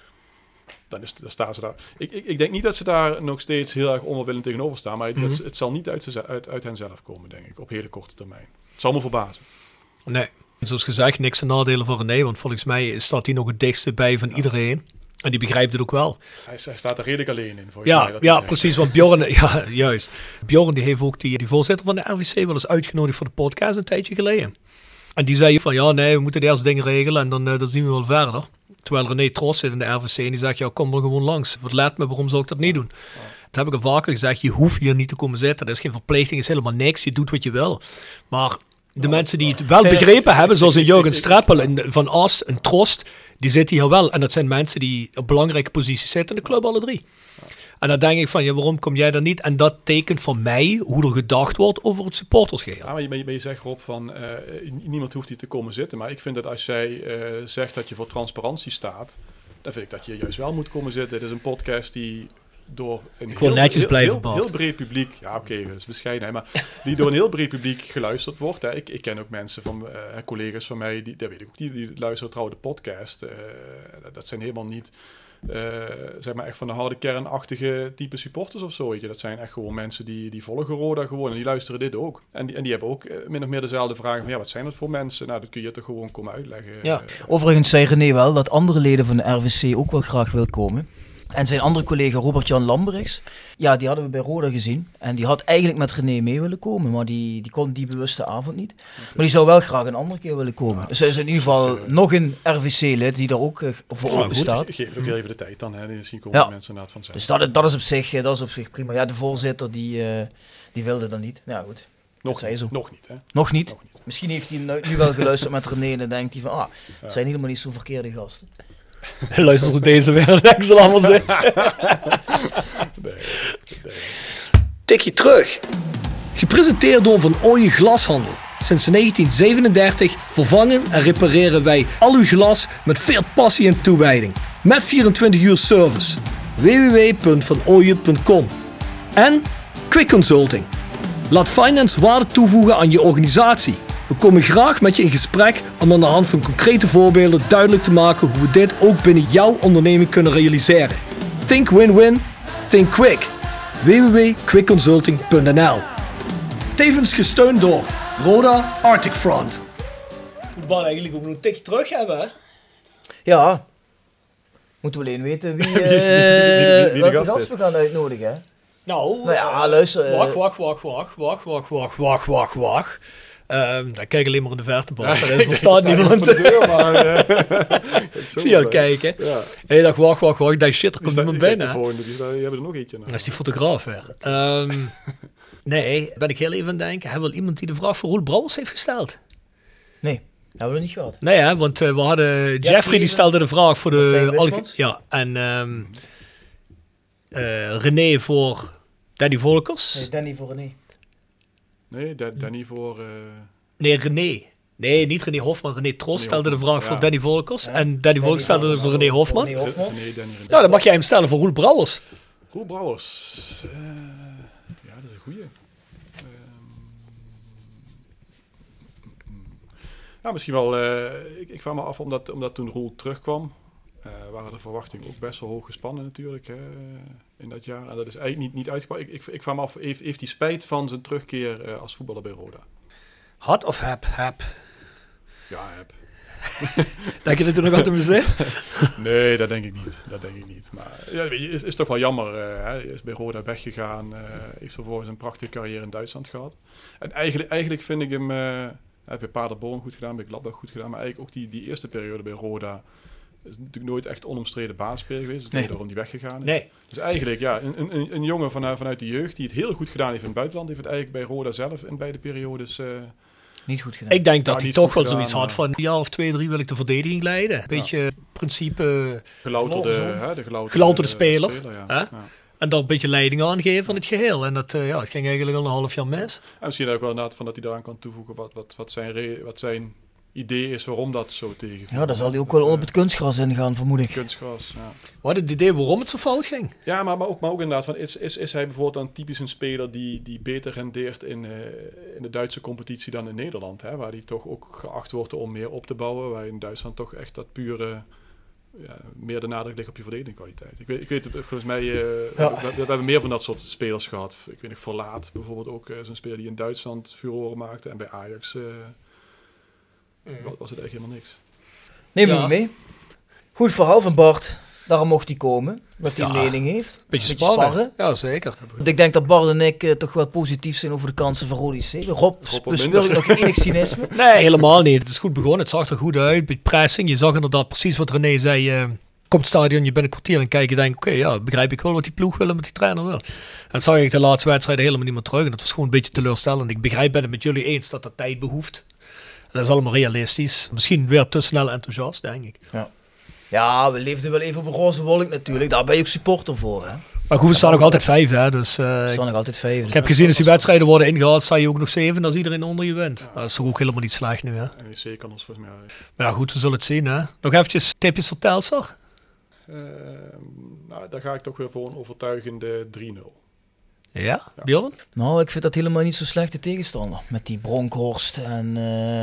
Dan staan ze daar. Ik denk niet dat ze daar nog steeds heel erg onwillend tegenover staan, maar het zal niet uit hen zelf komen, denk ik, op hele korte termijn. Het zal me verbazen. Nee, zoals gezegd, niks te nadelen van René, want volgens mij staat hij nog het dichtste bij van iedereen. En die begrijpt het ook wel. Hij staat er redelijk alleen in. Mij, ja precies, want Bjorn, juist. Bjorn die heeft ook die voorzitter van de RVC wel eens uitgenodigd voor de podcast een tijdje geleden. En die zei van, we moeten de eerste dingen regelen en dan zien we wel verder. Terwijl René Tros zit in de RVC en die zegt, kom er gewoon langs. Verlaat me, waarom zou ik dat niet doen? Dat heb ik al vaker gezegd, je hoeft hier niet te komen zitten. Dat is geen verplichting, is helemaal niks. Je doet wat je wil. Maar de mensen die het wel begrepen hebben, zoals een Jurgen Streppel van As, een Trost, die zitten hier wel. En dat zijn mensen die op belangrijke posities zitten in de club, alle drie. En dan denk ik van, waarom kom jij daar niet? En dat tekent voor mij hoe er gedacht wordt over het supportersgeheel. Ja, maar je zegt Rob van, niemand hoeft hier te komen zitten. Maar ik vind dat als jij zegt dat je voor transparantie staat, dan vind ik dat je juist wel moet komen zitten. Het is een podcast die door een heel breed publiek, dat is bescheiden, maar die door een heel breed publiek geluisterd wordt. Hè. Ik ken ook mensen van collega's van mij, dat weet ik ook, die luisteren trouwens de podcast. Dat zijn helemaal niet... zeg maar echt van de harde kernachtige type supporters of zo, weet je. Dat zijn echt gewoon mensen die volgen Roda gewoon en die luisteren dit ook. En die hebben ook min of meer dezelfde vragen van, wat zijn dat voor mensen? Nou, dat kun je toch gewoon komen uitleggen. Ja, overigens zei René wel dat andere leden van de RVC ook wel graag wil komen. En zijn andere collega Robert-Jan Lambrechts, die hadden we bij Roda gezien. En die had eigenlijk met René mee willen komen, maar die kon die bewuste avond niet. Maar die zou wel graag een andere keer willen komen. Dus er is in ieder geval nog een RVC-lid die daar ook voor open staat. Geef ook even de tijd dan, hè. Misschien komen mensen inderdaad vanzelf. Dus dat is op zich prima. Ja, de voorzitter die wilde dan niet. Ja, goed. Nog niet, hè? Nog niet. Misschien heeft hij nu wel geluisterd met René en dan denkt hij van, het zijn helemaal niet zo verkeerde gasten. Luister hoe deze weer Excel allemaal zit. Nee. Tikje terug. Gepresenteerd door Van Ooyen Glashandel. Sinds 1937 vervangen en repareren wij al uw glas met veel passie en toewijding. Met 24 uur service. www.vanooyen.com. En Quick Consulting. Laat finance waarde toevoegen aan je organisatie. We komen graag met je in gesprek om aan de hand van concrete voorbeelden duidelijk te maken hoe we dit ook binnen jouw onderneming kunnen realiseren. Think win-win, think quick. www.quickconsulting.nl. Tevens gesteund door Roda Arctic Front. We moeten eigenlijk ook nog een tikje terug hebben, hè? Ja. Moeten we alleen weten wie welke gast we gaan uitnodigen, hè? Nou ja, luister. Wacht. Ik kijk alleen maar in de verte, Bart. Er staat niemand. Zie je al kijken. Ja. En je dacht, wacht. Ik dacht, shit, er komt iemand binnen. Die hebben er nog eentje. Dat is die fotograaf weer. Nee, ben ik heel even aan het denken. Hebben we wel iemand die de vraag voor Roel Brouwers heeft gesteld? Nee, hebben we nog niet gehad. Nee, hè, want we hadden Jeffrey die stelde de vraag voor de... Ja, en René voor Danny Volkers. Nee, Danny voor René. Nee, Danny voor... Nee, René. Nee, niet René Hofman. René Tros stelde de vraag voor Danny Volkers. Ja. En Danny Volkers stelde de voor René Hofman. René. Ja, dan mag jij hem stellen voor Roel Brouwers. Roel Brouwers. Ja, dat is een goeie. Ja, misschien wel... ik vraag me af, omdat toen Roel terugkwam... waren de verwachtingen ook best wel hoog gespannen natuurlijk in dat jaar. En dat is eigenlijk niet uitgepakt. Ik vraag me af, heeft hij spijt van zijn terugkeer als voetballer bij Roda? Had of heb? Ja, heb. Denk je dat er nog altijd mee zit? Nee, dat denk ik niet. Maar ja, is toch wel jammer. Hij is bij Roda weggegaan. Heeft vervolgens een prachtige carrière in Duitsland gehad. En eigenlijk vind ik hem... heb je Paderborn goed gedaan, bij Gladbach goed gedaan. Maar eigenlijk ook die eerste periode bij Roda... is natuurlijk nooit echt onomstreden basisspeler geweest. Dat is waarom die weggegaan is. Nee. Dus eigenlijk, ja, een jongen vanuit de jeugd... die het heel goed gedaan heeft in het buitenland... heeft het eigenlijk bij Roda zelf in beide periodes... niet goed gedaan. Ik denk dat hij toch wel zoiets had van... een jaar of 2, 3 wil ik de verdediging leiden. Een beetje principe... Gelouterde speler. Ja. En daar een beetje leiding aan geven van het geheel. En dat het ging eigenlijk al een half jaar mis. En misschien ook wel inderdaad van dat hij daaraan kan toevoegen... wat zijn idee is waarom dat zo tegenvalt. Ja, daar zal hij ook wel op het kunstgras ingaan, vermoed ik. Kunstgras, ja. Wat het idee waarom het zo fout ging? Ja, maar ook inderdaad, van is hij bijvoorbeeld dan typisch een speler die beter rendeert in de Duitse competitie dan in Nederland, hè? Waar die toch ook geacht wordt om meer op te bouwen, waar in Duitsland toch echt dat pure... meer de nadruk ligt op je verdedigingkwaliteit. Ik weet volgens mij, we hebben meer van dat soort spelers gehad. Ik weet nog, Verlaat bijvoorbeeld ook, zo'n speler die in Duitsland furoren maakte en bij Ajax... was het echt helemaal niks. Neem hem mee. Goed verhaal van Bart. Daarom mocht hij komen. Wat hij een mening heeft. Beetje sparren. Ja, zeker. Want ik denk dat Bart en ik toch wel positief zijn over de kansen van Rode JC. Rob bespeur ik nog enig cynisme? Nee, helemaal niet. Het is goed begonnen. Het zag er goed uit. Beetje pressing. Je zag inderdaad precies wat René zei. Komt het stadion, je bent een kwartier en kijk je denkt, oké, begrijp ik wel wat die ploeg wil en wat die trainer wil. En dat zag ik de laatste wedstrijden helemaal niet meer terug. En dat was gewoon een beetje teleurstellend. Ik ben het met jullie eens dat dat tijd behoeft. Dat is allemaal realistisch. Misschien weer te snel enthousiast, denk ik. Ja, we leefden wel even op een roze wolk natuurlijk. Daar ben je ook supporter voor, hè. Maar goed, we staan nog altijd 5, hè. Dus, we staan nog altijd 5. Ik heb gezien, als die wedstrijden worden ingehaald, sta je ook nog 7 als iedereen onder je wint. Ja. Dat is toch ook helemaal niet slecht nu, hè. NEC kan ons volgens mij... Maar ja, goed, we zullen het zien, hè. Nog eventjes tipjes voor Telstar? Daar ga ik toch weer voor een overtuigende 3-0. Ja, Bjorn? Nou, ik vind dat helemaal niet zo slechte tegenstander. Met die Bronkhorst en...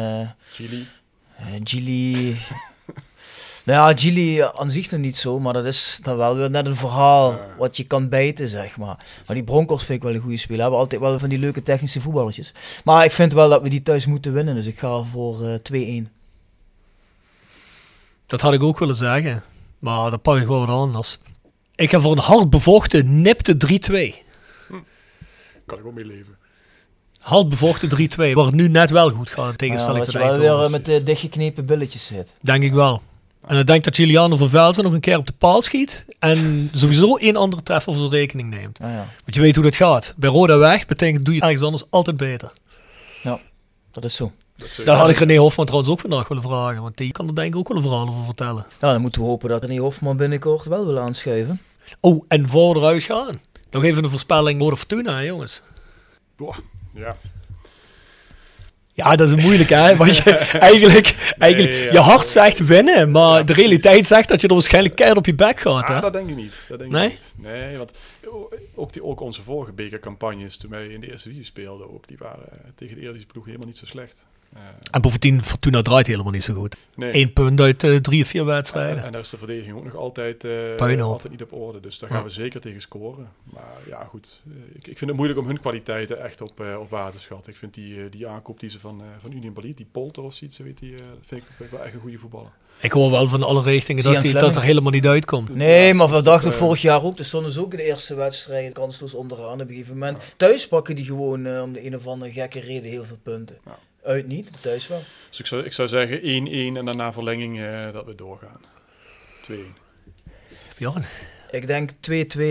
Gili. Nou ja, Gili aan zich nog niet zo, maar dat is dan wel weer net een verhaal wat je kan bijten, zeg maar. Maar die Bronkhorst vind ik wel een goede speler. We hebben altijd wel van die leuke technische voetballetjes. Maar ik vind wel dat we die thuis moeten winnen, dus ik ga voor 2-1. Dat had ik ook willen zeggen, maar dat pak ik wel wat anders. Ik ga voor een hard bevochten, nipte 3-2. Kan ik ook mee leven. Hard bevochten 3-2, waar het nu net wel goed gaat in tegenstelling tot Eindhoven. Dat je wel weer met de dichtgeknepen billetjes zit. Denk ik wel. En ik denk dat Giuliano van Velzen nog een keer op de paal schiet en sowieso één andere treffer voor zijn rekening neemt. Want je weet hoe dat gaat. Bij Roda weg betekent doe je ergens anders altijd beter. Ja, dat is zo. Daar had ik René Hofman trouwens ook vandaag willen vragen, want die kan er denk ik ook wel een verhaal over vertellen. Nou, dan moeten we hopen dat René Hofman binnenkort wel wil aanschuiven. Oh, en voor we eruit gaan, nog even een voorspelling voor de Fortuna, jongens. Boah, ja. Ja, dat is moeilijk, hè. Want je eigenlijk je hart zegt winnen, maar de realiteit zegt dat je er waarschijnlijk keihard op je bek gaat, hè? Dat denk ik niet. Nee? Nee, want ook onze vorige bekercampagnes, toen wij in de eerste divisie speelden, ook, die waren tegen de Eredivisie ploeg helemaal niet zo slecht. En bovendien, Fortuna draait helemaal niet zo goed. Nee. 1 punt uit 3 of 4 wedstrijden. En daar is de verdediging ook nog altijd niet op orde. Dus daar gaan we zeker tegen scoren. Maar ja, goed. Ik vind het moeilijk om hun kwaliteiten echt op waarde te schatten. Ik vind die aankoop die ze van Union Berlin, die Polter of zoiets, dat vind ik wel echt een goede voetballer. Ik hoor wel van alle richtingen dat er helemaal niet uitkomt. Nee, maar we dachten vorig jaar ook. Er stonden ze ook in de eerste wedstrijd kansloos onderaan op een gegeven moment. Thuis pakken die gewoon om de een of andere gekke reden heel veel punten. Ja. Uit niet, thuis wel. Dus ik zou zeggen 1-1 en daarna verlenging dat we doorgaan. 2-1. Bjorn? Ik denk 2-2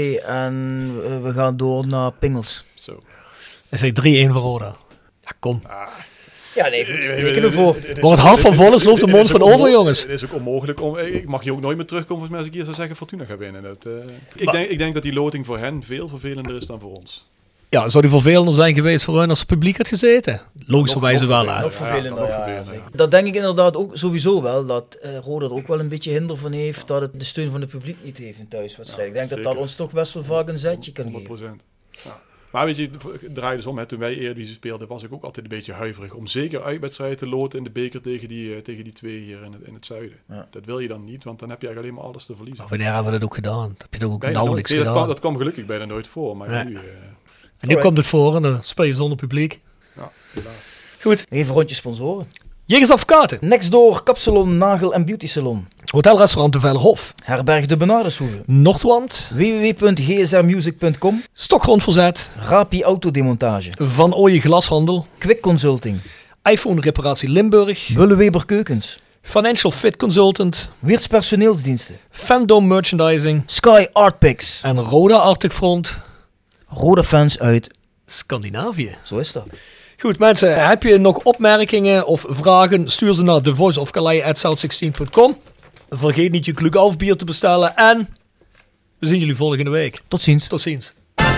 en we gaan door naar Pingels. Zo. Ik zeg 3-1 voor Roda. Ja, kom. Ja, nee, ik ervoor. Waar het hart van vol is, loopt de mond van over, jongens. Het is ook onmogelijk ik mag je ook nooit meer terugkomen als ik een keer zou zeggen Fortuna gaat winnen. Ik denk dat die loting voor hen veel vervelender is dan voor ons. Ja, zou die vervelender zijn geweest voor hun als het publiek had gezeten? Logischerwijze wel, hè? Nog vervelender, ja. Dat denk ik inderdaad ook sowieso wel, dat Roda er ook wel een beetje hinder van heeft dat het de steun van het publiek niet heeft in thuiswedstrijd. Ik denk dat dat ons toch best wel vaak een zetje kan geven. 100%. Ja. Maar weet je, het draaide dus om. Hè. Toen wij Eredivisie speelden, was ik ook altijd een beetje huiverig om zeker uitwedstrijden te loten in de beker tegen die twee hier in het zuiden. Ja. Dat wil je dan niet, want dan heb je eigenlijk alleen maar alles te verliezen. Maar wanneer hebben we dat ook gedaan? Dat heb je toch ook nauwelijks gedaan? Dat kwam gelukkig bijna nooit voor. Maar ja. Nu komt het voor en dan speel je zonder publiek. Ja, helaas. Goed. Even rondje sponsoren. Jegers Advocaten. Nextdoor, Kapsalon, Nagel en Beauty Salon. Hotelrestaurant de Veilerhof. Herberg de Benardeshoeve. Noordwand. www.gsrmusic.com. Stokgrondverzet. Rapi Autodemontage. Van Ooyen Glashandel. Quick Consulting. iPhone Reparatie Limburg. Bulleweber Keukens. Financial Fit Consultant. Weerts Personeelsdiensten. Fandom Merchandising. Sky Artpix. En Roda Arctic Front. Roda fans uit Scandinavië. Zo is dat. Goed mensen, heb je nog opmerkingen of vragen? Stuur ze naar thevoiceofcalais@south16.com. Vergeet niet je Kluk bier te bestellen en we zien jullie volgende week. Tot ziens. Tot ziens.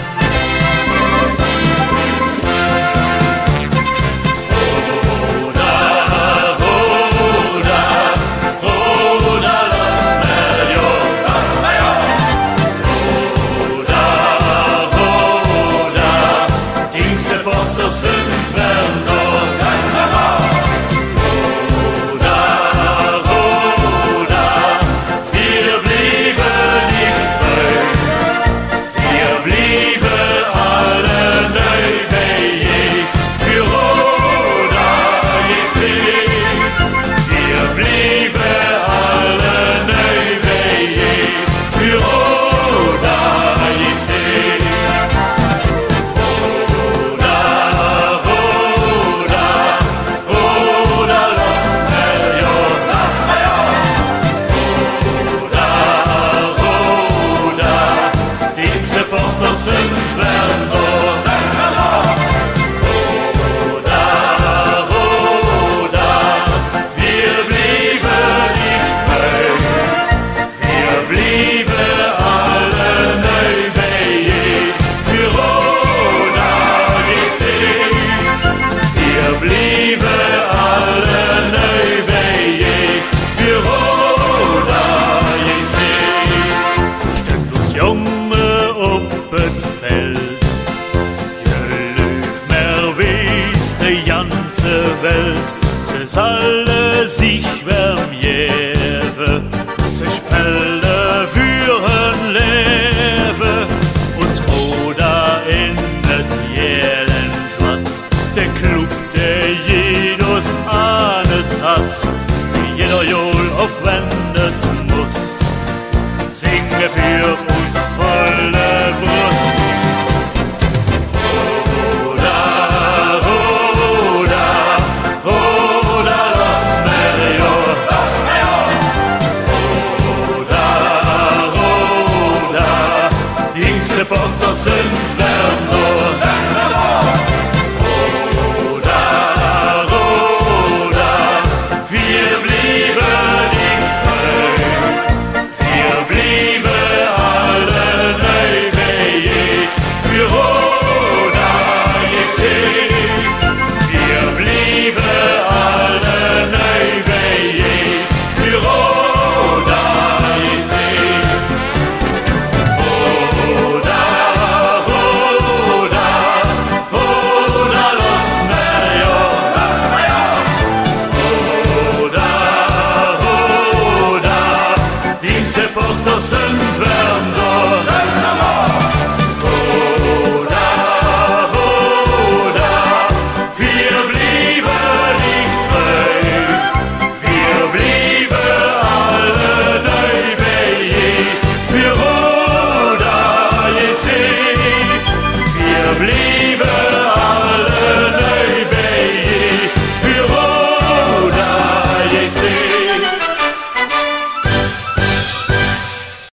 Alle sich vermjeven, ze spelen voor hun leven. Ons Roda in het jelen zwart, de club de